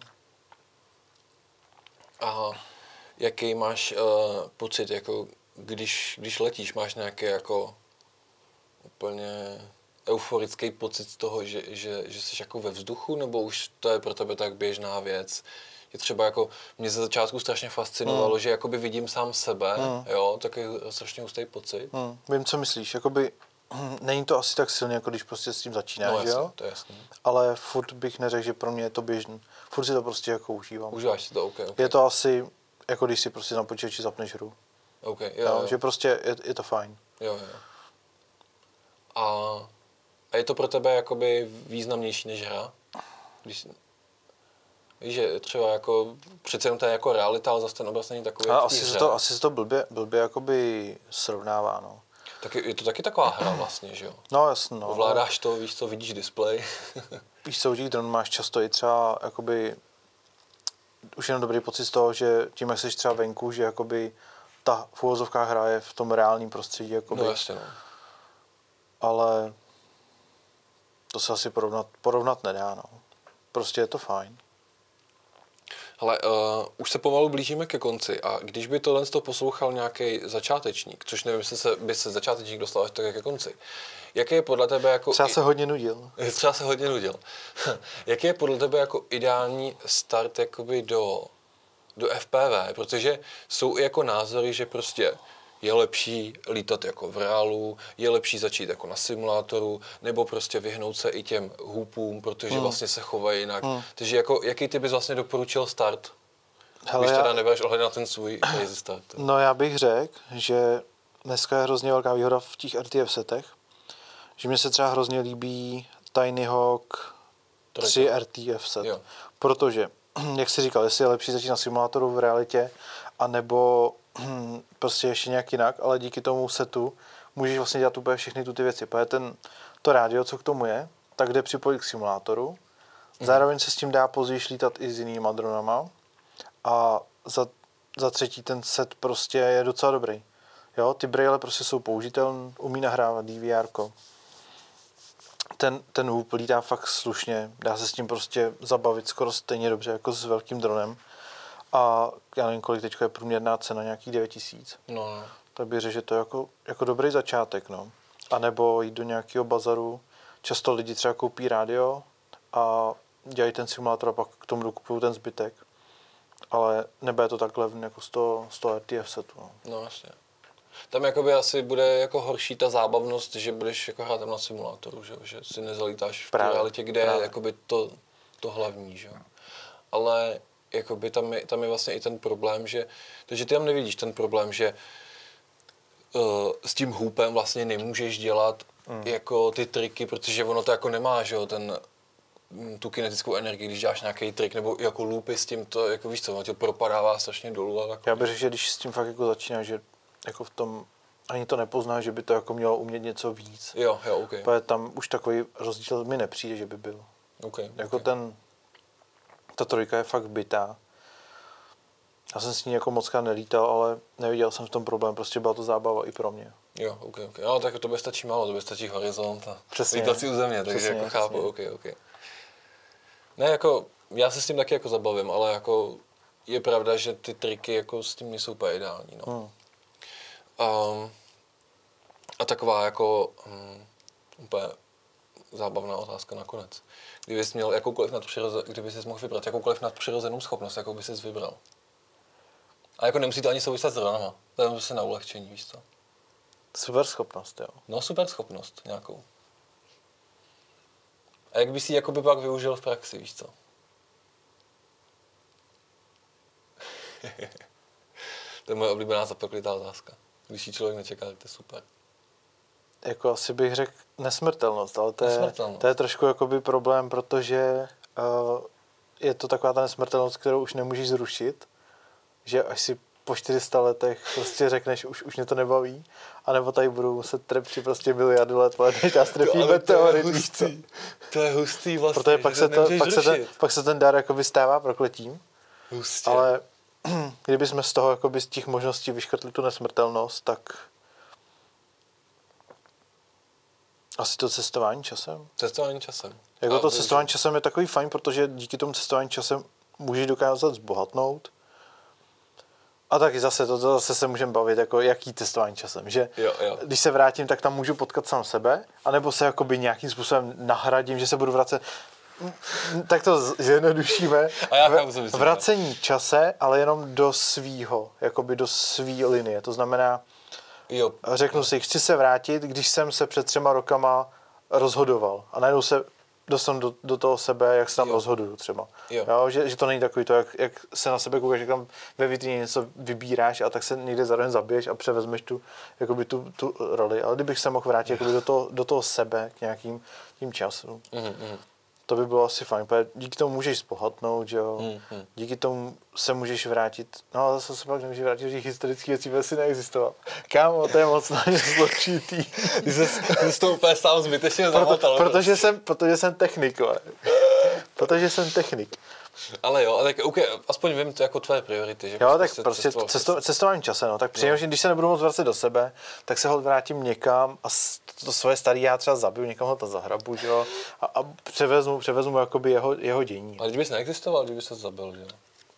Aha. Jaký máš uh, pocit, jako když, když letíš, máš nějaký jako úplně euforický pocit z toho, že, že, že jsi jako ve vzduchu, nebo už to je pro tebe tak běžná věc? Je třeba jako, mě ze začátku strašně fascinovalo, mm. že jakoby vidím sám sebe, mm. jo, tak je strašně hustý pocit. Mm. Vím, co myslíš, jakoby není to asi tak silně, jako když prostě s tím začínáš, no, jasný, jo? To je jasný. Ale furt bych neřekl, že pro mě je to běžný. Furt si to prostě jako užívám. Užíváš si to, ok, ok. Je to asi, jako když si prostě na počítači zapneš hru. Okay, jo, jo, jo. že prostě je, je to fajn. Jo, jo. A, a je to pro tebe jakoby významnější než hra? Když, víš, že třeba jako, přece jenom to je jako realita, ale zase ten obraz není takový, Ale asi se to, asi se to blbě, blbě jakoby srovnává, no. Tak je, je to taky taková hra vlastně, že jo? No jasně, no. Ovládáš to, víš co, vidíš displej. Víš co, u těch dronů máš často i třeba jakoby už jenom dobrý pocit z toho, že tím, jak jsi třeba venku, že jakoby ta v uvozovkách hra je v tom reálném prostředí, jakoby. No jasně, no. Ale to se asi porovnat, porovnat nedá, no. Prostě je to fajn. Ale uh, už se pomalu blížíme ke konci a když by tohle to poslouchal nějaký začátečník, což nevím, jestli se, by se začátečník dostal až tak ke konci, jaký je podle tebe jako... Třeba se hodně nudil. Třeba se hodně nudil. Jaký je podle tebe jako ideální start jakoby do, do F P V? Protože jsou i jako názory, že prostě je lepší lítat jako v reálu, je lepší začít jako na simulátoru, nebo prostě vyhnout se i těm hůpům, protože hmm. vlastně se chovají jinak. Hmm. Takže jako, jaký ty bys vlastně doporučil start? Hele, když teda já... nebereš ohled na ten svůj crazy start. No já bych řekl, že dneska je hrozně velká výhoda v těch R T F setech, že mně se třeba hrozně líbí Tiny Hawk tři R T F set, jo. Protože, jak jsi říkal, jestli je lepší začít na simulátoru v realitě, anebo prostě ještě nějak jinak, ale díky tomu setu můžeš vlastně dělat úplně všechny tu ty věci. Protože ten, to rádio, co k tomu je, tak jde připojit k simulátoru. Zároveň se s tím dá později lítat i s jinýma dronama. A za, za třetí ten set prostě je docela dobrý. Jo, ty braille prostě jsou použitelné, umí nahrávat D V R ko. Ten, ten hůb lítá fakt slušně, dá se s tím prostě zabavit skoro stejně dobře jako s velkým dronem. A já nevím, kolik teď je průměrná cena, nějakých devět tisíc. No, no. Tak bych řekl, že to je jako, jako dobrý začátek, no. A nebo jít do nějakého bazaru. Často lidi třeba koupí rádio a dělají ten simulátor a pak k tomu dokupují ten zbytek. Ale nebude to tak levný jako sto, sto R T F setu. No. No jasně. Tam jakoby asi bude jako horší ta zábavnost, že budeš jako hrát tam na simulátoru, že, že si nezalítáš v té realitě, kde právě. Je jakoby to, to hlavní, že. Ale jakoby tam je, tam je vlastně i ten problém, že, takže ty tam nevidíš ten problém, že uh, s tím hůpem vlastně nemůžeš dělat mm. jako ty triky, protože ono to jako nemá, že jo, ten tu kinetickou energii, když děláš nějaký trik, nebo jako loopy s tím, to jako víš co, ono tě propadává strašně dolů. A tak... Já bych řekl, že když s tím fakt jako začínáš, že jako v tom ani to nepoznáš, že by to jako mělo umět něco víc. Jo, jo, ok. Protože tam už takový rozdíl mi nepřijde, že by byl. Okay, jako okay. ten, ta trojka je fakt bytá. Já jsem s ní jako mocka nelítal, ale neviděl jsem v tom problém, prostě byla to zábava i pro mě. Jo, ok, ok. No, tak to by stačí málo, to by stačí horizont a lítat si u země, takže přesně, jako chápu, přesně. ok, ok. Ne, jako, já se s tím taky jako zabavím, ale jako je pravda, že ty triky jako s tím nejsou úplně ideální, no. Hmm. Um, a taková jako um, úplně zábavná otázka nakonec. Kdybys měl jakoukoliv nadpřirozenou, kdyby jsi mohl vybrat jakoukoliv nadpřirozenou schopnost, jakou bys jsi vybral. A jako nemusí to ani souviset s dronama, to je prostě na ulehčení, víš co. Super schopnost, jo. No super schopnost nějakou. A jak bys ji jakoby pak využil v praxi, víš co? To je moje oblíbená zapeklitá otázka. Když ji člověk nečeká, tak to je super. Jako asi bych řekl nesmrtelnost, ale to je, nesmrtelnost. To je trošku jakoby problém, protože uh, je to taková ta nesmrtelnost, kterou už nemůžeš zrušit, že až si po čtyři sta letech prostě řekneš, už, už mě to nebaví, anebo tady budou muset trepči prostě miliardu let, než nás trefí meteorit, víš co? To je hustý vlastně, protože pak se, to, pak, se ten, pak se ten dar jakoby stává prokletím, hustě. Ale kdyby jsme z toho jakoby z těch možností vyškrtli tu nesmrtelnost, tak asi to cestování časem. Cestování časem. Jako to cestování časem je takový fajn, protože díky tomu cestování časem můžeš dokázat zbohatnout. A taky zase, to, to zase se můžeme bavit, jako jaký cestování časem, že jo, jo. Když se vrátím, tak tam můžu potkat sám sebe, anebo se jakoby nějakým způsobem nahradím, že se budu vracet. Tak to zjednodušíme. A já chápu, co vracení čase, ale jenom do svýho, jakoby do svý linie. To znamená, jo. Řeknu si, chci se vrátit, když jsem se před třema rokama rozhodoval. A najednou se dostanu do, do toho sebe, jak se tam Jo. rozhoduju třeba. Jo. Jo, že, že to není takový to, jak, jak se na sebe koukáš, jak tam ve vitríně něco vybíráš a tak se někde zároveň zabiješ a převezmeš tu, jakoby tu, tu roli. Ale kdybych se mohl vrátit jakoby do, toho, do toho sebe k nějakým tím časům, Mm-hmm. to by bylo asi fajn. Díky tomu můžeš zbohatnout, že jo. Mm-hmm. Díky tomu se můžeš vrátit. No a zase se pak nemůžeš vrátit, že těch historických věcí by asi neexistoval. Kámo, to je moc na ně složitý. Ty jsi, ty jsi to úplně sám zbytečně Proto, zamotal. protože, jsem, protože jsem technik, ale. Protože jsem technik. Ale jo, tak okay, aspoň vím to jako tvoje priority. Že Jo, tak prostě cesto, cestování časem, no. Tak přijím, že když se nebudu moc vracet do sebe, tak se ho vrátím někam a to svoje starý já třeba zabiju, někam ho to zahrabu, že jo. A, a převezmu, převezmu jakoby jeho, jeho dění. Ale kdybys neexistoval, kdyby se zabil, že jo.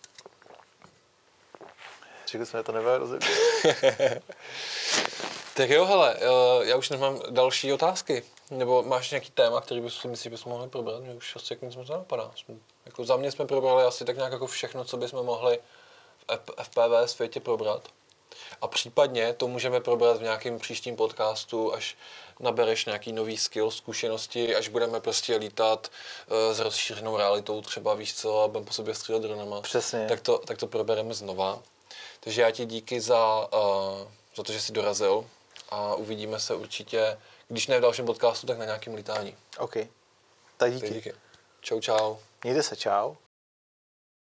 Čekaj, jsme to nebude rozebírat. Tak jo, hele, já už nemám další otázky. Nebo máš nějaký téma, který bys si myslíš, že bychom mohli probrat? Mě už asi nic moc nenapadá. Jako za mě jsme probrali asi tak nějak jako všechno, co bychom mohli v F P V světě probrat. A případně to můžeme probrat v nějakém příštím podcastu, až nabereš nějaký nový skill, zkušenosti, až budeme prostě lítat uh, s rozšířenou realitou, třeba víš co, a budeme po sobě střílet dronama. Přesně. Tak to, tak to probereme znova. Takže já ti díky za, uh, za to, že jsi dorazil a uvidíme se určitě, když ne v dalším podcastu, tak na nějakém lítání. OK. Tak díky. Tak díky. Čau, čau. Mějte se, čau.